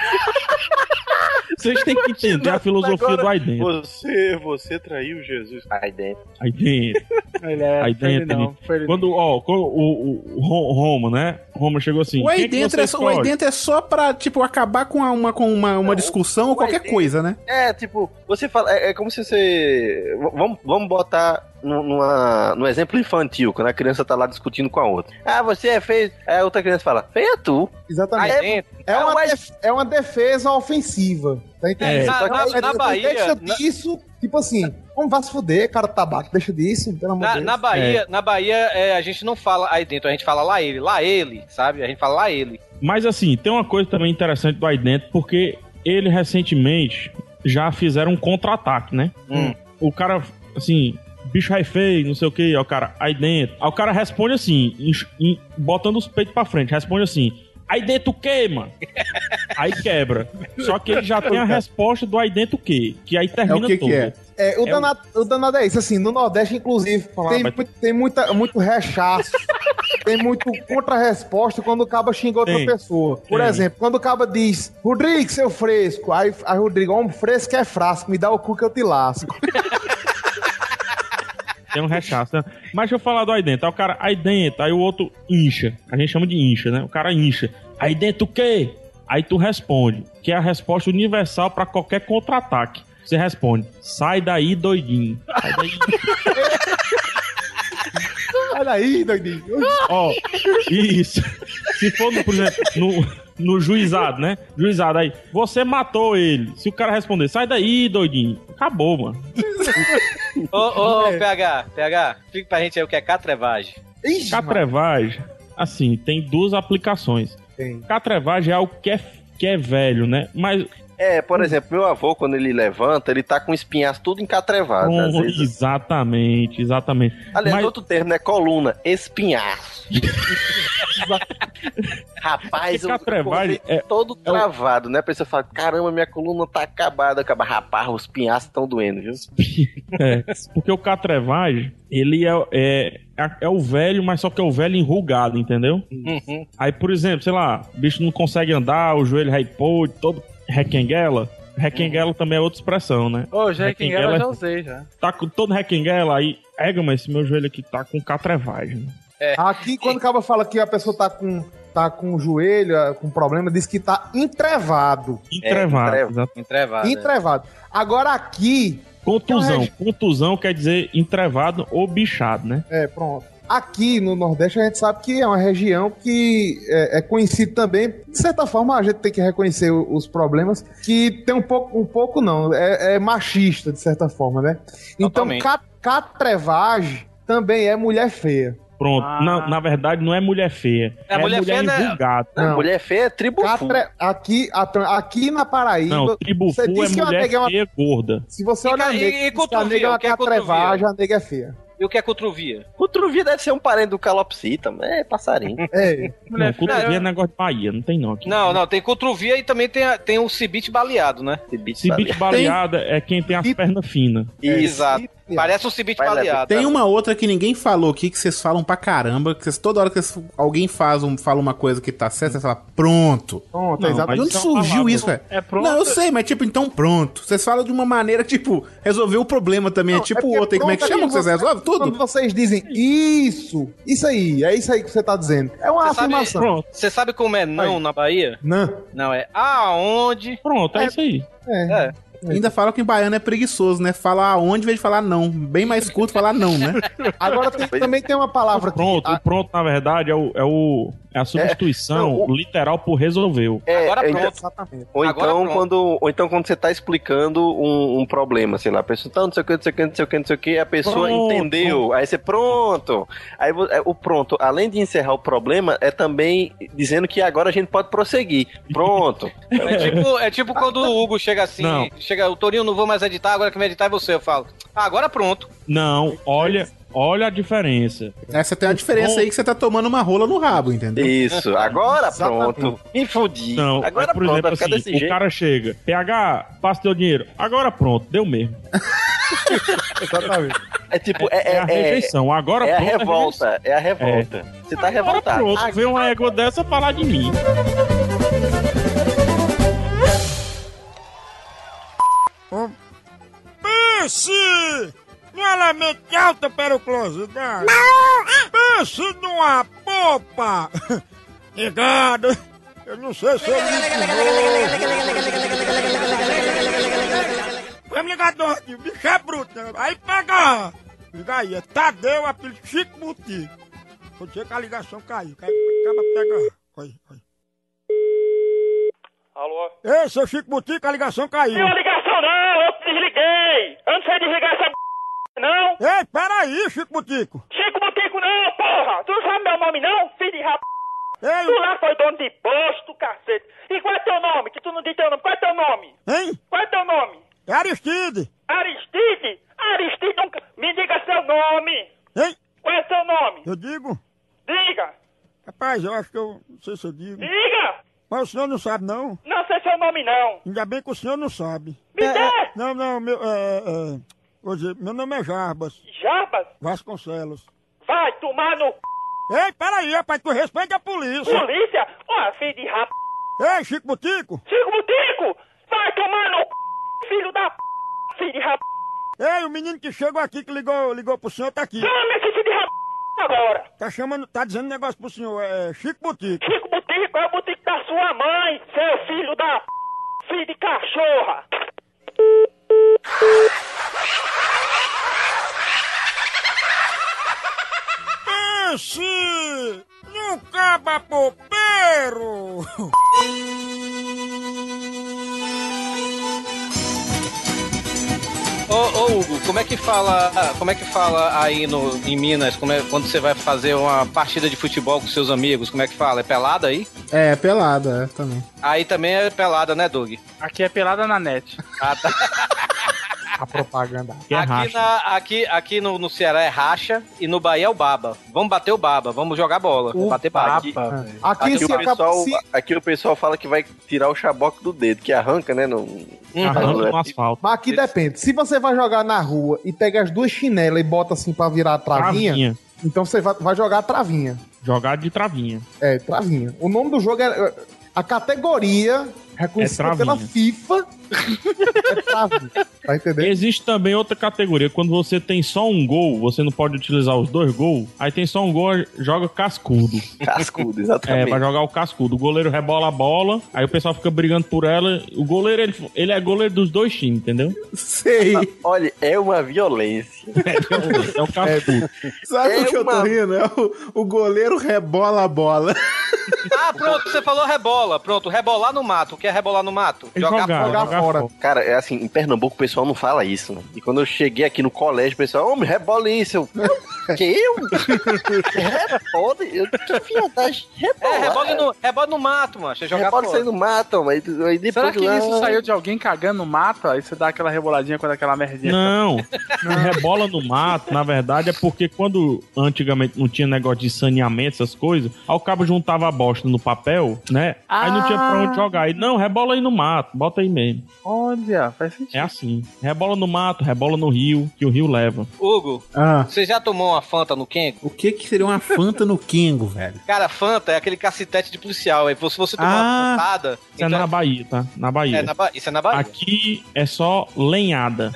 vocês têm que entender a filosofia do aí dentro. Você, você traiu Jesus. Aí dentro. Aí dentro. Ele é, Aí foi ele dentro. não, foi ele Quando, ó, quando o, o, o Ro- Roma, né? Roma chegou assim. O aí, quem é que dentro você é só, o aí escolhe? dentro é só pra, tipo, acabar com uma, uma, com uma, uma discussão ou qualquer coisa, né? É, tipo, você fala. É, é como se você. v- Vamos, vamos botar nu- numa, num exemplo infantil, quando a criança tá lá discutindo com a outra. Ah, você é feio. Aí a outra criança fala, feio é tu. Exatamente. Aí É, dentro. é uma, mas- def- é uma defesa ofensiva. Tá entendendo? É. Na- Só que na- aí, na Bahia- Deixa na- disso, tipo assim, vamos vá se fuder, cara tabaco, deixa disso, pelo amor de Na, Deus. na Bahia, na Bahia é, a gente não fala aí dentro, a gente fala lá ele, lá ele, sabe? A gente fala lá ele. Mas assim, tem uma coisa também interessante do aí dentro, porque ele recentemente já fizeram um contra-ataque, né? Hum. O cara, assim, bicho é feio, não sei o que, aí o cara, aí dentro. Aí o cara responde assim, em, em, botando os peitos pra frente, responde assim, aí dentro o quê, mano? Aí quebra. Só que ele já tem a resposta do aí dentro o quê? Que aí termina é o que tudo. Que é? É, o, é danado, o... o danado é isso, assim, no Nordeste, inclusive, tem, mas... muito, tem muita, muito rechaço, tem muito contra-resposta quando o caba xinga outra tem. pessoa. Por tem. exemplo, quando o caba diz, Rodrigo, seu fresco, aí, aí Rodrigo, homem fresco é frasco, me dá o cu que eu te lasco. Tem um rechaço, né? Mas deixa eu falar do aí dentro. Aí o cara, aí dentro, aí o outro incha. A gente chama de incha, né? O cara incha. Aí dentro o quê? Aí tu responde, que é a resposta universal pra qualquer contra-ataque. Você responde, sai daí, doidinho. Sai daí. Sai daí, doidinho. Ó, isso. Se for, no, por exemplo, no, no juizado, né? Juizado aí, você matou ele. Se o cara responder, sai daí, doidinho. Acabou, mano. Ô, ô, ô, P H, P H, explica pra gente aí o que é catrevagem. Ixi, catrevagem, assim, tem duas aplicações. Tem. Catrevagem é algo que é, que é velho, né? Mas... É, por exemplo, meu avô, quando ele levanta, ele tá com espinhaço tudo encatrevado. Oh, vezes... Exatamente, exatamente. Aliás, Mas... outro termo, né? Coluna, espinhaço. Rapaz, o catrevagem é todo é travado, o... né? A pessoa fala, caramba, minha coluna tá acabada. Acaba, rapaz, os pinhaços estão doendo, viu? É, porque o catrevagem, ele é, é, é o velho, mas só que é o velho enrugado, entendeu? Uhum. Aí, por exemplo, sei lá, o bicho não consegue andar, o joelho raipou, todo requenguela. Requenguela uhum. também é outra expressão, né? Ô, já requenguela eu já usei, já. Tá com todo requenguela, aí, ega, mas esse meu joelho aqui tá com catrevagem. É. Aqui, quando o cara fala que a pessoa tá com, tá com o joelho, com problema, diz que tá entrevado. Entrevado, é, exato. Entrevado. Entrevado. É. Agora aqui... Contusão. Contusão quer dizer entrevado ou bichado, né? É, pronto. Aqui no Nordeste a gente sabe que é uma região que é, é conhecida também, de certa forma a gente tem que reconhecer os problemas, que tem um pouco, um pouco não, é, é machista de certa forma, né? Então cat, catrevagem também é mulher feia. Pronto, ah. na, na verdade não é mulher feia, é, é mulher, mulher enrugada. Não, não, mulher feia é tribufu. Aqui, aqui na Paraíba, não, tribufu é mulher feia uma... gorda. Se você olhar a nega, e, e a nega é uma catrevagem, a nega é feia. E o que é cotruvia? Cotruvia deve ser um parente do calopsita, mas é passarinho. É. Não, cotruvia é negócio de Bahia, não tem não aqui. Não, não, tem cotruvia e também tem, a, tem o cibite baleado, né? Cibite, cibite baleado tem... é quem tem as pernas finas. Exato. Parece um cibite baleado. Tem uma outra que ninguém falou aqui, que vocês falam pra caramba, que vocês, toda hora que vocês, alguém faz um, fala uma coisa que tá certa, você fala, pronto. Pronto, não, exatamente. Onde surgiu isso, velho? É pronto. Não, eu sei, mas tipo, então pronto. Vocês falam de uma maneira, tipo, resolver o problema também. Não, é tipo o é outro aí, como é que chama que vocês resolvem tudo? Quando vocês dizem isso, isso aí, é isso aí que você tá dizendo. É uma cê afirmação. Você sabe como é não aí. Na Bahia? Não. Não, é aonde. Pronto, é, é isso aí. É. é. Ainda fala que em baiano é preguiçoso, né? Fala aonde, em vez de falar não. Bem mais curto falar não, né? Agora tem, também tem uma palavra... O pronto, que... o pronto, na verdade, é, o, é, o, é a substituição é, não, o... literal por resolveu. É, Agora é, pronto. Exatamente. Ou, Agora então, pronto. Quando, ou então quando você tá explicando um, um problema, sei lá, a pessoa tá não sei o que, não sei o que, não sei o que, não sei o que, a pessoa pronto. entendeu, aí você pronto. Aí o pronto, além de encerrar o problema, é também dizendo que agora a gente pode prosseguir. Pronto. É tipo, é tipo quando o Hugo chega assim, não. chega, o Torinho não vou mais editar, agora que vai editar é você, eu falo. Ah, agora pronto. Não, olha, olha a diferença. Essa tem a diferença Bom, aí que você tá tomando uma rola no rabo, entendeu? Isso, agora pronto. Me fudi. Não, agora é, por pronto, exemplo, vai ficar assim, desse o jeito. cara chega, P H, passa teu dinheiro. Agora pronto, deu mesmo. Exatamente. É tipo, é, é, é a rejeição. Agora é pronto. A revolta, é a revolta. É. Você tá agora revoltado. Pronto, agora... vê uma égua dessa falar de mim. Hum. Pense no elemento de alta periculosidade. Pense numa popa. Ligado. Eu não sei se eu me Vamos ligar do o bicho é bruto. Né? Aí pega. Liga aí, é Tadeu, apelido Chico Muti. Vou dizer que a ligação caiu. Acaba pegar. Oi, oi. Alô? Ei, seu Chico Muti, a ligação caiu. Não, ligação não, eu desliguei. Eu não sei desligar essa b... não. Ei, peraí, Chico Butico. Chico Butico não, porra. Tu não sabe meu nome não, filho de rap... Ei, tu lá foi dono de posto, cacete. E qual é teu nome? Que tu não diz teu nome. Qual é teu nome? Hein? Qual é teu nome? Aristide. Aristide? Aristide, nunca... me diga seu nome. Hein? Qual é seu nome? Eu digo? Diga. Rapaz, eu acho que eu... Não sei se eu digo. Diga. Mas o senhor não sabe, não? Não sei seu nome, não. Ainda bem que o senhor não sabe. Me é, dê. É, não, não, meu... É, é, vou dizer, meu nome é Jarbas. Jarbas? Vasconcelos. Vai tomar no... Ei, peraí, rapaz, tu respeita a polícia. Polícia? Ó, filho de rap... Ei, Chico Butico. Chico Butico! Vai tomar no... filho da... filho de rap... Ei, o menino que chegou aqui, que ligou, ligou pro senhor, tá aqui. Chama esse filho de rap... agora. Tá chamando, tá dizendo um negócio pro senhor, é Chico Butico. Chico Butico é o Butico da sua mãe, seu filho da... filho de cachorra. Esse não caba popeiro. Ô, ô Hugo, como é que fala, como é que fala aí no, em Minas, como é, quando você vai fazer uma partida de futebol com seus amigos, como é que fala? É pelada aí? É, pelada, é, também. Aí também é pelada, né, Doug? Aqui é pelada na net. Ah, tá. A propaganda. Que é aqui, racha. na, aqui, aqui no, no Ceará é racha e no Bahia é o baba. Vamos bater o baba, vamos jogar bola. O bater baba. Aqui, Aqui, aqui, se o acaba- pessoal, se- aqui o pessoal fala que vai tirar o chaboque do dedo, que arranca, né? No, Arranca no asfalto. Mas aqui depende. Se você vai jogar na rua e pega as duas chinelas e bota assim pra virar a travinha, Travinha. então você vai, vai jogar a travinha. Jogar de travinha. É, travinha. O nome do jogo é... A categoria reconhecida É travinha. pela FIFA é travinha. Tá entendendo? Existe também outra categoria. Quando você tem só um gol, você não pode utilizar os dois gols. Aí tem só um gol, joga cascudo. Cascudo, É, exatamente. vai jogar o cascudo. O goleiro rebola a bola, aí o pessoal fica brigando por ela. O goleiro, ele, ele é goleiro dos dois times, entendeu? Sei. Olha, é uma violência. É o cascudo. Sabe É o que eu tô uma- rindo? É o, o goleiro rebola a bola. Ah, pronto, você falou rebola. Pronto, rebolar no mato. O que é rebolar no mato? Jogar, jogar fora. Cara, é assim, em Pernambuco o pessoal não fala isso, né? E quando eu cheguei aqui no colégio, o pessoal, homem, rebola isso. Eu, que eu? Rebola? Eu, que viadagem. Rebola. É, rebola no, rebola no mato, mano. Você jogar Rebola fora. isso aí no mato, mas aí depois Será que lá- isso saiu de alguém cagando no mato? Aí você dá aquela reboladinha quando aquela merdinha. Não, o rebola no mato, na verdade, é porque quando antigamente não tinha negócio de saneamento, essas coisas, aí o cabo juntava a bosta no papel, né? Aí não tinha pra onde jogar. Aí, não, rebola aí no mato, bota aí mesmo. Olha, faz sentido. É assim. Rebola no mato, rebola no rio, que o rio leva. Hugo, Ah, você já tomou uma Fanta no Kengo? o que que seria uma Fanta no Kengo, velho? Cara, Fanta é aquele cacetete de policial. Aí se você tomar Ah, uma fantada... Isso é na Bahia, tá? Na Bahia. É na Ba- Isso é na Bahia. Aqui é só lenhada.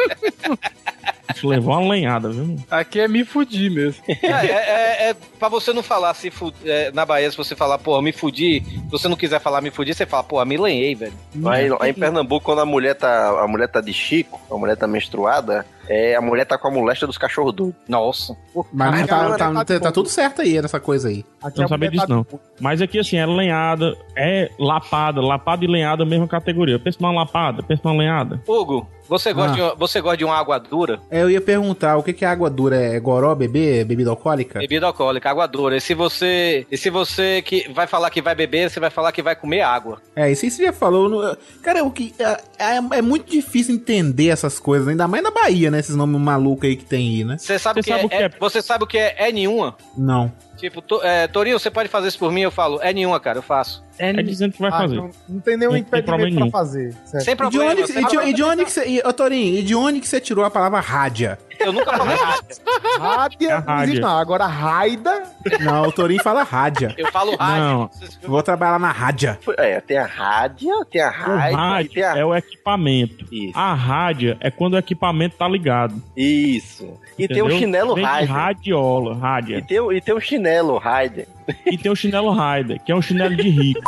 A gente levou uma lenhada, viu? Aqui é me fudir mesmo. É, é, é, é pra você não falar se fu- é, na Bahia, se você falar, porra, me fudi, se você não quiser falar me fudi, você fala, porra, me lenhei, velho. Aí, aí em Pernambuco, quando a mulher tá, a mulher tá de Chico, a mulher tá menstruada, é, a mulher tá com a moléstia dos cachorros doidos. Nossa. Mas não Aqui tá, a mulher tá, tá tá, de tá boa. tudo certo aí nessa coisa aí. Aqui Não a sabia mulher disso, tá- não. Mas aqui, assim, é lenhada, é lapada, lapada e lenhada, mesma categoria. Pensa numa lapada, pensa numa lenhada. Hugo, você gosta, Ah. de, uma- você gosta de uma água dura? É, eu ia perguntar, o que que é água dura? É goró, bebê? Bebida alcoólica? Bebida alcoólica, água dura. E se você, e se você que vai falar que vai beber, você vai falar que vai comer água. É, isso aí você já falou. no- Cara, o que, é, é, é muito difícil entender essas coisas, ainda mais na Bahia, né? Esses nomes malucos aí que tem aí, né? Você sabe, o Você que, sabe é, o que é- é? Você sabe o que é, é nenhuma? Não. Tipo, to, é, Torinho, você pode fazer isso por mim? Eu falo, é nenhuma, cara, eu faço. É dizendo que vai Ah, fazer. então não tem nenhum Não tem problema impedimento pra nenhum. fazer. Certo. Sem E de problema. onde, que- sem e de, problema. e de onde que você. E, ô, Torinho, e de onde que você tirou a palavra rádia? Eu nunca falei nada. Rádia, É a não existe rádia. não. Agora, raida... Não, o Torinho fala rádia. Eu falo rádio. Não. Vou trabalhar na rádia. É, tem a rádia, tem a O rádio, e rádio tem a... é o equipamento. Isso. A rádia é quando o equipamento tá ligado. Isso. E tem o entendeu? chinelo Vem de Raider. radiola, E rádia. tem, o- e tem o chinelo Raider. E tem o chinelo Raider, que é um chinelo de rico.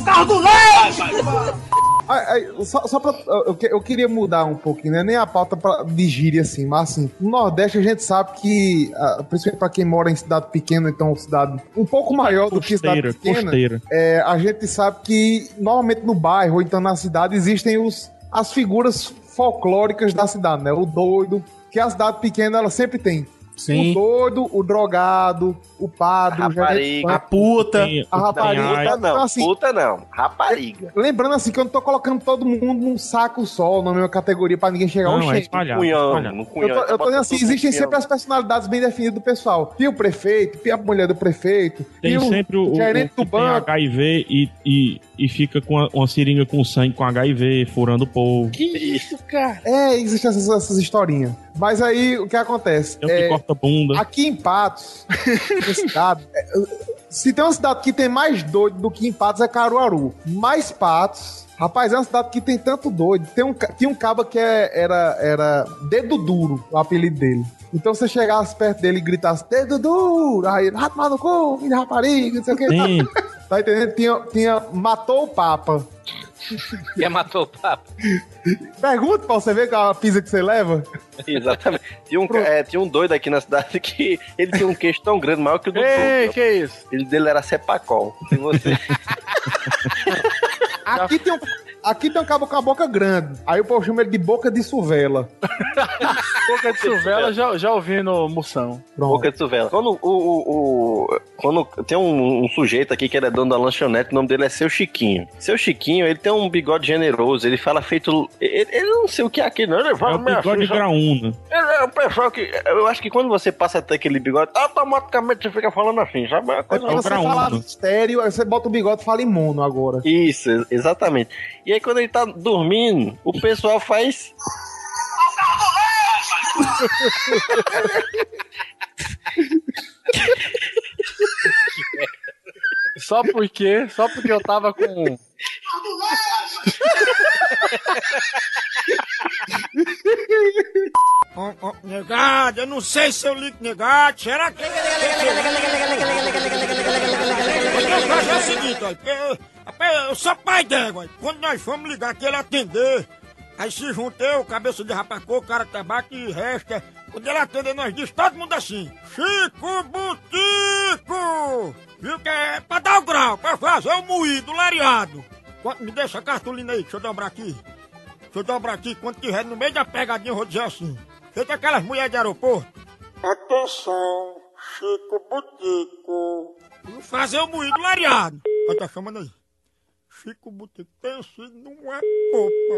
Ai, ai, só, só pra. Eu, que- eu queria mudar um pouquinho, né? Nem a pauta pra, de gíria assim, mas assim, no Nordeste a gente sabe que, ah, principalmente pra quem mora em cidade pequena, então cidade um pouco maior do que cidade Costeira, pequena, costeira. é, a gente sabe que normalmente no bairro ou então na cidade existem os, as figuras folclóricas da cidade, né? O doido, que a cidade pequena ela sempre tem. Sim. O doido, o drogado, o padre, A o gerente rapariga. do banco, A puta. a rapariga. Puta não, Então, assim, puta não. Rapariga. lembrando assim que eu não tô colocando todo mundo num saco só, na mesma categoria, pra ninguém chegar ao Não, é cheio. espalhado. Cunhão, espalhado. no cunhão. Eu tô, eu tô Bota dizendo assim, tudo no existem cunhão. sempre as personalidades bem definidas do pessoal. Tem o prefeito, tem a mulher do prefeito, Tem o sempre o, o, gerente o do que tem banco. H I V e, e, e fica com a- uma seringa com sangue com H I V, furando o povo. Que isso, cara? É, existem essas, essas historinhas. Mas aí, o que acontece? Tem o que É, corta bunda. aqui em Patos, na cidade, é, se tem uma cidade que tem mais doido do que em Patos é Caruaru. Mais Patos, rapaz, é uma cidade que tem tanto doido. Tem um, ca- tinha um caba que é- era, era Dedo Duro, o apelido dele. Então você chegasse perto dele e gritasse Dedo Duro, aí ele, rato no cu, filho de rapariga, não sei o que. Sim. Tá entendendo? Tinha, tinha Matou o Papa. Quem matou o papo? Pergunta pra você ver qual a pizza que você leva. Exatamente. Tinha um, é, tinha um doido aqui na cidade que ele tinha um queixo tão grande, maior que o do Ei, Dudu. que isso? Ele dele era Cepacol. E você... Aqui tem um, aqui tem um cabo com a boca grande. Aí o povo chama ele de boca de suvela. Boca de Silvela, já, já ouvi no Moção. Boca de Suvela. Quando o, o, o- quando tem um, um sujeito aqui que ele é dono da lanchonete, o nome dele é Seu Chiquinho. Seu Chiquinho, ele tem um bigode generoso, ele fala feito... Ele, ele não sei o que é aquilo, não. Ele É fala, o "Minha bigode filha, graúna. ele é o pessoal que... Eu acho que quando você passa até aquele bigode, automaticamente você fica falando assim, sabe? É uma É coisa... pra você falar estéreo, aí você bota o bigode e fala imuno agora. Isso, ex- exatamente. E aí quando ele tá dormindo, o pessoal faz... Só porque, só porque eu tava com... Ó, ó, negado, eu não sei se eu ligo negado. Será que. Eu faço o seguinte, olha. Eu, rapaz, eu sou pai d'égua. Quando nós fomos ligar aqui, ele atender. Aí se junta eu, cabeça de rapacô, o cara tabaco e resta. Quando ele atender, nós diz todo mundo assim: Chico Butico! Viu que é pra dar o grau, pra fazer o moído, o lariado. Quando- Me deixa a cartolina aí, deixa eu dobrar aqui. Deixa eu dobrar aqui, quando tiver no meio da pegadinha, eu vou dizer assim. Feita aquelas mulheres de aeroporto. Atenção, Chico Butico. Vou fazer o moído lariado. Olha, tá chamando aí. Chico Butico, pense numa popa.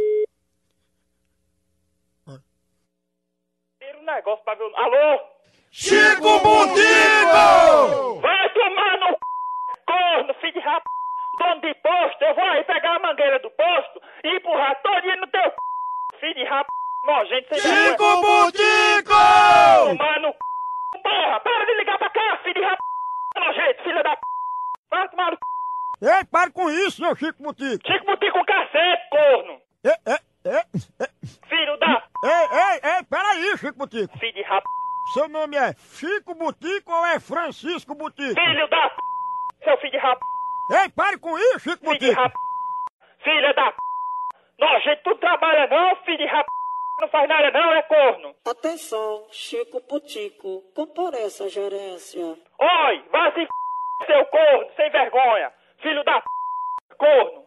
Tira um negócio pra ver o... Alô? Chico Butico! Vai tomar no c... corno, filho de rap... Dono de posto, eu vou aí pegar a mangueira do posto e empurrar todinho no teu c... filho de rap... nojento. sem vergonha. Chico Butico! Tomar no c... porra, para de ligar pra cá, filho de rap... nojento, filha da p... vai tomar no c... Ei, pare com isso, seu Chico Butico! Chico Butico com cacete, corno! Ei, ei, ei, ei, Filho da... ei, ei, ei, peraí, Chico Butico! filho de rap... Seu nome é Chico Butico ou é Francisco Butico? filho da p... seu filho de rap... Ei, pare com isso, Chico filho de Butico! rap... filha da p... nojento, tu trabalha não, filho de rap... não faz nada não, é corno! Atenção, Chico Butico, compareça à gerência. Oi, vai se f... seu corno, sem vergonha! Filho da p... corno!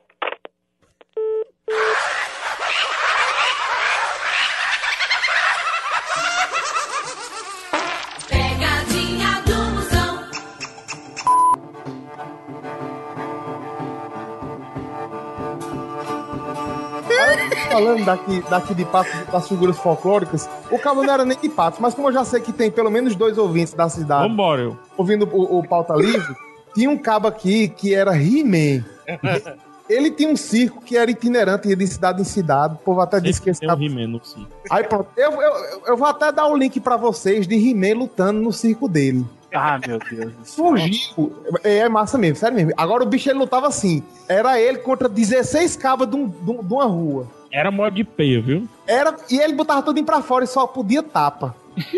Pegadinha do Moção. Falando daqui, daqui de Patos, das figuras folclóricas, o cabo não era nem de Patos, mas como eu já sei que tem pelo menos dois ouvintes da cidade Vambora, eu. ouvindo o, o Pauta Livre, tinha um cabo aqui que era He-Man. Ele tinha um circo que era itinerante, ia de cidade em cidade. O povo até disse que esse Tem um cabo... He-Man no circo. Aí pronto, eu, eu, eu vou até dar o link pra vocês de He-Man lutando no circo dele. Ah, meu Deus do céu. Surgiu. É, é massa mesmo, sério mesmo. Agora o bicho ele lutava assim. Era ele contra dezesseis cabas de, um, de um- de uma rua. Era modo de peia, viu? Era, e ele botava tudo pra fora e só podia tapa.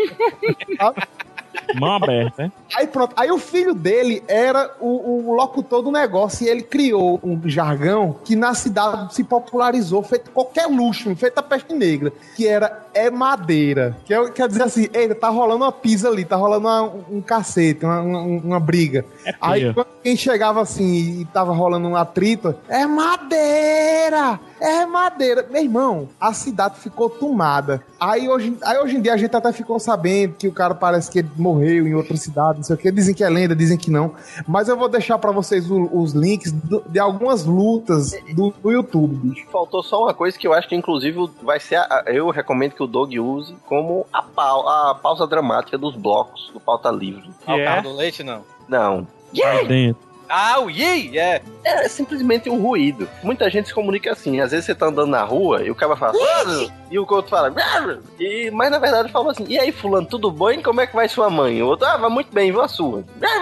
Mão aberta, né? Aí pronto, aí o filho dele era o, o locutor do negócio e ele criou um jargão que na cidade se popularizou, feito qualquer luxo, feito a peste negra, que era é madeira. Que é, quer dizer assim, eita, tá rolando uma pisa ali, tá rolando uma- um cacete, uma, uma, uma briga. É Aí peia. quando quem chegava assim e tava rolando um atrito, é madeira! É madeira. Meu irmão, a cidade ficou tomada. Aí hoje, aí hoje em dia a gente até ficou sabendo que o cara parece que ele morreu em outra cidade, não sei o que. Dizem que é lenda, dizem que não. Mas eu vou deixar pra vocês o, os links do, de algumas lutas do, do YouTube, bicho. Faltou só uma coisa que eu acho que inclusive vai ser, a, eu recomendo que o Doug use como a, pau, a pausa dramática dos blocos do Pauta Livre. Ah, o carro do leite, não? Não. Yeah! Dentro. Ah, o Yee, é. É simplesmente um ruído. Muita gente se comunica assim. Às vezes você tá andando na rua e o cara fala... E o outro fala... E, mas na verdade fala assim... E aí, fulano, tudo bem? Como é que vai sua mãe? O outro... Ah, vai muito bem, viu a sua?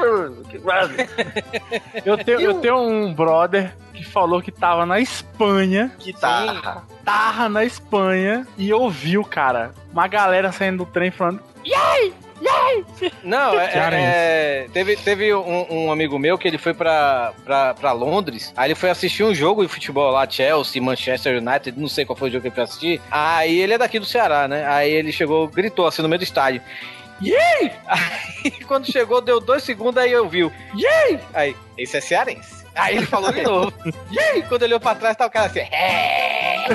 eu, tenho, eu tenho um brother que falou que tava na Espanha. Que tá. Tava na Espanha e ouviu, cara, uma galera saindo do trem falando... Yay! Yay! Não, é, é, teve, teve um, um amigo meu que ele foi pra, pra, pra Londres, aí ele foi assistir um jogo de futebol lá, Chelsea, Manchester United, não sei qual foi o jogo que ele foi assistir. Aí ele é daqui do Ceará, né? Aí ele chegou, gritou assim no meio do estádio. Yay! Aí quando chegou, deu dois segundos, aí eu vi o Yay! Aí, esse é cearense. Aí ele falou de novo. Yay! Quando ele olhou pra trás, tava o cara assim. É!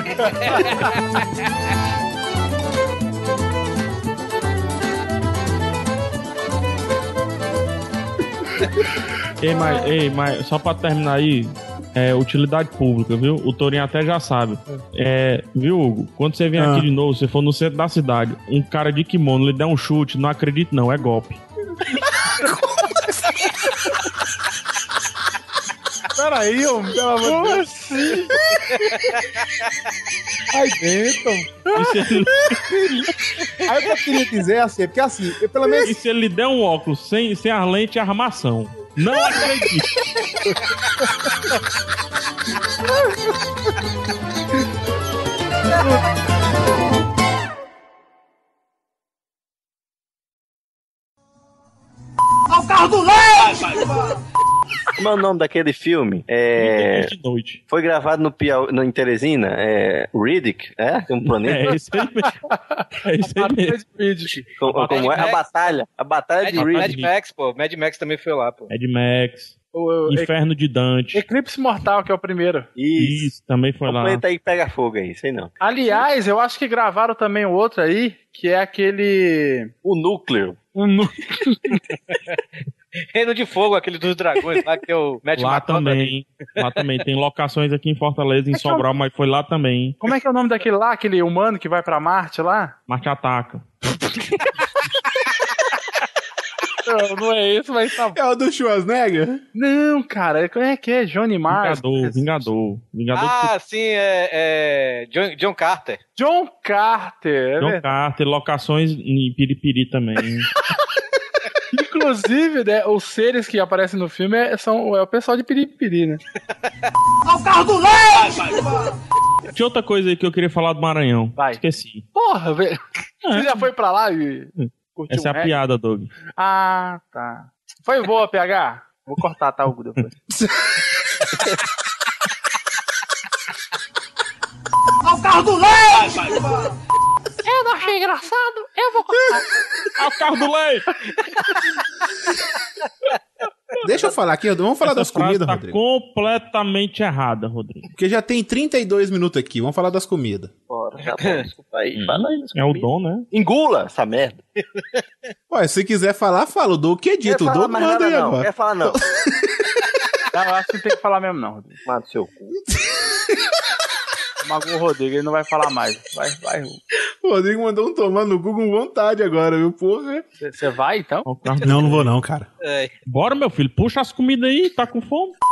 Ei, mas, ei, mas só pra terminar aí, é utilidade pública, viu? O Torinho até já sabe. É, viu, Hugo? Quando você vier Ah. aqui de novo, você for no centro da cidade, um cara de kimono lhe der um chute, não acredito não, é golpe. Peraí, homem, pelo amor de Deus. Ai, Benton. Aí o que eu queria dizer é assim, porque assim, eu pelo menos... E se ele lhe der um óculos sem, sem as lentes e armação? Não acredito. Ao carro do leite! Como é o nome daquele filme? É... De noite. Foi gravado no Piau... no, em Teresina? É... Riddick? É? Tem um planeta? É esse aí mesmo. É esse aí mesmo. Como, como é? A batalha. A batalha Mad, de Mad Riddick. Max, pô. Mad Max também foi lá, pô. Mad Max. O, o, Inferno de Dante. Eclipse Mortal, que é o primeiro. Isso. Isso, também foi O lá. planeta aí que pega fogo aí, sei não. Aliás, eu acho que gravaram também o outro aí, que é aquele... O Núcleo. O Núcleo. Reino de Fogo, aquele dos dragões lá, que é o Mad Lá Max. também. Lá também. Tem locações aqui em Fortaleza, em Sobral, mas foi lá também. Como é que é o nome daquele lá, aquele humano que vai pra Marte lá? Marte Ataca. Não, não é esse, mas tá bom. É o do Schwarzenegger? Não, cara, como é que é? Johnny Mars? Vingador, Vingador. Vingador Ah, sim, é, é John, John Carter. John Carter. É John verdade. Carter, locações em Piripiri também. Inclusive, né, os seres que aparecem no filme é, são, é o pessoal de Piripiri, né? Ao carro do leite! Tinha outra coisa aí que eu queria falar do Maranhão. Vai. Esqueci. Porra, velho. Você já foi pra lá e curtiu Essa é um a reggae? piada, Doug. Ah, tá. Foi boa, P H? Vou cortar, tá, Hugo, depois. Ao carro do leite! Eu não achei engraçado, eu vou cortar. Ah, o carro do leite! Deixa eu falar aqui, vamos falar Essa das frase comidas, tá Rodrigo. completamente errada, Rodrigo. Porque já tem trinta e dois minutos aqui, vamos falar das comidas. Bora, já bom, desculpa aí. Fala aí. É o dom, né? Engula essa merda. Ué, se quiser falar, fala. O Doug que é dito, o Quer falar Doug mais manda nada aí não. agora. Quer falar não. Não, eu acho que não tem que falar mesmo, não, Rodrigo. Mata o seu cu. Magoou o Rodrigo, ele não vai falar mais. Vai, vai, Hugo. O Rodrigo mandou um tomar no cu com vontade agora, viu, porra? Você vai, então? Ó, o carro do- Não, não vou não, cara. É. Bora, meu filho, puxa as comidas aí, tá com fome?